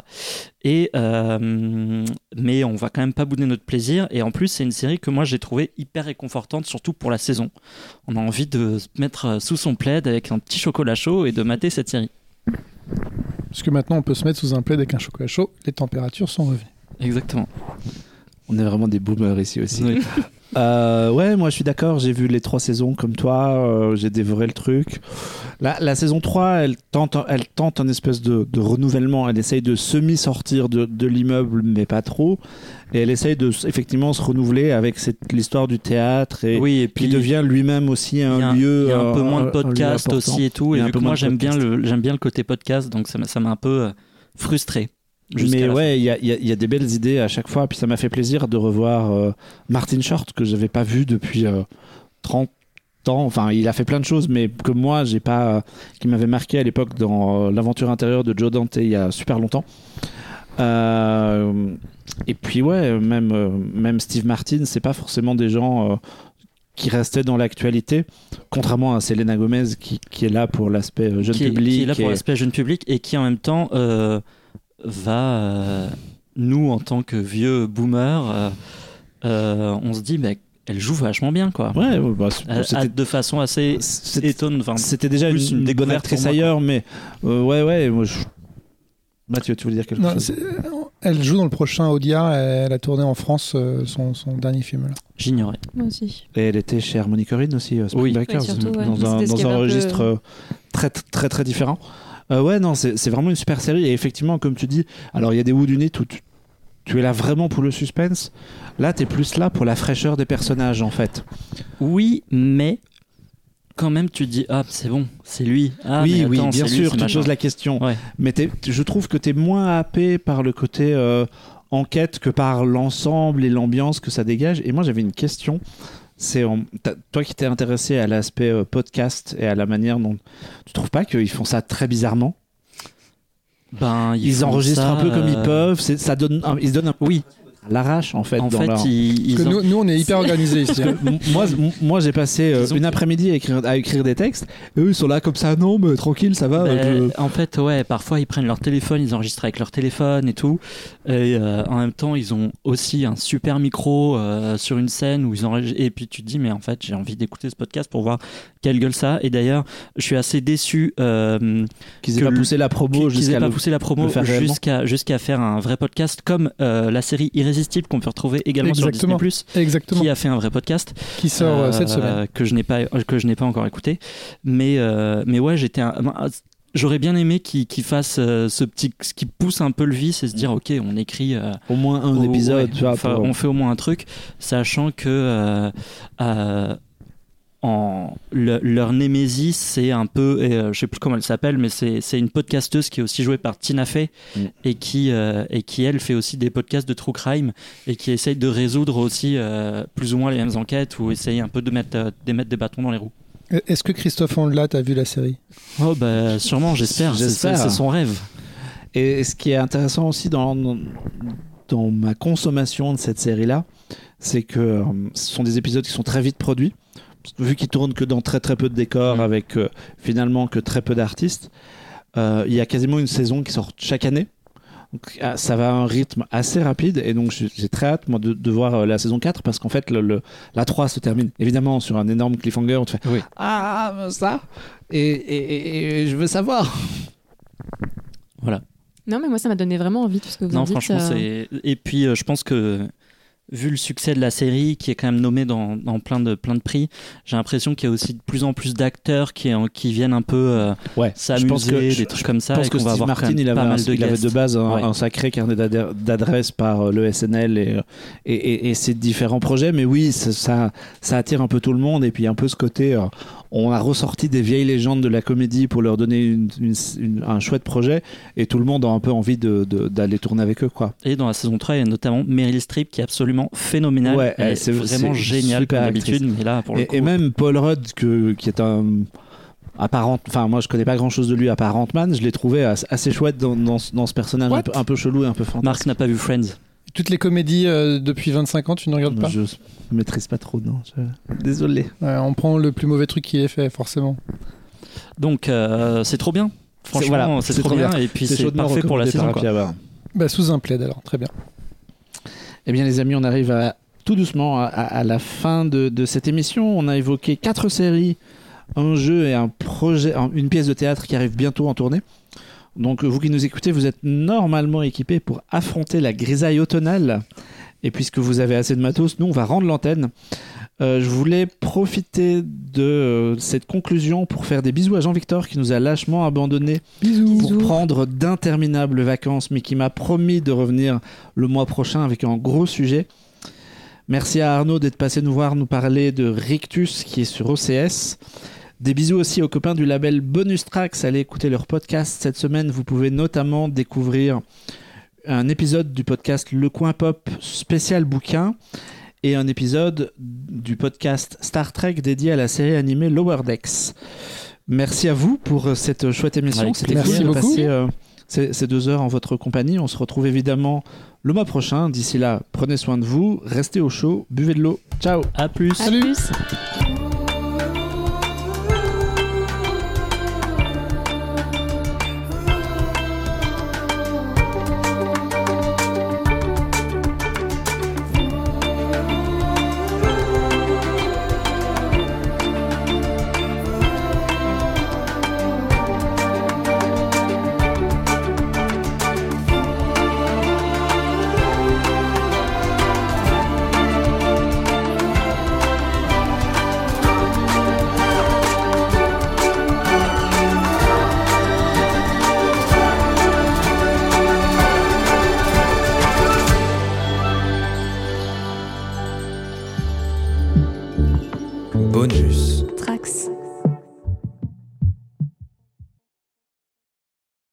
Mais on va quand même pas bouder notre plaisir et en plus c'est une série que moi j'ai trouvé hyper réconfortante, surtout pour la saison. On a envie de se mettre sous son plaid avec un petit chocolat chaud et de mater cette série.
Parce que maintenant on peut se mettre sous un plaid avec un chocolat chaud, les températures sont revenues.
Exactement.
On est vraiment des boomers ici aussi.
Oui.
Ouais, moi je suis d'accord, j'ai vu les 3 saisons comme toi, j'ai dévoré le truc. La saison 3, elle tente un espèce de renouvellement, elle essaye de semi-sortir de l'immeuble, mais pas trop. Et elle essaye de effectivement se renouveler avec l'histoire du théâtre et
puis
qui devient lui-même aussi un lieu.
Il y a un peu moins de podcast aussi et tout. Et vu que moi j'aime bien le côté podcast, donc ça m'a un peu frustré.
Mais ouais, il y a des belles idées à chaque fois. Puis ça m'a fait plaisir de revoir Martin Short que j'avais pas vu depuis 30 ans. Enfin, il a fait plein de choses, mais que moi j'ai pas, qui m'avait marqué à l'époque dans l'aventure intérieure de Joe Dante il y a super longtemps. Et puis ouais, même Steve Martin, c'est pas forcément des gens qui restaient dans l'actualité, contrairement à Selena Gomez qui est là pour l'aspect jeune public.
Qui est là pour l'aspect jeune public et qui en même temps nous en tant que vieux boomers, on se dit elle joue vachement bien quoi.
Ouais,
de façon assez étonnante. Enfin,
c'était déjà une des bonnes actrices ailleurs, mais ouais, moi Mathieu, tu voulais dire quelque chose?
Elle joue dans le prochain Audiard, elle a tourné en France son dernier film. Là.
J'ignorais.
Moi aussi.
Et elle était chez Harmony Korine aussi, Spring Breakers,
surtout, ouais.
dans un registre très, très, très différent. Ouais, non, c'est vraiment une super série. Et effectivement, comme tu dis, alors il y a des Wood Unit où tu es là vraiment pour le suspense. Là, tu es plus là pour la fraîcheur des personnages, en fait.
Oui, mais quand même, tu te dis, c'est bon, c'est lui.
Oui, bien sûr, tu te poses la question.
Ouais.
Mais je trouve que tu es moins happé par le côté enquête que par l'ensemble et l'ambiance que ça dégage. Et moi, j'avais une question. C'est toi qui t'es intéressé à l'aspect podcast et à la manière dont tu trouves pas qu'ils font ça très bizarrement? Ils enregistrent un peu comme ils peuvent. Ils se donnent un l'arrache en fait.
Nous on est hyper organisés ici.
Moi j'ai passé une après-midi à écrire des textes et eux ils sont là comme ça, non mais tranquille ça va.
En fait ouais, parfois ils prennent leur téléphone, ils enregistrent avec leur téléphone et tout et en même temps ils ont aussi un super micro sur une scène où ils enregistrent et puis tu te dis mais en fait j'ai envie d'écouter ce podcast pour voir quelle gueule ça a. Et d'ailleurs je suis assez déçu
qu'ils aient pas poussé la promo
jusqu'à faire un vrai podcast comme la série Irrésistible qu'on peut retrouver également sur Disney+, qui a fait un vrai podcast
qui sort cette semaine
que je n'ai pas encore écouté, mais ouais j'aurais bien aimé qu'il fasse ce qui pousse un peu le vice et se dire ok on écrit
au moins un épisode, tu vois,
on fait au moins un truc, sachant que leur némésis c'est un peu je sais plus comment elle s'appelle mais c'est une podcasteuse qui est aussi jouée par Tina Fey et qui elle fait aussi des podcasts de true crime et qui essaye de résoudre aussi plus ou moins les mêmes enquêtes ou essaye un peu de mettre des bâtons dans les roues.
Est-ce que Christophe Ondelat a vu la série?
Sûrement, j'espère. C'est son rêve.
Et ce qui est intéressant aussi dans ma consommation de cette série-là, c'est que ce sont des épisodes qui sont très vite produits. Vu qu'ils tournent que dans très très peu de décors avec finalement que très peu d'artistes, il y a quasiment une saison qui sort chaque année. Donc, ça va à un rythme assez rapide et donc j'ai très hâte moi de voir la saison 4 parce qu'en fait la 3 se termine évidemment sur un énorme cliffhanger. On te fait ça et je veux savoir. Voilà.
Non, mais moi, ça m'a donné vraiment envie, tout ce que vous en dites.
Franchement, et puis je pense que vu le succès de la série, qui est quand même nommée dans plein de prix, j'ai l'impression qu'il y a aussi de plus en plus d'acteurs qui viennent un peu s'amuser, des trucs comme ça.
Je pense que Steve Martin, il avait de base un sacré carnet d'adresses par le SNL et ses différents projets. Mais oui, ça attire un peu tout le monde. Et puis un peu ce côté... on a ressorti des vieilles légendes de la comédie pour leur donner un chouette projet et tout le monde a un peu envie d'aller tourner avec eux, quoi.
Et dans la saison 3, il y a notamment Meryl Streep qui est absolument phénoménale.
Ouais,
c'est vraiment génial comme d'habitude, mais là pour le coup...
Et même Paul Rudd qui est un apparent, enfin moi je connais pas grand chose de lui à part Ant-Man, je l'ai trouvé assez chouette dans ce personnage un peu chelou et un peu fantastique.
Marc n'a pas vu Friends.
Toutes les comédies depuis 25 ans, tu ne regardes pas?
Je maîtrise pas trop, non. Désolé.
Ouais, on prend le plus mauvais truc qui est fait, forcément.
Donc c'est trop bien. Franchement, c'est trop bien. Et puis c'est parfait pour la saison.
Sous un plaid alors, très bien.
Eh bien les amis, on arrive tout doucement à la fin de cette émission. On a évoqué 4 séries, un jeu et un projet, une pièce de théâtre qui arrive bientôt en tournée. Donc vous qui nous écoutez, vous êtes normalement équipés pour affronter la grisaille automnale. Et puisque vous avez assez de matos, nous on va rendre l'antenne. Je voulais profiter de cette conclusion pour faire des bisous à Jean-Victor qui nous a lâchement abandonnés pour prendre d'interminables vacances, mais qui m'a promis de revenir le mois prochain avec un gros sujet. Merci à Arnaud d'être passé nous voir, nous parler de Rictus qui est sur OCS. Des bisous aussi aux copains du label Bonus Tracks. Allez écouter leur podcast cette semaine. Vous pouvez notamment découvrir un épisode du podcast Le Coin Pop spécial bouquin et un épisode du podcast Star Trek dédié à la série animée Lower Decks. Merci à vous pour cette chouette émission. C'était
cool de
passer ces 2 heures en votre compagnie. On se retrouve évidemment le mois prochain. D'ici là, prenez soin de vous, restez au chaud, buvez de l'eau. Ciao.
À plus.
Salut.
Bonus.